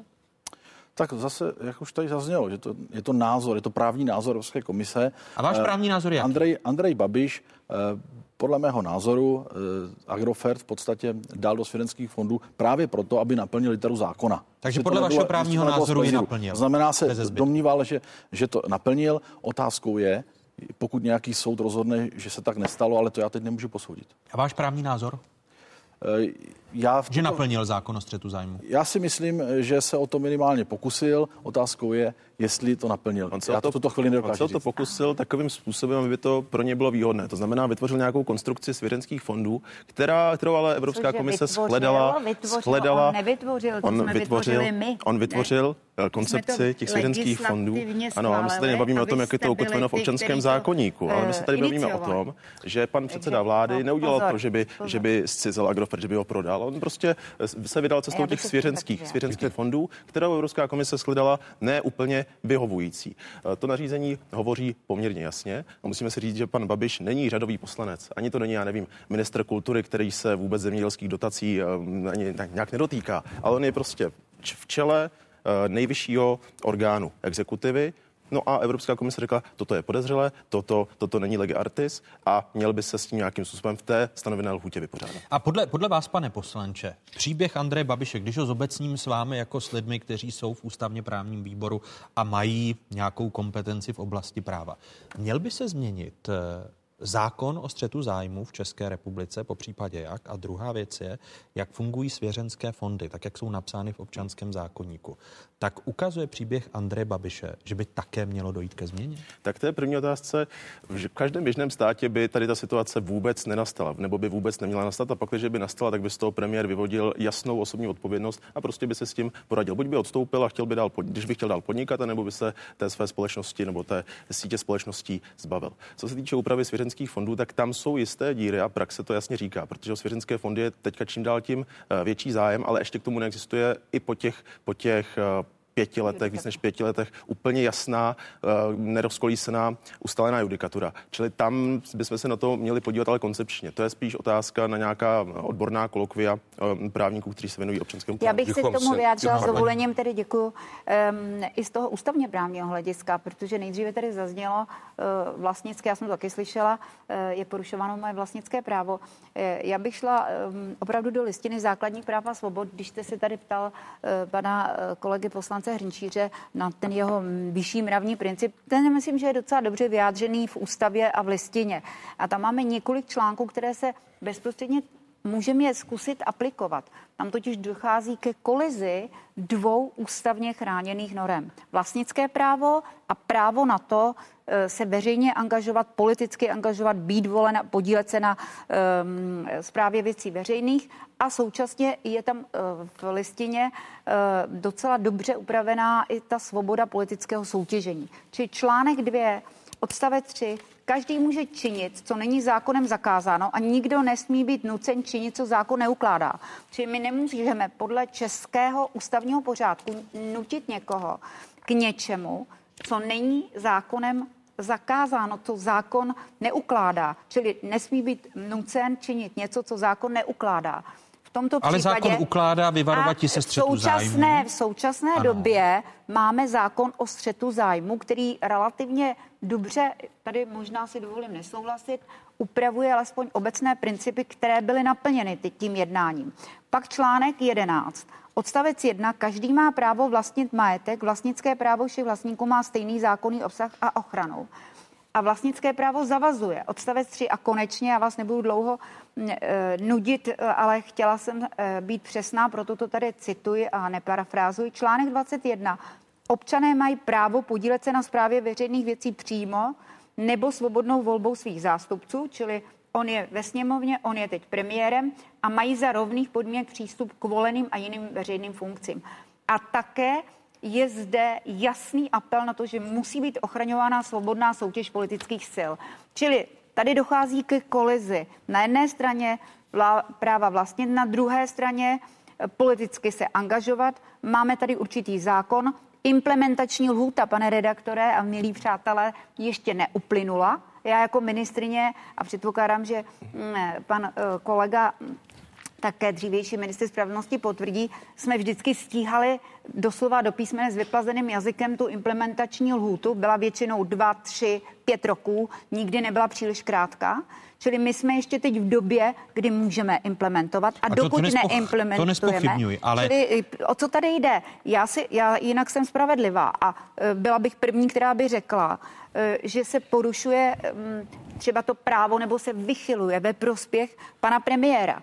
Tak zase, jak už tady zaznělo, že to, je to názor, je to právní názor Evropské komise. A váš právní názor je? Andrej, Andrej Babiš, podle mého názoru, Agrofert v podstatě dal do svěřenských fondů právě proto, aby naplnil literu zákona. Takže podle nebylo, vašeho právního názoru je naplnil. Znamená se, domníval, že, že to naplnil. Otázkou je, pokud nějaký soud rozhodne, že se tak nestalo, ale to já teď nemůžu posoudit. A váš právní názor? Já v že naplnil zákon o střetu zájmu. Já si myslím, že se o to minimálně pokusil. Otázkou je, jestli to naplnil. On se Já o to, tuto chvíli nedokážu on se o to pokusil takovým způsobem, aby to pro ně bylo výhodné. To znamená, vytvořil nějakou konstrukci svěřenských fondů, která, kterou ale Evropská Cože komise vytvořil, shledala. vytvořil, shledala on nevytvořil, to on jsme vytvořil, vytvořili my. on vytvořil Ne. koncepci těch svěřenských fondů. Ano, ale my se tady nebavíme o tom, jak je to ukotveno v občanském zákoníku, ale my se tady bavíme o tom, že pan předseda vlády neudělal to, že by, že by zcizel Agrofert, že by ho prodal. On prostě se vydal cestou těch svěřenských, svěřenských fondů, kterou Evropská komise shledala ne úplně vyhovující. To nařízení hovoří poměrně jasně a musíme si říct, že pan Babiš není řadový poslanec. Ani to není, já nevím, ministr kultury, který se vůbec zemědělských dotací ani nějak nedotýká, ale on je prostě v čele nejvyššího orgánu exekutivy. No a Evropská komise řekla, toto je podezřelé, toto, toto není lege artis a měl by se s tím nějakým způsobem v té stanovené lhůtě vypořádat. A podle, podle vás, pane poslanče, příběh Andreje Babiše, když ho zobecním s vámi jako s lidmi, kteří jsou v ústavně právním výboru a mají nějakou kompetenci v oblasti práva, měl by se změnit zákon o střetu zájmů v České republice, po případě jak? A druhá věc je, jak fungují svěřenské fondy, tak jak jsou napsány v občanském zákoníku. Tak ukazuje příběh Andreje Babiše, že by také mělo dojít ke změně? Tak to je první otázce. V každém běžném státě by tady ta situace vůbec nenastala, nebo by vůbec neměla nastat, a pak, když by nastala, tak by z toho premiér vyvodil jasnou osobní odpovědnost a prostě by se s tím poradil. Buď by odstoupil a chtěl by dál, když by chtěl dál podnikat, nebo by se té své společnosti nebo té sítě společností zbavil. Co se týče úpravy svěřenských fondů, tak tam jsou jisté díry a praxe to jasně říká, protože o svěřenské fondy je teďka čím dál tím větší zájem, ale ještě k tomu neexistuje i po těch, po těch pěti letech, víc než pěti letech, úplně jasná, nerozkolísená, ustálená judikatura. Čili tam bychom se na to měli podívat, ale koncepčně. To je spíš otázka na nějaká odborná kolokvia právníků, kteří se věnují občanskému právu. Já bych se k tomu vyjádřila s dovolením, tedy děkuju, um, i z toho ústavně právního hlediska, protože nejdříve tady zaznělo uh, vlastnické, já jsem to taky slyšela, uh, je porušováno moje vlastnické právo. Uh, já bych šla um, opravdu do listiny základních práv a svobod, když jste se tady ptal uh, pana uh, kolegy poslance Hrnčíře na ten jeho vyšší mravní princip. Ten myslím, že je docela dobře vyjádřený v ústavě a v listině. A tam máme několik článků, které se bezprostředně můžeme je zkusit aplikovat. Tam totiž dochází ke kolizi dvou ústavně chráněných norem. Vlastnické právo a právo na to se veřejně angažovat, politicky angažovat, být volen, podílet se na um, správě věcí veřejných a současně je tam uh, v listině uh, docela dobře upravená i ta svoboda politického soutěžení. Čili článek dvě, odstavec tři, každý může činit, co není zákonem zakázáno a nikdo nesmí být nucen činit, co zákon neukládá. Čili my nemůžeme podle českého ústavního pořádku nutit někoho k něčemu, co není zákonem zakázáno, co zákon neukládá. Čili nesmí být nucen činit něco, co zákon neukládá. V tomto Ale případě, zákon ukládá vyvarovat se střetu zájmu. V současné ano. době máme zákon o střetu zájmu, který relativně dobře, tady možná si dovolím nesouhlasit, upravuje alespoň obecné principy, které byly naplněny tím jednáním. Pak článek jedenáct. Odstavec jedna. Každý má právo vlastnit majetek. Vlastnické právo všech vlastníků má stejný zákonný obsah a ochranu. A vlastnické právo zavazuje. Odstavec tři. A konečně, já vás nebudu dlouho e, nudit, ale chtěla jsem e, být přesná, proto to tady cituji a neparafrázuji. Článek dvacet jedna. Občané mají právo podílet se na správě veřejných věcí přímo nebo svobodnou volbou svých zástupců, čili on je ve sněmovně, on je teď premiérem a mají za rovných podmínek přístup k voleným a jiným veřejným funkcím. A také je zde jasný apel na to, že musí být ochraňována svobodná soutěž politických sil. Čili tady dochází ke kolizi. Na jedné straně vlá, práva vlastnit, na druhé straně politicky se angažovat. Máme tady určitý zákon. Implementační lhůta, pane redaktore a milí přátelé, ještě neuplynula. Já jako ministrině a předpokládám, že pan kolega, také dřívější ministr spravedlnosti potvrdí, jsme vždycky stíhali doslova do písmene s vyplazeným jazykem tu implementační lhůtu. Byla většinou dva, tři, pět roků, nikdy nebyla příliš krátká. Čili my jsme ještě teď v době, kdy můžeme implementovat a, a to, dokud to nespoch, neimplementujeme. To ale... Čili o co tady jde? Já, si, já jinak jsem spravedlivá a byla bych první, která by řekla, že se porušuje třeba to právo nebo se vychyluje ve prospěch pana premiéra.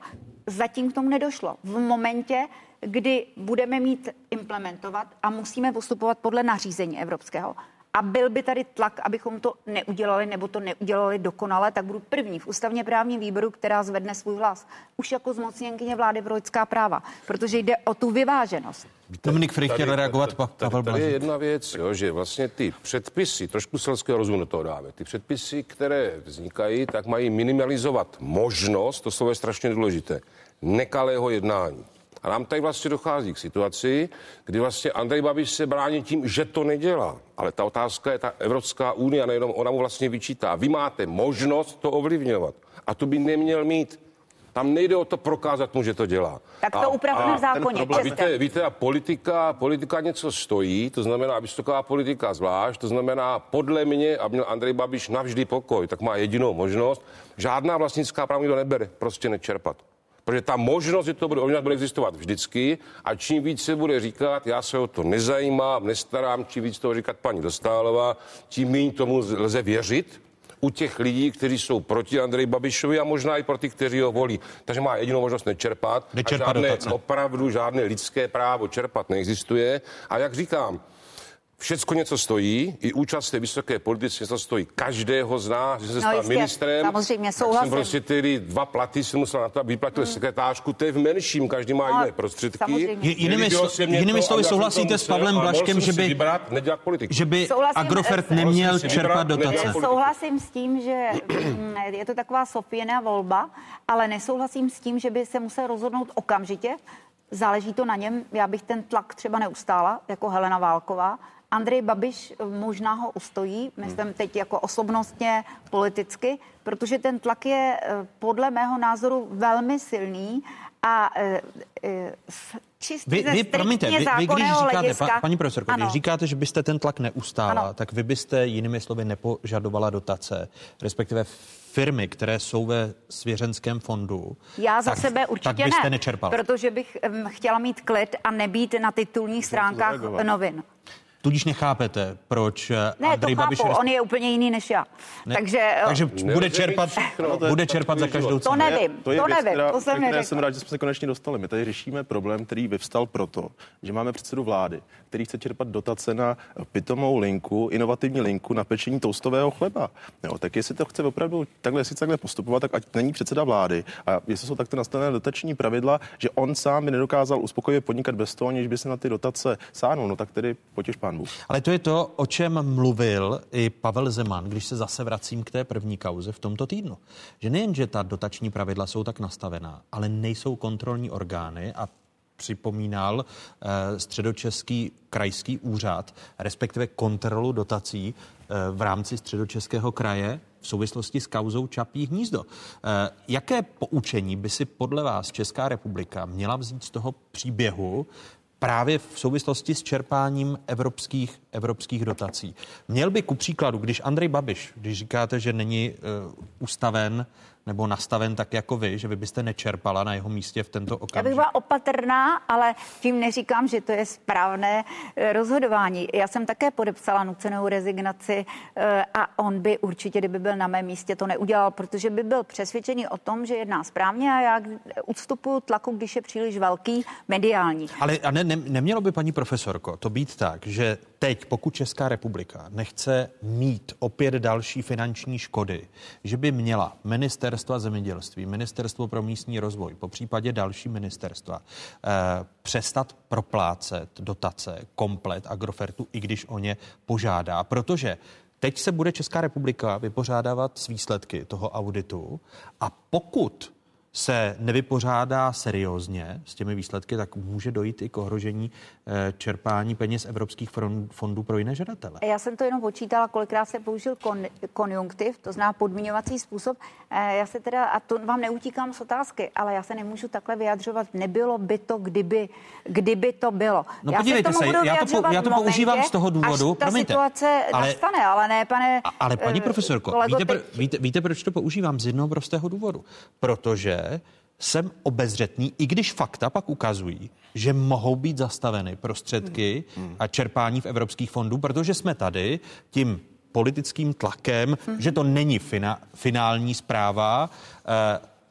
zatím k tomu nedošlo. V momentě, kdy budeme mít implementovat a musíme postupovat podle nařízení evropského, a byl by tady tlak, abychom to neudělali nebo to neudělali dokonale, tak budu první v ústavně právním výboru, která zvedne svůj hlas. Už jako zmocněnkyně vlády pro lidská práva, protože jde o tu vyváženost. Dominik Frych chtěl reagovat, pa, Pavel Blažek. Tady je Blažek. jedna věc, jo, že vlastně ty předpisy, trošku selského rozumu do toho dáme, ty předpisy, které vznikají, tak mají minimalizovat možnost, to slovo je strašně důležité, nekalého jednání. A nám tady vlastně dochází k situaci, kdy vlastně Andrej Babiš se brání tím, že to nedělá. Ale ta otázka je, ta Evropská unie, a nejenom ona mu vlastně vyčítá. Vy máte možnost to ovlivňovat. A to by neměl mít. Tam nejde o to prokázat mu, že to dělá. Tak to upravíme v zákoně. A víte, víte, a politika, politika něco stojí, to znamená vysoká politika zvlášť, to znamená podle mě, aby měl Andrej Babiš navždy pokoj, tak má jedinou možnost, žádná vlastnická práva to nebere, prostě nečerpat. Protože ta možnost, že to bude ovlivňovat, bude existovat vždycky a čím víc se bude říkat, já se o to nezajímám, nestarám, čím víc toho říkat paní Dostálová, tím méně tomu lze věřit u těch lidí, kteří jsou proti Andreji Babišovi a možná i pro ty, kteří ho volí. Takže má jedinou možnost nečerpat. Nečerpat a žádné, dotace. opravdu žádné lidské právo čerpat neexistuje. A jak říkám, všecko něco stojí, i účast té vysoké politice něco stojí každého z nás, že se No stal jistě, ministrem. samozřejmě, tak souhlasím. jsem prostě ty dva platy jsem musel na to, aby vyplatil hmm. sekretářku, to je v menším, každý má No, jiné prostředky. samozřejmě. Je- jinými Nelíbilo slo- se mě jinými to, slovy a já jsem souhlasíte to s musel Pavlem a mohl Blažkem, jsem že si by- vybrat, nedělat politiku. Že by Souhlasím, Agrofert eh, neměl Musím si čerpat vybrat, nedělat dotace. politiku. Souhlasím s tím, že mm, je to taková Sofína volba, ale nesouhlasím s tím, že by se musel rozhodnout okamžitě. Záleží to na něm. Já bych ten tlak třeba neustála, jako Helena Válková. Andrej Babiš možná ho ustojí, myslím teď jako osobnostně, politicky, protože ten tlak je eh, podle mého názoru velmi silný a eh, eh, s- čistě Vy, ze vy, promiňte, vy, vy když zákonného říkáte, hlediska- pa, paní profesorko, Ano. když říkáte, že byste ten tlak neustála, Ano. tak vy byste jinými slovy nepožadovala dotace, respektive firmy, které jsou ve svěřenském fondu. Já za tak, sebe tak určitě byste ne, nečerpala. protože bych um, chtěla mít klid a nebýt na titulních stránkách zareagovat. novin. Tudíž nechápete, proč Ne, Andrej to chápu, Babiš... on je úplně jiný než já. Ne, Takže, takže eh, bude čerpat, bude čerpat za každou cenu. To nevím, To je to věc, nevím, která, to jsem které neřekla. jsem rád, že jsme se konečně dostali. My tady řešíme problém, který vyvstal proto, že máme předsedu vlády, který chce čerpat dotace na pitomou linku, inovativní linku na pečení toastového chleba. Jo, tak jestli to chce opravdu takhle, jestli takhle postupovat, tak ať není předseda vlády. A jestli jsou takto nastavené dotační pravidla, že on sám by nedokázal uspokojivě podnikat bez toho, aniž by se na ty dotace sáhnul, no tak tedy potěš pán Bůh. Ale to je to, o čem mluvil i Pavel Zeman, když se zase vracím k té první kauze v tomto týdnu. Že nejen, že ta dotační pravidla jsou tak nastavená, ale nejsou kontrolní orgány a připomínal eh, středočeský krajský úřad, respektive kontrolu dotací eh, v rámci středočeského kraje v souvislosti s kauzou Čapí hnízdo. Eh, jaké poučení by si podle vás Česká republika měla vzít z toho příběhu právě v souvislosti s čerpáním evropských, evropských dotací? Měl by ku příkladu, když Andrej Babiš, když říkáte, že není uh, ustaven nebo nastaven tak jako vy, že vy byste nečerpala na jeho místě v tento Já bych okamžik. byla opatrná, ale tím neříkám, že to je správné eh, rozhodování. Já jsem také podepsala nucenou rezignaci eh, a on by určitě, kdyby byl na mém místě, to neudělal, protože by byl přesvědčený o tom, že jedná správně a já odstupuju tlaku, když je příliš velký, mediální. Ale a ne, ne, nemělo by, paní profesorko, to být tak, že teď, pokud Česká republika nechce mít opět další finanční škody, že by měla ministerstva zemědělství, ministerstvo pro místní rozvoj, po případě další ministerstva, eh, přestat proplácet dotace komplet Agrofertu, i když o ně požádá, protože teď se bude Česká republika vypořádávat s výsledky toho auditu a pokud se nevypořádá seriózně s těmi výsledky, tak může dojít i k ohrožení eh, čerpání peněz evropských fondů pro jiné žadatele. Já jsem to jenom počítala, kolikrát se použil kon, konjunktiv, to znamená podmiňovací způsob. Eh, já se teda, a to vám neutíkám z otázky, ale já se nemůžu takhle vyjadřovat. Nebylo by to, kdyby, kdyby to bylo. No já podívejte se, se, tomu budu já to, po, já to v momentě, používám z toho důvodu, až ta promiňte, situace ale, nastane, ale ne, pane ale paní eh, profesorko, kolego, víte, pro, teď- víte, víte, proč to používám? Z jednoho prostého důvodu. Protože jsem obezřetný, i když fakta pak ukazují, že mohou být zastaveny prostředky hmm. a čerpání v evropských fondů, protože jsme tady tím politickým tlakem, hmm. že to není fina, finální zpráva, eh,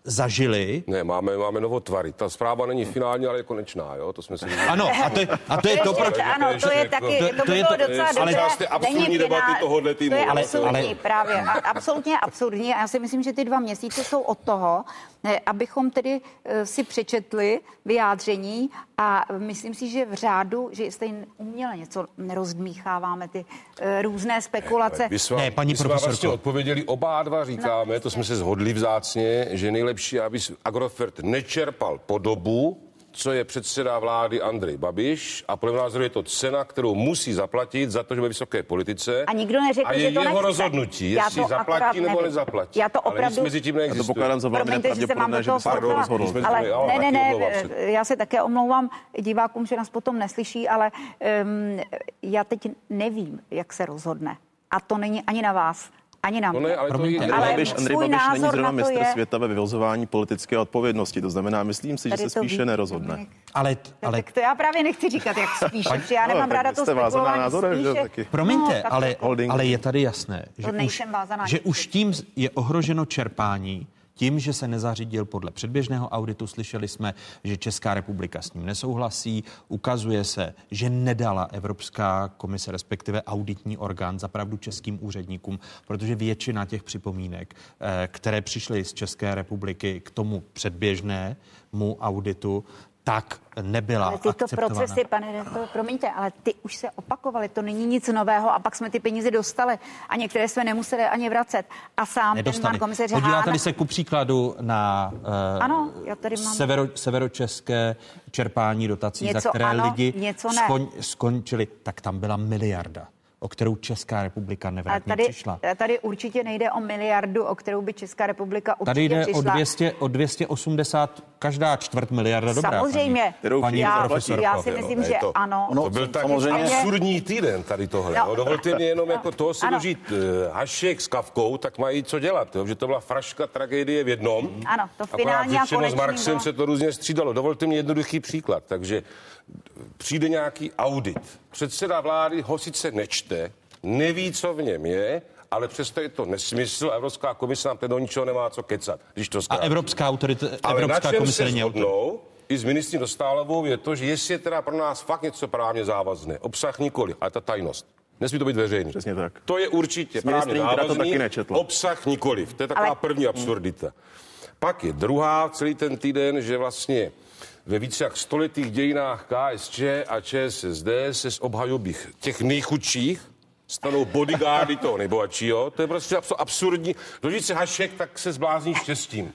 zažili. Ne, máme, máme novotvary. Ta zpráva není finální, ale je konečná, jo? To jsme si... Ano, a to je, a to, je to, proč... Ano, to je taky, to, to by bylo docela dobré. Ale absurdní debaty tohohle týmu. To je ale, absurdní, ale... právě. A absolutně absurdní. A já si myslím, že ty dva měsíce jsou od toho, ne, abychom tedy si přečetli vyjádření a myslím si, že v řádu, že jestli uměle něco nerozdmícháváme, ty uh, různé spekulace. My jsme, ne, paní profesorko. Vlastně odpověděli oba dva, říkáme, no, to jsme se shodli vzácně, že nejlepší, aby Agrofert nečerpal po dobu, co je předseda vlády Andrej Babiš a podle názoru je to cena, kterou musí zaplatit za to, že ve vysoké politice. A nikdo neřekl, a je že to jeho nechce. rozhodnutí, jestli zaplatí nebo nezaplatí. Já to opravdu... Ale mezi tím neexistuje. Já to pokládám za velmi nepravděpodobné, že by se to rozhodlo. Ale ne, ne, ne, já se také omlouvám divákům, že nás potom neslyší, ale um, já teď nevím, jak se rozhodne. A to není ani na vás. Ani nám. No ne, ale Andrej Babiš, Andrej Babiš není zrovna mistr je... světa ve vyvozování politické odpovědnosti. To znamená, myslím si, tady že se spíše ví. nerozhodne. Ale, ale... Tak to já právě nechci říkat, jak spíše, protože já nemám no, ráda to spekulování názorem, spíše. Taky. Promiňte, no, ale, ale je tady jasné, že, už, že už tím je ohroženo čerpání, tím, že se nezařídil podle předběžného auditu. Slyšeli jsme, že Česká republika s ním nesouhlasí. Ukazuje se, že nedala Evropská komise, respektive auditní orgán, zapravdu českým úředníkům, protože většina těch připomínek, které přišly z České republiky k tomu předběžnému auditu, tak nebyla ale tyto akceptovaná. Procesy, pane redaktor, promiňte, ale ty už se opakovaly, to není nic nového a pak jsme ty peníze dostali a některé jsme nemuseli ani vracet. A sám Nedostali. ten pan komisař Hahn... Podíváte-li se ku příkladu na uh, ano, já tady mám... severo, severočeské čerpání dotací, něco za které ano, lidi skon, skončili, tak tam byla miliarda, o kterou Česká republika nevratně tady, přišla. Tady určitě nejde o miliardu, o kterou by Česká republika určitě tady jde přišla. o, dvě stě, o dvě stě osmdesát, každá čtvrt miliarda dobrá. Samozřejmě. Paní, paní já, profesorko. já si myslím, že to, ano. To byl tak absurdní týden tady tohle. No, dovolte mi jenom no, jako toho si dožít uh, Hašek s Kafkou, tak mají co dělat, jo? Že to byla fraška tragédie v jednom. Ano, to finální a konečný. S Marxem se to různě střídalo. Dovolte mi jednoduchý příklad. Takže přijde nějaký audit. Předseda vlády ho sice nečte, neví, co v něm je, ale přesto je to nesmysl a Evropská komise nám do ničeho nemá co kecat. Když to a Evropská autorita, ale Evropská komise není autorita. I s ministrní Dostálovou je to, že jestli je teda pro nás fakt něco právně závazné, obsah nikoli, ale ta tajnost. Nesmí to být veřejný. Přesně tak. To je určitě právně závazný, obsah nikoliv. To je taková ale... první absurdita. Hmm. Pak je druhá celý ten týden, že vlastně ve více jak stoletých dějinách K S Č a Č S S D se z obhajoby těch nejchudších stanou bodyguardy toho nejbohatšího. To je prostě absurdní. Dožít se Hašek, tak se zblázní štěstím.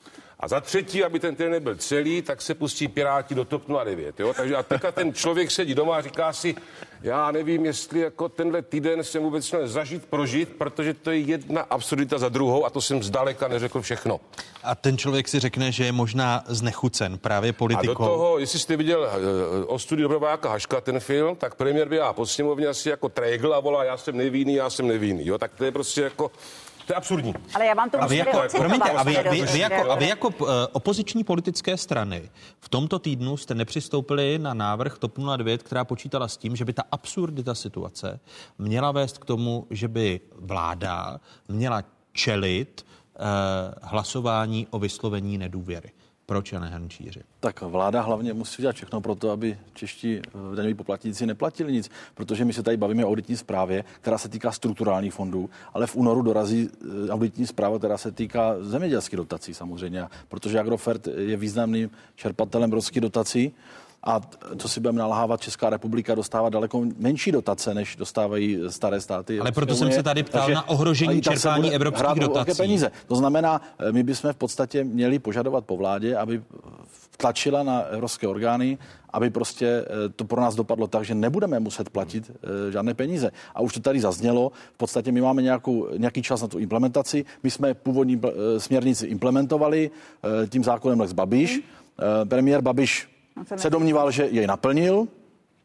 A za třetí, aby ten týden nebyl celý, tak se pustí Piráti do TOP nula devět. Jo? Takže a teďka ten člověk sedí doma a říká si, já nevím, jestli jako tenhle týden jsem vůbec měl zažít, prožít, protože to je jedna absurdita za druhou a to jsem zdaleka neřekl všechno. A ten člověk si řekne, že je možná znechucen právě politikou. A do toho, jestli jste viděl uh, o studiu Dobrováka Haška ten film, tak premiér běhá po sněmovně asi jako trégl a volá, já jsem nevinný, já jsem nevinný. Jo? Tak to je prostě jako... To je absurdní. Ale já vám to musím jako, promiňte, a vy, vy, vy, jako, a vy jako uh, opoziční politické strany v tomto týdnu jste nepřistoupili na návrh TOP nula devět, která počítala s tím, že by ta absurdita situace měla vést k tomu, že by vláda měla čelit uh, hlasování o vyslovení nedůvěry. Proč, Jane Hrnčíři? Tak vláda hlavně musí dělat všechno pro to, aby čeští daňoví poplatníci neplatili nic, protože my se tady bavíme o auditní zprávě, která se týká strukturálních fondů, ale v únoru dorazí auditní zpráva, která se týká zemědělských dotací samozřejmě, protože Agrofert je významným čerpatelem evropských dotací. A co si budeme nalhávat, Česká republika dostává daleko menší dotace, než dostávají staré státy. Ale proto jsem se tady ptal takže, na ohrožení čerpání evropských dotací. Peníze. To znamená, my bychom v podstatě měli požadovat po vládě, aby tlačila na evropské orgány, aby prostě to pro nás dopadlo tak, že nebudeme muset platit žádné peníze. A už to tady zaznělo, v podstatě my máme nějakou, nějaký čas na tu implementaci. My jsme původní směrnici implementovali tím zákonem Lex Babiš. Hmm. Premiér Babiš se domníval, že jej naplnil,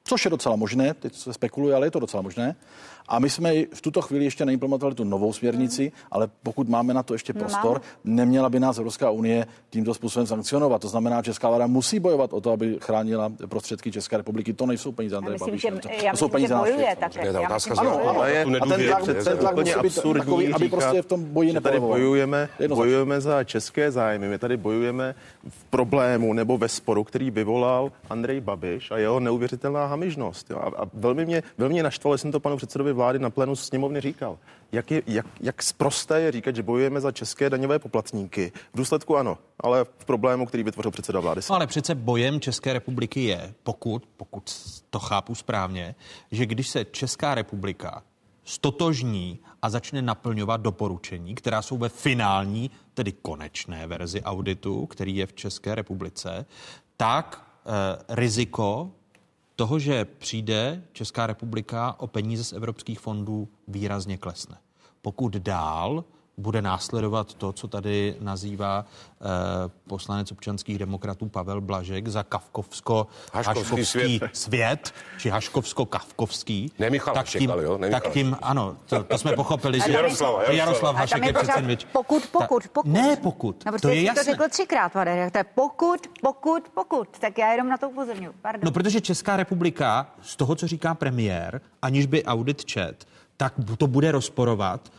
Což je docela možné, teď se spekuluje, ale je to docela možné. A my jsme v tuto chvíli ještě neimplementovali tu novou směrnici, hmm. ale pokud máme na to ještě prostor, neměla by nás Evropská unie tímto způsobem sankcionovat. To znamená, že česká vláda musí bojovat o to, aby chránila prostředky České republiky. To nejsou peníze Andreje Babiše. To, to jsou peníze nás všech. Ano, ale a ten tlak, ten tlak musí být takový, aby prostě v tom boji nepolovoval. Tady bojujeme, bojujeme za české zájmy. My tady bojujeme v problému nebo ve sporu, který vyvolal Andrej Babiš a jeho neuvěřitelná hamižnost. A, a velmi mě, velmi mě naštvalo, jsem to panu předsedovi vlády na plénu sněmovny říkal. Jak, je, jak, jak sprosté je říkat, že bojujeme za české daňové poplatníky. V důsledku ano, ale v problému, který vytvořil předseda vlády. No, ale přece bojem České republiky je, pokud, pokud to chápu správně, že když se Česká republika stotožní a začne naplňovat doporučení, která jsou ve finální, tedy konečné verzi auditu, který je v České republice, tak eh, riziko toho, že přijde Česká republika o peníze z evropských fondů, výrazně klesne. Pokud dál bude následovat to, co tady nazývá eh, poslanec občanských demokratů Pavel Blažek za kafkovsko-haškovský svět. svět, či haškovsko-kavkovský. Ne Michal tak Hašek, tím, ale jo, ne tak tím, ano, to, to jsme pochopili, že Jaroslav, že Jaroslav Hašek je přece větší. Pokud, pokud, pokud. Ne pokud, no, to je jasné. to řekl třikrát, pane, to je pokud, pokud, pokud. Tak já jenom na to upozorňuji. Pardon. No, protože Česká republika z toho, co říká premiér, aniž by audit čet, tak to bude rozporovat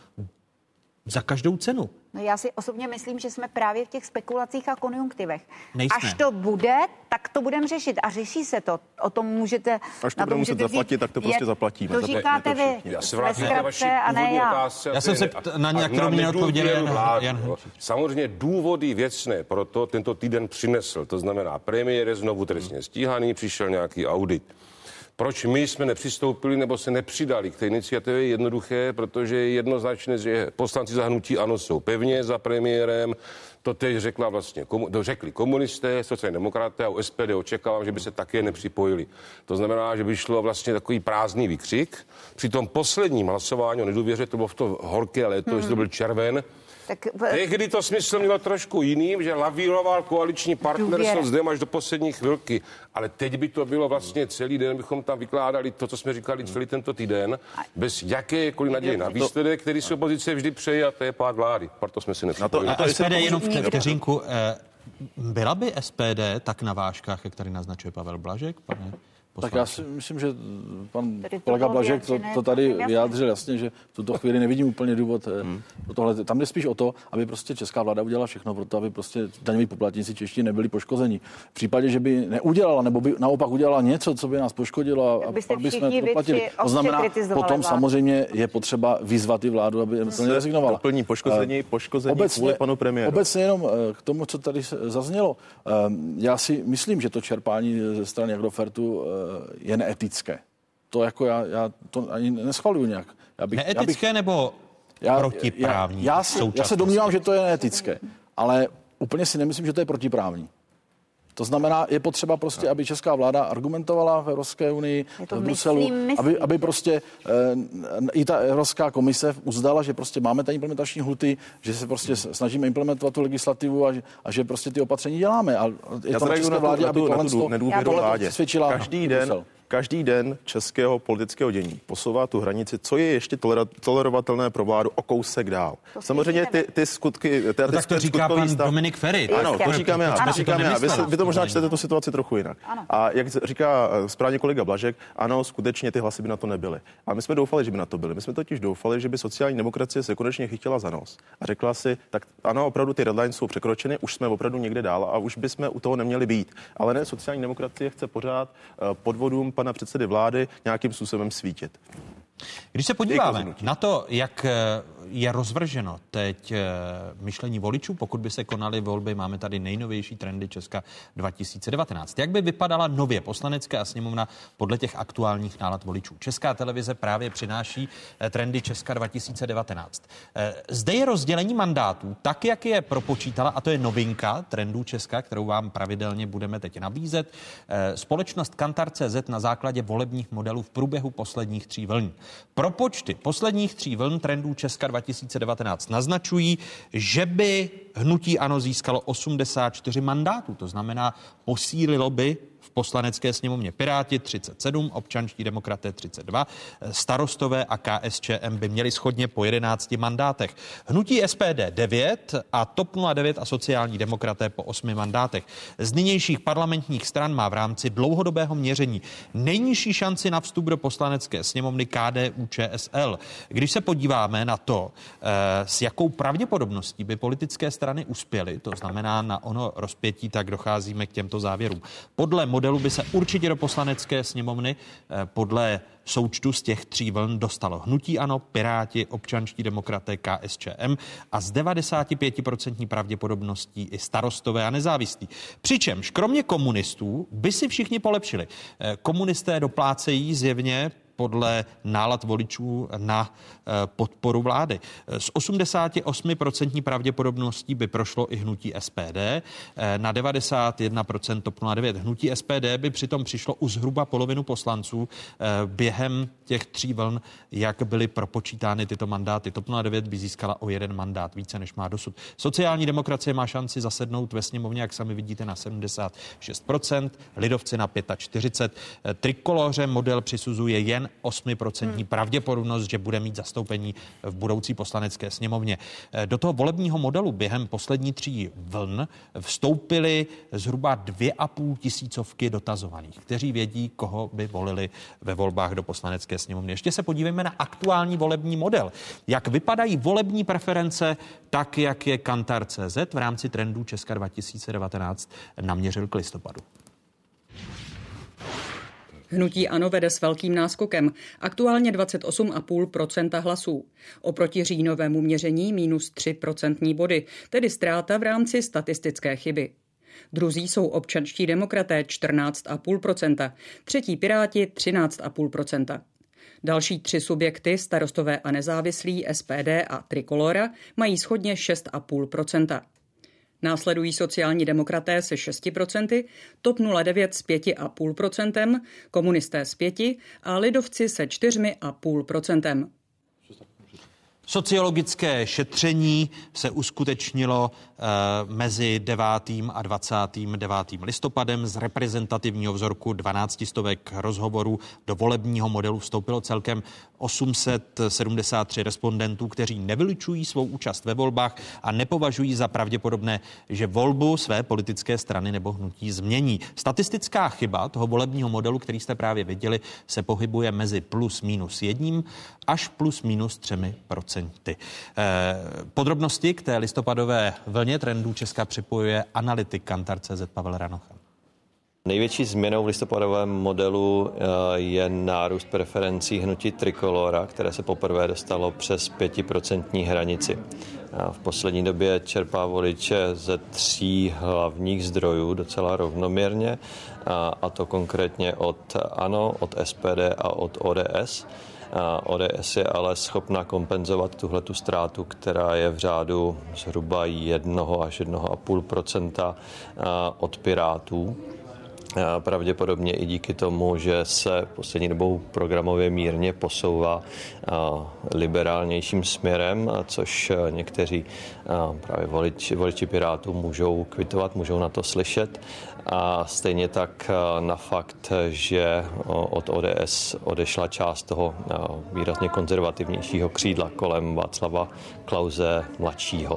za každou cenu. No já si osobně myslím, že jsme právě v těch spekulacích a konjunktivech. Nejsme. Až to bude, tak to budeme řešit. A řeší se to. O tom můžete... Až to budeme muset zaplatit, tak to prostě zaplatíme. To říkáte vy. Já se vrátím na vaši původní otázce. Já jsem se na nějakou mě odpověděl. Samozřejmě důvody věcné proto tento týden přinesl. To znamená, premiér je znovu trestně stíhaný, přišel nějaký audit. Proč my jsme nepřistoupili nebo se nepřidali k té iniciativě je jednoduché, protože je jednoznačné, že poslanci za hnutí ANO jsou pevně za premiérem. To teď řekla vlastně, to řekli komunisté, sociální demokraté a u S P D očekávám, že by se také nepřipojili. To znamená, že by šlo vlastně takový prázdný výkřik. Při tom posledním hlasování o nedůvěře, to bylo v to horké léto, hmm. že to byl červen, tak... tehdy to smysl mělo trošku jiným, že lavíroval koaliční partner s dem až do poslední chvilky. Ale teď by to bylo vlastně celý den, bychom tam vykládali to, co jsme říkali celý tento týden, bez jakékoliv naděje na výsledek, který si opozice vždy přeje, a to je pád vlády. Proto jsme si nepřipojili. Na to, na to S P D jenom v vteřinku. Byla by S P D tak na vážkách, jak tady naznačuje Pavel Blažek, pane? Tak já si myslím, že pan kolega Blažek to, to tady vyjádřil jasně, že v tuto chvíli nevidím úplně důvod hmm. pro tohle. Tam jde spíš o to, aby prostě česká vláda udělala všechno pro to, aby prostě daňoví poplatníci čeští nebyli poškozeni. V případě, že by neudělala, nebo by naopak udělala něco, co by nás poškodilo, a pak bychom to platili. To znamená, potom vládu. Samozřejmě je potřeba vyzvat i vládu, aby to nerezignovala. Doplní poškození, poškození obecně, kvůli panu premiéru. Obecně jenom k tomu, co tady zaznělo. Já si myslím, že to čerpání ze strany Agrofertu je neetické. To jako já, já to ani neschvaluju nějak. Já bych, neetické já bych, nebo já, protiprávní? Já, já, si, já se domnívám, že to je neetické, ale úplně si nemyslím, že to je protiprávní. To znamená, je potřeba prostě, aby česká vláda argumentovala v Evropské unii, v Bruselu, myslím, myslím, aby, aby prostě e, i ta Evropská komise uzdala, že prostě máme ta implementační hluty, že se prostě snažíme implementovat tu legislativu a, a že prostě ty opatření děláme. A je to na české vládě, aby tohle přesvědčila každý den. Brusel. Každý den českého politického dění posouvá tu hranici, co je ještě tolerovatelné pro vládu o kousek dál. To Samozřejmě ty, ty skutky... Ty, no, tak to říká pan stav... Dominik Ferry. Ano, to říkám já. To říkám já. Vy, vy to možná čtete tu situaci trochu jinak. Ano. A jak říká správně kolega Blažek, ano, skutečně ty hlasy by na to nebyly. A my jsme doufali, že by na to byly. My jsme totiž doufali, že by sociální demokracie se konečně chytila za nos a řekla si, tak ano, opravdu ty redlines jsou překročeny, už jsme opravdu někde dál a už bychom u toho neměli být. Ale ne, sociální demokracie chce pořád podvodům pana předsedy vlády nějakým způsobem svítit. Když se podíváme na to, jak je rozvrženo teď myšlení voličů, pokud by se konaly volby, máme tady nejnovější trendy Česka dva tisíce devatenáct. Jak by vypadala nově poslanecká a sněmovna podle těch aktuálních nálad voličů? Česká televize právě přináší trendy Česka dva tisíce devatenáct. Zde je rozdělení mandátů, tak jak je propočítala, a to je novinka trendů Česka, kterou vám pravidelně budeme teď nabízet, společnost Kantar tečka cé zet na základě volebních modelů v průběhu posledních tří vln. Propočty posledních tří vln trendů Česka dva tisíce devatenáct naznačují, že by hnutí ANO získalo osmdesát čtyři mandátů. To znamená, posílilo by v poslanecké sněmovně Piráti třicet sedm, občanští demokraté třicet dva, Starostové a K S Č M by měli shodně po jedenácti mandátech. Hnutí S P D devět a T O P nula devět a sociální demokraté po osmi mandátech. Z nynějších parlamentních stran má v rámci dlouhodobého měření nejnižší šanci na vstup do poslanecké sněmovny K D U Č S L. Když se podíváme na to, s jakou pravděpodobností by politické strany uspěly, to znamená na ono rozpětí, tak docházíme k těmto závěrům. Podle modelu by se určitě do poslanecké sněmovny podle součtu z těch tří vln dostalo hnutí ANO, Piráti, občanští demokraté, K S Č M a z devadesát pět procent pravděpodobností i Starostové a nezávislí. Přičemž kromě komunistů by si všichni polepšili. Komunisté doplácejí zjevně podle nálad voličů na podporu vlády. Z osmdesát osm procent pravděpodobností by prošlo i hnutí S P D, na devadesát jedna procent T O P nula devět. Hnutí S P D by přitom přišlo u zhruba polovinu poslanců během těch tří vln, jak byly propočítány tyto mandáty. T O P nula devět by získala o jeden mandát více, než má dosud. Sociální demokracie má šanci zasednout ve sněmovně, jak sami vidíte, na sedmdesát šest procent, lidovci na čtyřicet pět. Trikoloře model přisuzuje jen osm procent hmm. pravděpodobnost, že bude mít zastoupení v budoucí poslanecké sněmovně. Do toho volebního modelu během poslední tří vln vstoupily zhruba dvě a půl tisícovky dotazovaných, kteří vědí, koho by volili ve volbách do poslanecké sněmovny. Ještě se podívejme na aktuální volební model. Jak vypadají volební preference, tak jak je Kantar tečka cé zet v rámci trendů Česka dva tisíce devatenáct naměřil k listopadu. Hnutí ANO vede s velkým náskokem, aktuálně dvacet osm celá pět procenta hlasů. Oproti říjnovému měření minus tři procentní body, tedy ztráta v rámci statistické chyby. Druzí jsou občanští demokraté čtrnáct celá pět procenta, třetí Piráti třináct celá pět procenta. Další tři subjekty, Starostové a nezávislí, S P D a Trikolora, mají shodně šest celá pět procenta. Následují sociální demokraté se šesti procenty, T O P nula devět s pěti celá pět procentem, komunisté s pěti a lidovci se čtyřmi celá pět procentem. Sociologické šetření se uskutečnilo e, mezi devátým a dvacátým devátým listopadem. Z reprezentativního vzorku dvanácti stovek rozhovorů do volebního modelu vstoupilo celkem osm set sedmdesát tři respondentů, kteří nevylučují svou účast ve volbách a nepovažují za pravděpodobné, že volbu své politické strany nebo hnutí změní. Statistická chyba toho volebního modelu, který jste právě viděli, se pohybuje mezi plus minus jedním až plus minus třemi procenty. Podrobnosti k té listopadové vlně trendů Česka připojuje analytik Kantar tečka cé zet Pavel Ranocha. Největší změnou v listopadovém modelu je nárůst preferencí hnutí Trikolora, které se poprvé dostalo přes pětiprocentní hranici. V poslední době čerpá voliče ze tří hlavních zdrojů docela rovnoměrně, a to konkrétně od ANO, od S P D a od O D S. O D S je ale schopna kompenzovat tuhletu ztrátu, která je v řádu zhruba jednoho až jednoho a půl procenta od Pirátů. Pravděpodobně i díky tomu, že se poslední dobou programově mírně posouvá liberálnějším směrem, což někteří právě voliči, voliči Pirátů můžou kvitovat, můžou na to slyšet. A stejně tak na fakt, že od O D S odešla část toho výrazně konzervativnějšího křídla kolem Václava Klause mladšího.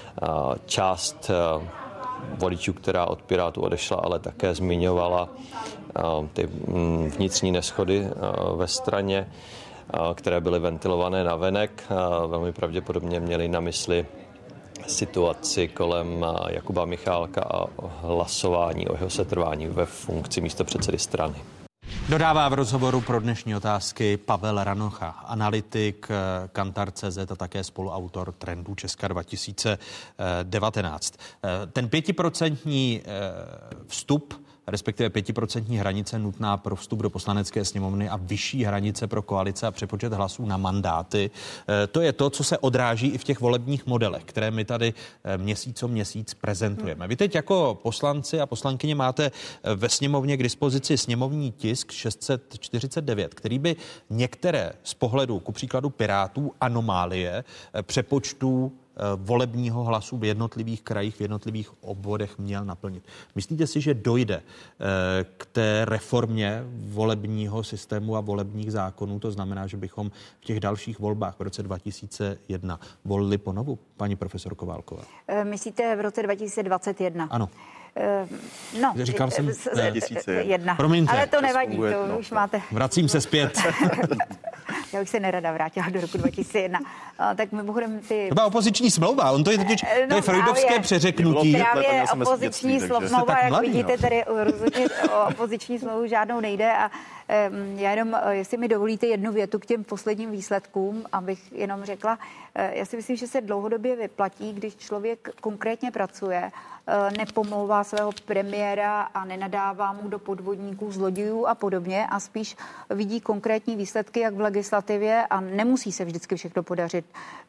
Část voličů, která od Pirátů odešla, ale také zmiňovala ty vnitřní neshody ve straně, které byly ventilované navenek. Velmi pravděpodobně měli na mysli situaci kolem Jakuba Michálka a hlasování o jeho setrvání ve funkci místopředsedy strany. Dodává v rozhovoru pro dnešní otázky Pavel Ranocha, analytik Kantar tečka cé zet a také spoluautor trendů Česka dva tisíce devatenáct. Ten pětiprocentní vstup, respektive pětiprocentní hranice nutná pro vstup do poslanecké sněmovny a vyšší hranice pro koalice a přepočet hlasů na mandáty. To je to, co se odráží i v těch volebních modelech, které my tady měsíc co měsíc prezentujeme. Vy teď jako poslanci a poslankyně máte ve sněmovně k dispozici sněmovní tisk šest set čtyřicet devět, který by některé z pohledu, ku příkladu Pirátů, anomálie přepočtů volebního hlasu v jednotlivých krajích, v jednotlivých obvodech měl naplnit. Myslíte si, že dojde k té reformě volebního systému a volebních zákonů? To znamená, že bychom v těch dalších volbách v roce dva tisíce jedna volili ponovu, paní profesorko Válková? Myslíte v roce dva tisíce dvacet jedna? Ano. No, říkal jsem dva tisíce jedna. Promiňte. Ale to nevadí, to no. už máte. Vracím se zpět. Já bych se nerada vrátila do roku dva tisíce jedna. A, tak mimochodem ty... To byla opoziční smlouva, on to je totiž, no, to je freudovské právě, přeřeknutí. Právě opoziční smlouva, jak mladý, vidíte, no. Tady rozhodně o opoziční smlouvu žádnou nejde a um, já jenom, jestli mi dovolíte jednu větu k těm posledním výsledkům, abych jenom řekla, já si myslím, že se dlouhodobě vyplatí, když člověk konkrétně pracuje, nepomlouvá svého premiéra a nenadává mu do podvodníků, zlodějů a podobně a spíš vidí konkrétní výsledky jak v legislativě a nemusí se vždycky všechno podařit.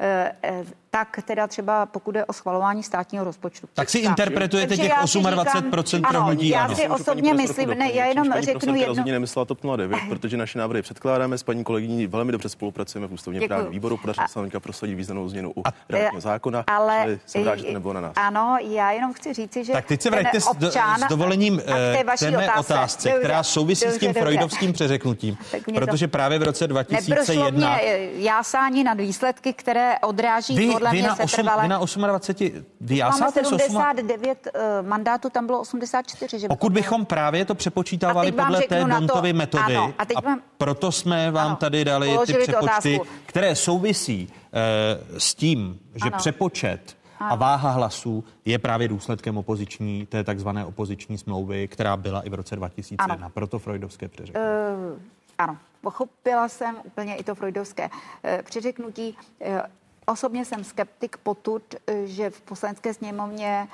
Tak teda třeba pokud je o schvalování státního rozpočtu. Tak si interpretujete těch dvacet osm procent pro hnutí ano. Já si osobně myslím, ne, já jenom řeknu jedno. Rozhodně nemyslela TOP nula devět, protože naše návrhy předkládáme s paní kolegyní, velmi dobře spolupracujeme v ústavně právním výboru, podařilo se nám prosadit významnou změnu u realitního zákona, ale jsem rád, že to nebylo na nás. Ano, já jenom chci říci, že tak teď se vraťte s, do, s dovolením k té mé otázce, dobře, která souvisí dobře, s tím dobře. freudovským přeřeknutím, protože to... právě v roce dva tisíce jedna... Neprošlo mě jásání nad výsledky, které odráží vy, podle vy mě setrvale... Vy na dvacet osm, vy jásáte sedmdesát devět uh, mandátů, tam bylo osmdesát čtyři. Že Pokud bychom právě to přepočítávali podle té Dontovy metody, ano, a, a vám... proto jsme vám ano, tady dali ty přepočty, které souvisí uh, s tím, že ano. přepočet ano. a váha hlasů je právě důsledkem opoziční, té takzvané opoziční smlouvy, která byla i v roce dva tisíce jedna. Ano. Proto freudovské přeřeknutí. Uh, ano, pochopila jsem úplně i to freudovské uh, přeřeknutí. Uh, Osobně jsem skeptik potud, že v poslanecké sněmovně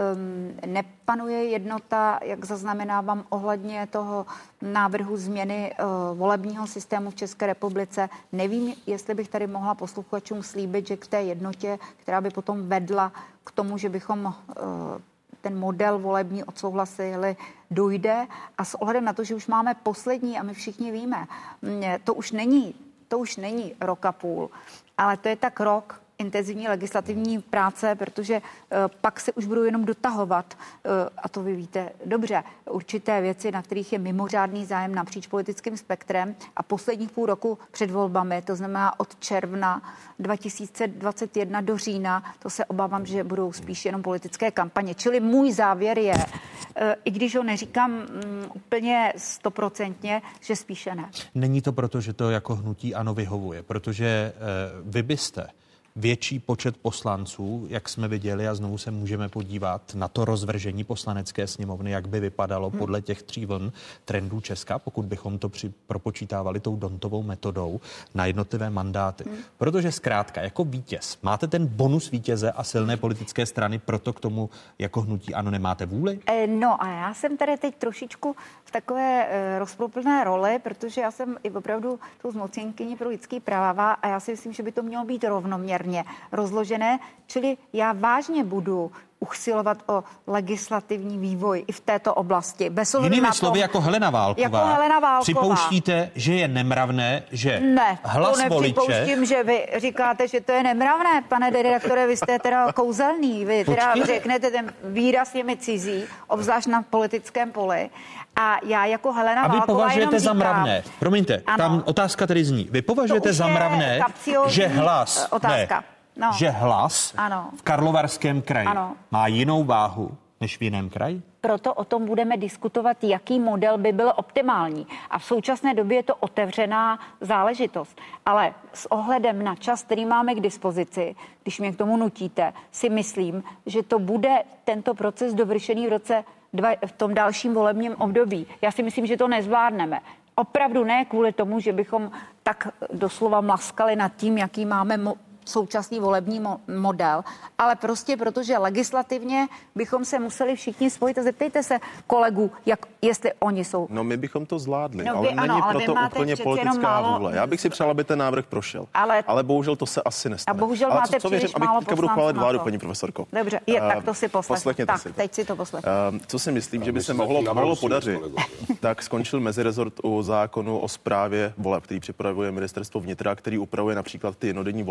um, nepanuje jednota, jak zaznamenávám ohledně toho návrhu změny uh, volebního systému v České republice. Nevím, jestli bych tady mohla posluchačům slíbit, že k té jednotě, která by potom vedla k tomu, že bychom uh, ten model volební odsouhlasili, dojde. A s ohledem na to, že už máme poslední, a my všichni víme, to už není, to už není rok a půl, ale to je tak rok intenzivní legislativní práce, protože uh, pak se už budou jenom dotahovat, uh, a to vy víte dobře, určité věci, na kterých je mimořádný zájem napříč politickým spektrem a posledních půl roku před volbami, to znamená od června dva tisíce dvacet jedna do října, to se obávám, že budou spíš jenom politické kampaně. Čili můj závěr je, uh, i když ho neříkám um, úplně stoprocentně, že spíše ne. Není to proto, že to jako hnutí ANO vyhovuje, protože uh, vy byste větší počet poslanců, jak jsme viděli, a znovu se můžeme podívat na to rozvržení poslanecké sněmovny, jak by vypadalo hmm. podle těch tří vln trendů Česka, pokud bychom to při, propočítávali tou Dontovou metodou na jednotlivé mandáty. Hmm. Protože zkrátka jako vítěz máte ten bonus vítěze a silné politické strany, proto k tomu jako hnutí ANO nemáte vůli? No a já jsem tady teď trošičku v takové e, rozporuplné roli, protože já jsem i opravdu tou zmocněnkyní pro lidský práva a já si myslím, že by to mělo být rovnoměrně rozložené, čili já vážně budu uchylovat o legislativní vývoj i v této oblasti. Bez Jinými slovy, jako Helena Válková, jako Helena Válková. Připouštíte, že je nemravné, že ne, hlas to nepřipouštím, voliče... že vy říkáte, že to je nemravné, pane redaktore, vy jste teda kouzelný, vy teda Počkej. řeknete ten výraz je mi cizí, obzvlášť na politickém poli. A já jako Helena A vy Válková považujete za mravné, promiňte, ano. tam otázka tedy zní, vy považujete za mravné, že hlas... Otázka. Ne, No. že hlas ano. v Karlovarském kraji ano. má jinou váhu než v jiném kraji? Proto o tom budeme diskutovat, jaký model by byl optimální. A v současné době je to otevřená záležitost. Ale s ohledem na čas, který máme k dispozici, když mě k tomu nutíte, si myslím, že to bude tento proces dovršený v roce dva, v tom dalším volebním období. Já si myslím, že to nezvládneme. Opravdu ne kvůli tomu, že bychom tak doslova mlaskali nad tím, jaký máme mo- současný volební mo- model, ale prostě protože legislativně bychom se museli všichni spojit a zeptejte se kolegů, jak, jestli oni jsou. No my bychom to zvládli, no, ale vy, není ano, ale proto úplně politická vůle. Já bych si přál, aby ten návrh prošel, ale, ale bohužel to se asi nestane. A bohužel ale máte co, co příliš věřím, málo abych budu chválit vládu, paní profesorko. Dobře, je, uh, tak to si poslechnu. Poslechněte tak, si to. teď si to poslechnu. Uh, co si myslím, že by se mohlo, mohlo podařit, tak skončil mezirezort u zákonu o správě voleb, který připravuje ministerstvo vnitra, který upravuje například ty jednodenní volby a co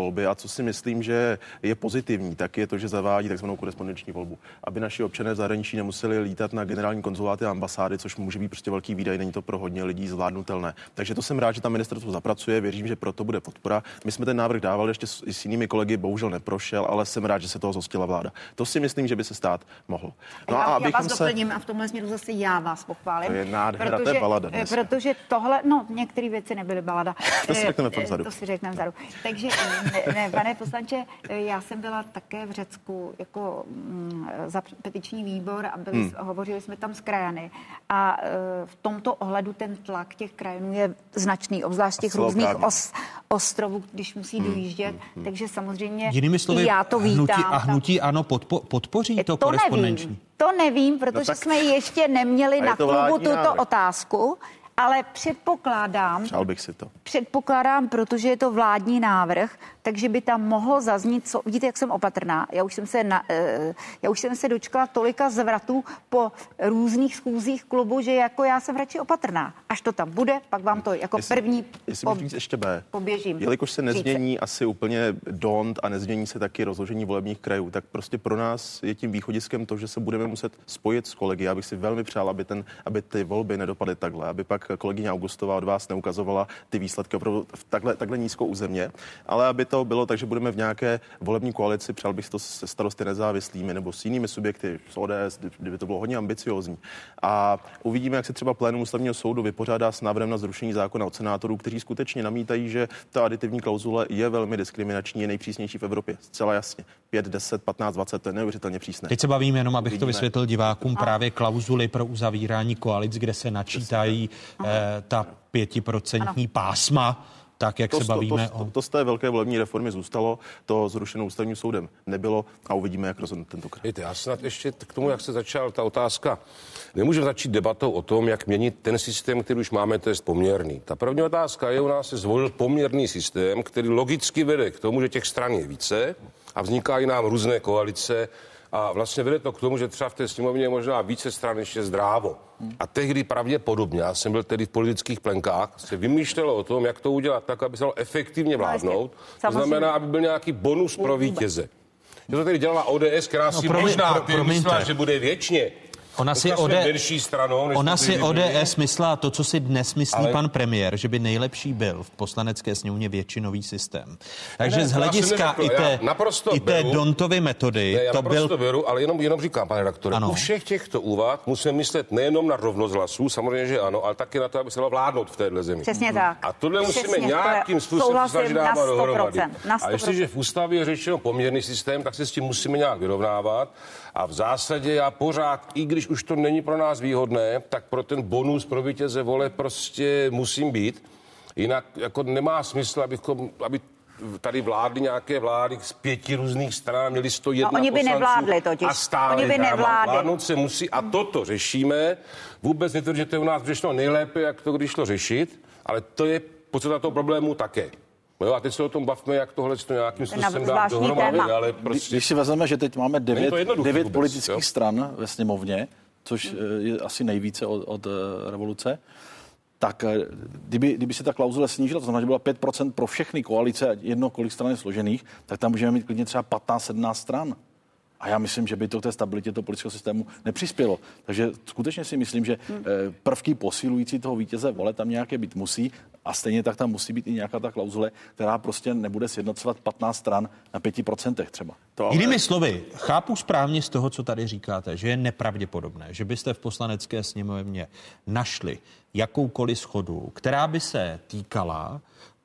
co si myslím, že je pozitivní, tak je to, že zavádí takzvanou korespondenční volbu. Aby naši občané v zahraničí nemuseli lítat na generální konzuláty a ambasády, což může být prostě velký výdaj, není to pro hodně lidí zvládnutelné. Takže to jsem rád, že tam ministerstvo zapracuje, věřím, že proto bude podpora. My jsme ten návrh dávali ještě s, s jinými kolegy, bohužel neprošel, ale jsem rád, že se toho zhostila vláda. To si myslím, že by se stát mohlo. No já, a já vás se... doplním a v tomhle směru zase já vás pochválím. To je nádhera, protože, to je balada dnes. Protože tohle, no některé věci nebyly balada. To si řekneme pak vzadu. To si řekneme vzadu. Takže, ne, ne, pane poslanče, já jsem byla také v Řecku jako m, za petiční výbor a byli, hmm. hovořili jsme tam s krajany a e, v tomto ohledu ten tlak těch krajanů je značný, obzvlášť těch různých os, ostrovů, když musí hmm. dojíždět, hmm. takže samozřejmě jinými slovy, já to vítám. Hnutí, a hnutí ano podpo, podpoří to, to korespondenční? Nevím. To nevím, protože no tak... jsme ještě neměli na klubu tuto návrh. otázku. Ale předpokládám, Přál bych si to. Předpokládám, protože je to vládní návrh, takže by tam mohlo zaznít, co, vidíte, jak jsem opatrná. Já už jsem se, na, já už jsem se dočkala tolika zvratů po různých schůzích klubu, že jako já jsem radši opatrná. Až to tam bude, pak vám to jako jestli, první jestli po, říct ještě B. poběžím. Jelikož se nezmění říct. asi úplně dont a nezmění se taky rozložení volebních krajů, tak prostě pro nás je tím východiskem to, že se budeme muset spojit s kolegy. Já bych si velmi přál, aby, ten, aby ty volby nedopadly takhle, aby pak kolegyně Augustová od vás neukazovala ty výsledky opravdu takhle, takhle nízkou územně, ale aby to bylo tak, že budeme v nějaké volební koalici, přál bych to se Starosty nezávislými nebo s jinými subjekty, s O D S, kdyby to bylo hodně ambiciózní. A uvidíme, jak se třeba plénum ústavního soudu vypořádá s návrhem na zrušení zákona od senátorů, kteří skutečně namítají, že ta aditivní klauzule je velmi diskriminační, je nejpřísnější v Evropě. Zcela jasně. pět, deset, patnáct, dvacet, to je neuvěřitelně přísné. Teď se bavím jenom, abych uvidíme. to vysvětlil divákům, právě klauzuly pro uzavírání koalic, kde se načítají eh, ta pětiprocentní pásma, tak, jak to, se bavíme to, o... To, to z té velké volební reformy zůstalo, to zrušeno ústavním soudem nebylo a uvidíme, jak rozhodne tentokrát. Víte, já snad ještě k tomu, jak se začal ta otázka. Nemůžeme začít debatou o tom, jak měnit ten systém, který už máme, to je poměrný. Ta první otázka je, u nás se zvolil poměrný systém, který logicky vede k tomu, že těch stran je více a vznikají nám různé koalice a vlastně vede to k tomu, že třeba v té sněmovně je možná více stran, než je zdrávo. A tehdy pravděpodobně, já jsem byl tedy v politických plenkách, se vymýšlelo o tom, jak to udělat tak, aby se dalo efektivně vládnout. To znamená, aby byl nějaký bonus pro vítěze. Že to tedy dělala O D S, která si no, možná pro, myslela, že bude věčně. Ona si, O D... stranou, Ona si O D S myslela to, co si dnes myslí ale... pan premiér, že by nejlepší byl v poslanecké sněmovně většinový systém. Takže ne, z hlediska i té, i té Dontovy metody ne, já to byl... to beru, ale jenom, jenom říkám, pane redaktore, u všech těchto úvah musíme myslet nejenom na rovnost hlasů, samozřejmě, že ano, ale taky na to, aby se dalo vládnout v téhle zemi. Přesně tak. A tohle musíme Přesně, nějakým způsobem snažit dávat dohromady. A jestliže v ústavě je řečeno poměrný systém, tak se s tím musíme nějak vyrovnávat. A v zásadě já pořád, i když už to není pro nás výhodné, tak pro ten bonus pro vítěze vole prostě musím být. Jinak jako nemá smysl, abychom, aby tady vládly nějaké vlády z pěti různých stran, měli sto jedna no, oni by nevládli totiž. A stále oni by nevládli. Vládnout se musí a toto řešíme. Vůbec netvrdím, že to je u nás řešeno nejlépe, jak to když šlo řešit, ale to je podstata toho problému také. No a teď se o tom bavme, jak tohle to nějakým způsobem dát dohromady, ale prostě... Když si vezmeme, že teď máme devět, devět politických jo? stran ve sněmovně, což je asi nejvíce od, od revoluce, tak kdyby, kdyby se ta klauzule snížila, to znamená, že byla pět procent pro všechny koalice, jedno kolik stran je složených, tak tam můžeme mít klidně třeba patnáct sedmnáct stran. A já myslím, že by to k té stabilitě toho politického systému nepřispělo. Takže skutečně si myslím, že prvky posilující toho vítěze vole tam nějaké být musí a stejně tak tam musí být i nějaká ta klauzule, která prostě nebude sjednocovat patnáct stran na pěti procentech třeba. To ale... Jinými slovy, chápu správně z toho, co tady říkáte, že je nepravděpodobné, že byste v poslanecké sněmovně našli jakoukoliv shodu, která by se týkala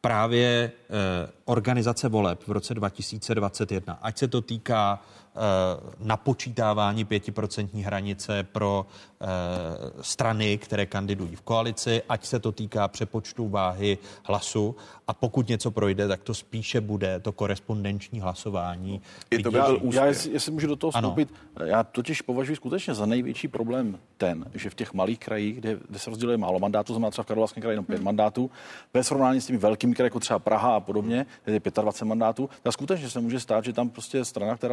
právě eh, organizace voleb v roce dva tisíce dvacet jedna. Ať se to týká eh, napočítávání pětiprocentní hranice pro eh, strany, které kandidují v koalici, ať se to týká přepočtu váhy hlasu a pokud něco projde, tak to spíše bude to korespondenční hlasování. Je to já, já jestli, jestli můžu do toho vstoupit, já totiž považuji skutečně za největší problém ten, že v těch malých krajích, kde, kde se rozděluje málo mandátů, znamená třeba v Karlovarském kraji jenom pět hmm. mandátů, ve srovnání s těmi velkými kraji, jako třeba Praha a podobně, kde je dvacet pět mandátů, tak skutečně se může stát, že tam prostě strana, která dostane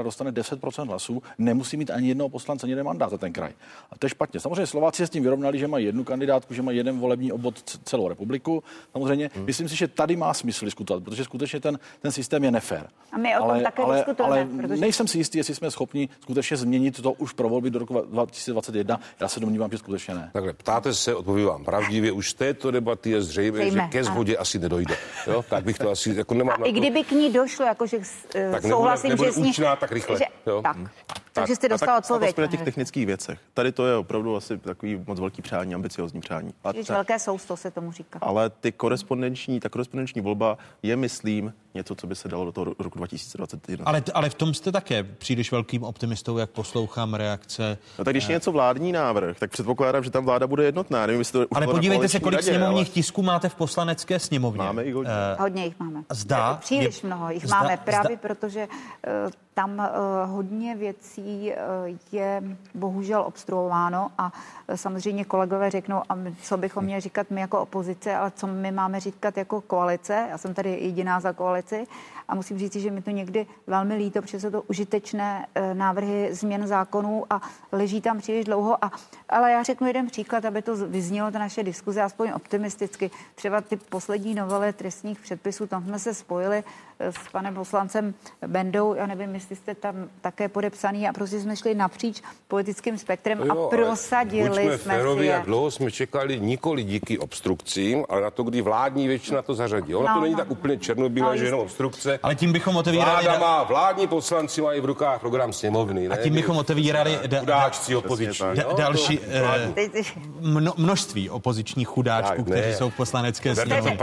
deset procent hlasů, nemusí mít ani jednoho poslance, ani jeden mandát za ten kraj. A to je špatně. Samozřejmě Slováci se s tím vyrovnali, že mají jednu kandidátku, že mají jeden volební obvod celou republiku. Samozřejmě, hmm. myslím si, že tady má smysl diskutovat, protože skutečně ten, ten systém je nefér. A my o tom ale, také ale, diskutujeme. ale protože... nejsem si jistý, jestli jsme schopni skutečně změnit to už pro volby do roku dva tisíce dvacet jedna. Já se domnívám, že skutečně ne. Takhle, ptáte se, odpovím pravdivě, už z této debaty je zřejmé, Zřejmě, že ke shodě ano. asi nedojde. Jo? Tak bych to asi jako nemám. A i kdyby k ní došlo, jakože tak souhlasím, nebude, nebude že účinná tak rychle. Že, jo? tak. Hmm. Takže jste dostal odpověď. A na těch technických věcech. Tady to je opravdu asi takový moc velký přání, ambiciozní přání. Když velké sousto se tomu říká. Ale ty korespondenční, ta korespondenční volba je, myslím, něco, co by se dalo do toho roku dva tisíce dvacet jedna. Ale, ale v tom jste také příliš velkým optimistou, jak poslouchám reakce. No tak když je něco vládní návrh, tak předpokládám, že tam vláda bude jednotná. Nevím, jestli to ale podívejte se, kolik radě, sněmovních ale... tisků máte v poslanecké sněmovně. Máme i hodně. Uh, hodně jich máme. Zdá, příliš je, mnoho jich zdá, máme právě, zdá, protože uh, tam uh, hodně věcí uh, je bohužel obstruováno a uh, samozřejmě kolegové řeknou, a my, co bychom měli říkat my jako opozice, ale co my máme říkat jako koalice. Já jsem tady jediná za koalici a musím říct, že mi to někdy velmi líto, protože jsou to užitečné uh, návrhy změn zákonů a leží tam příliš dlouho. A, ale já řeknu jeden příklad, aby to vyznělo, ta naše diskuze, aspoň optimisticky. Třeba ty poslední novely trestních předpisů, tam jsme se spojili s panem poslancem Bendou, já nevím, jestli jste tam také podepsaný a prostě jsme šli napříč politickým spektrem no jo, a prosadili jsme féroví, si je. Jak dlouho jsme čekali nikoli díky obstrukcím, ale na to, kdy vládní většina to zařadí. Ono no, to není no. tak úplně černobílé, no, že jenom obstrukce. Ale tím bychom otevírali... Vláda má, vládní poslanci mají v rukách program sněmovny. A tím bychom otevírali... Chudáčci opoziční. Další mno, množství opozičních chudáčků, kteří jsou v poslanecké sněmovně.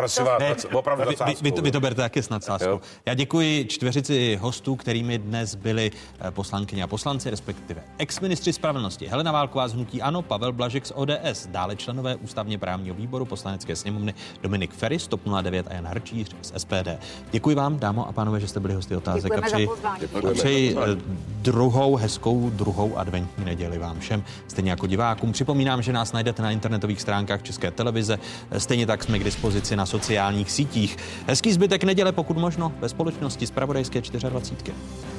Vy to berte taky s nadsázkou. Já děkuji čtveřici hostů, kterými dnes byli poslankyně a poslanci, respektive exministři spravedlnosti Helena Válková z hnutí ANO, Pavel Blažek z O D S, dále členové ústavně právního výboru poslanecké sněmovny Dominik Feri z TOP nula devět a Jan Hrčíř z S P D. Děkuji vám, dámo a pánové, že jste byli hosty Otázek a přeji, a přeji druhou hezkou druhou adventní neděli vám všem, stejně jako divákům. Připomínám, že nás najdete na internetových stránkách České televize, stejně tak jsme k dispozici na sociálních sítích. Hezký zbytek neděle, pokud možno, ve společnosti Zpravodajské dvacet čtyři.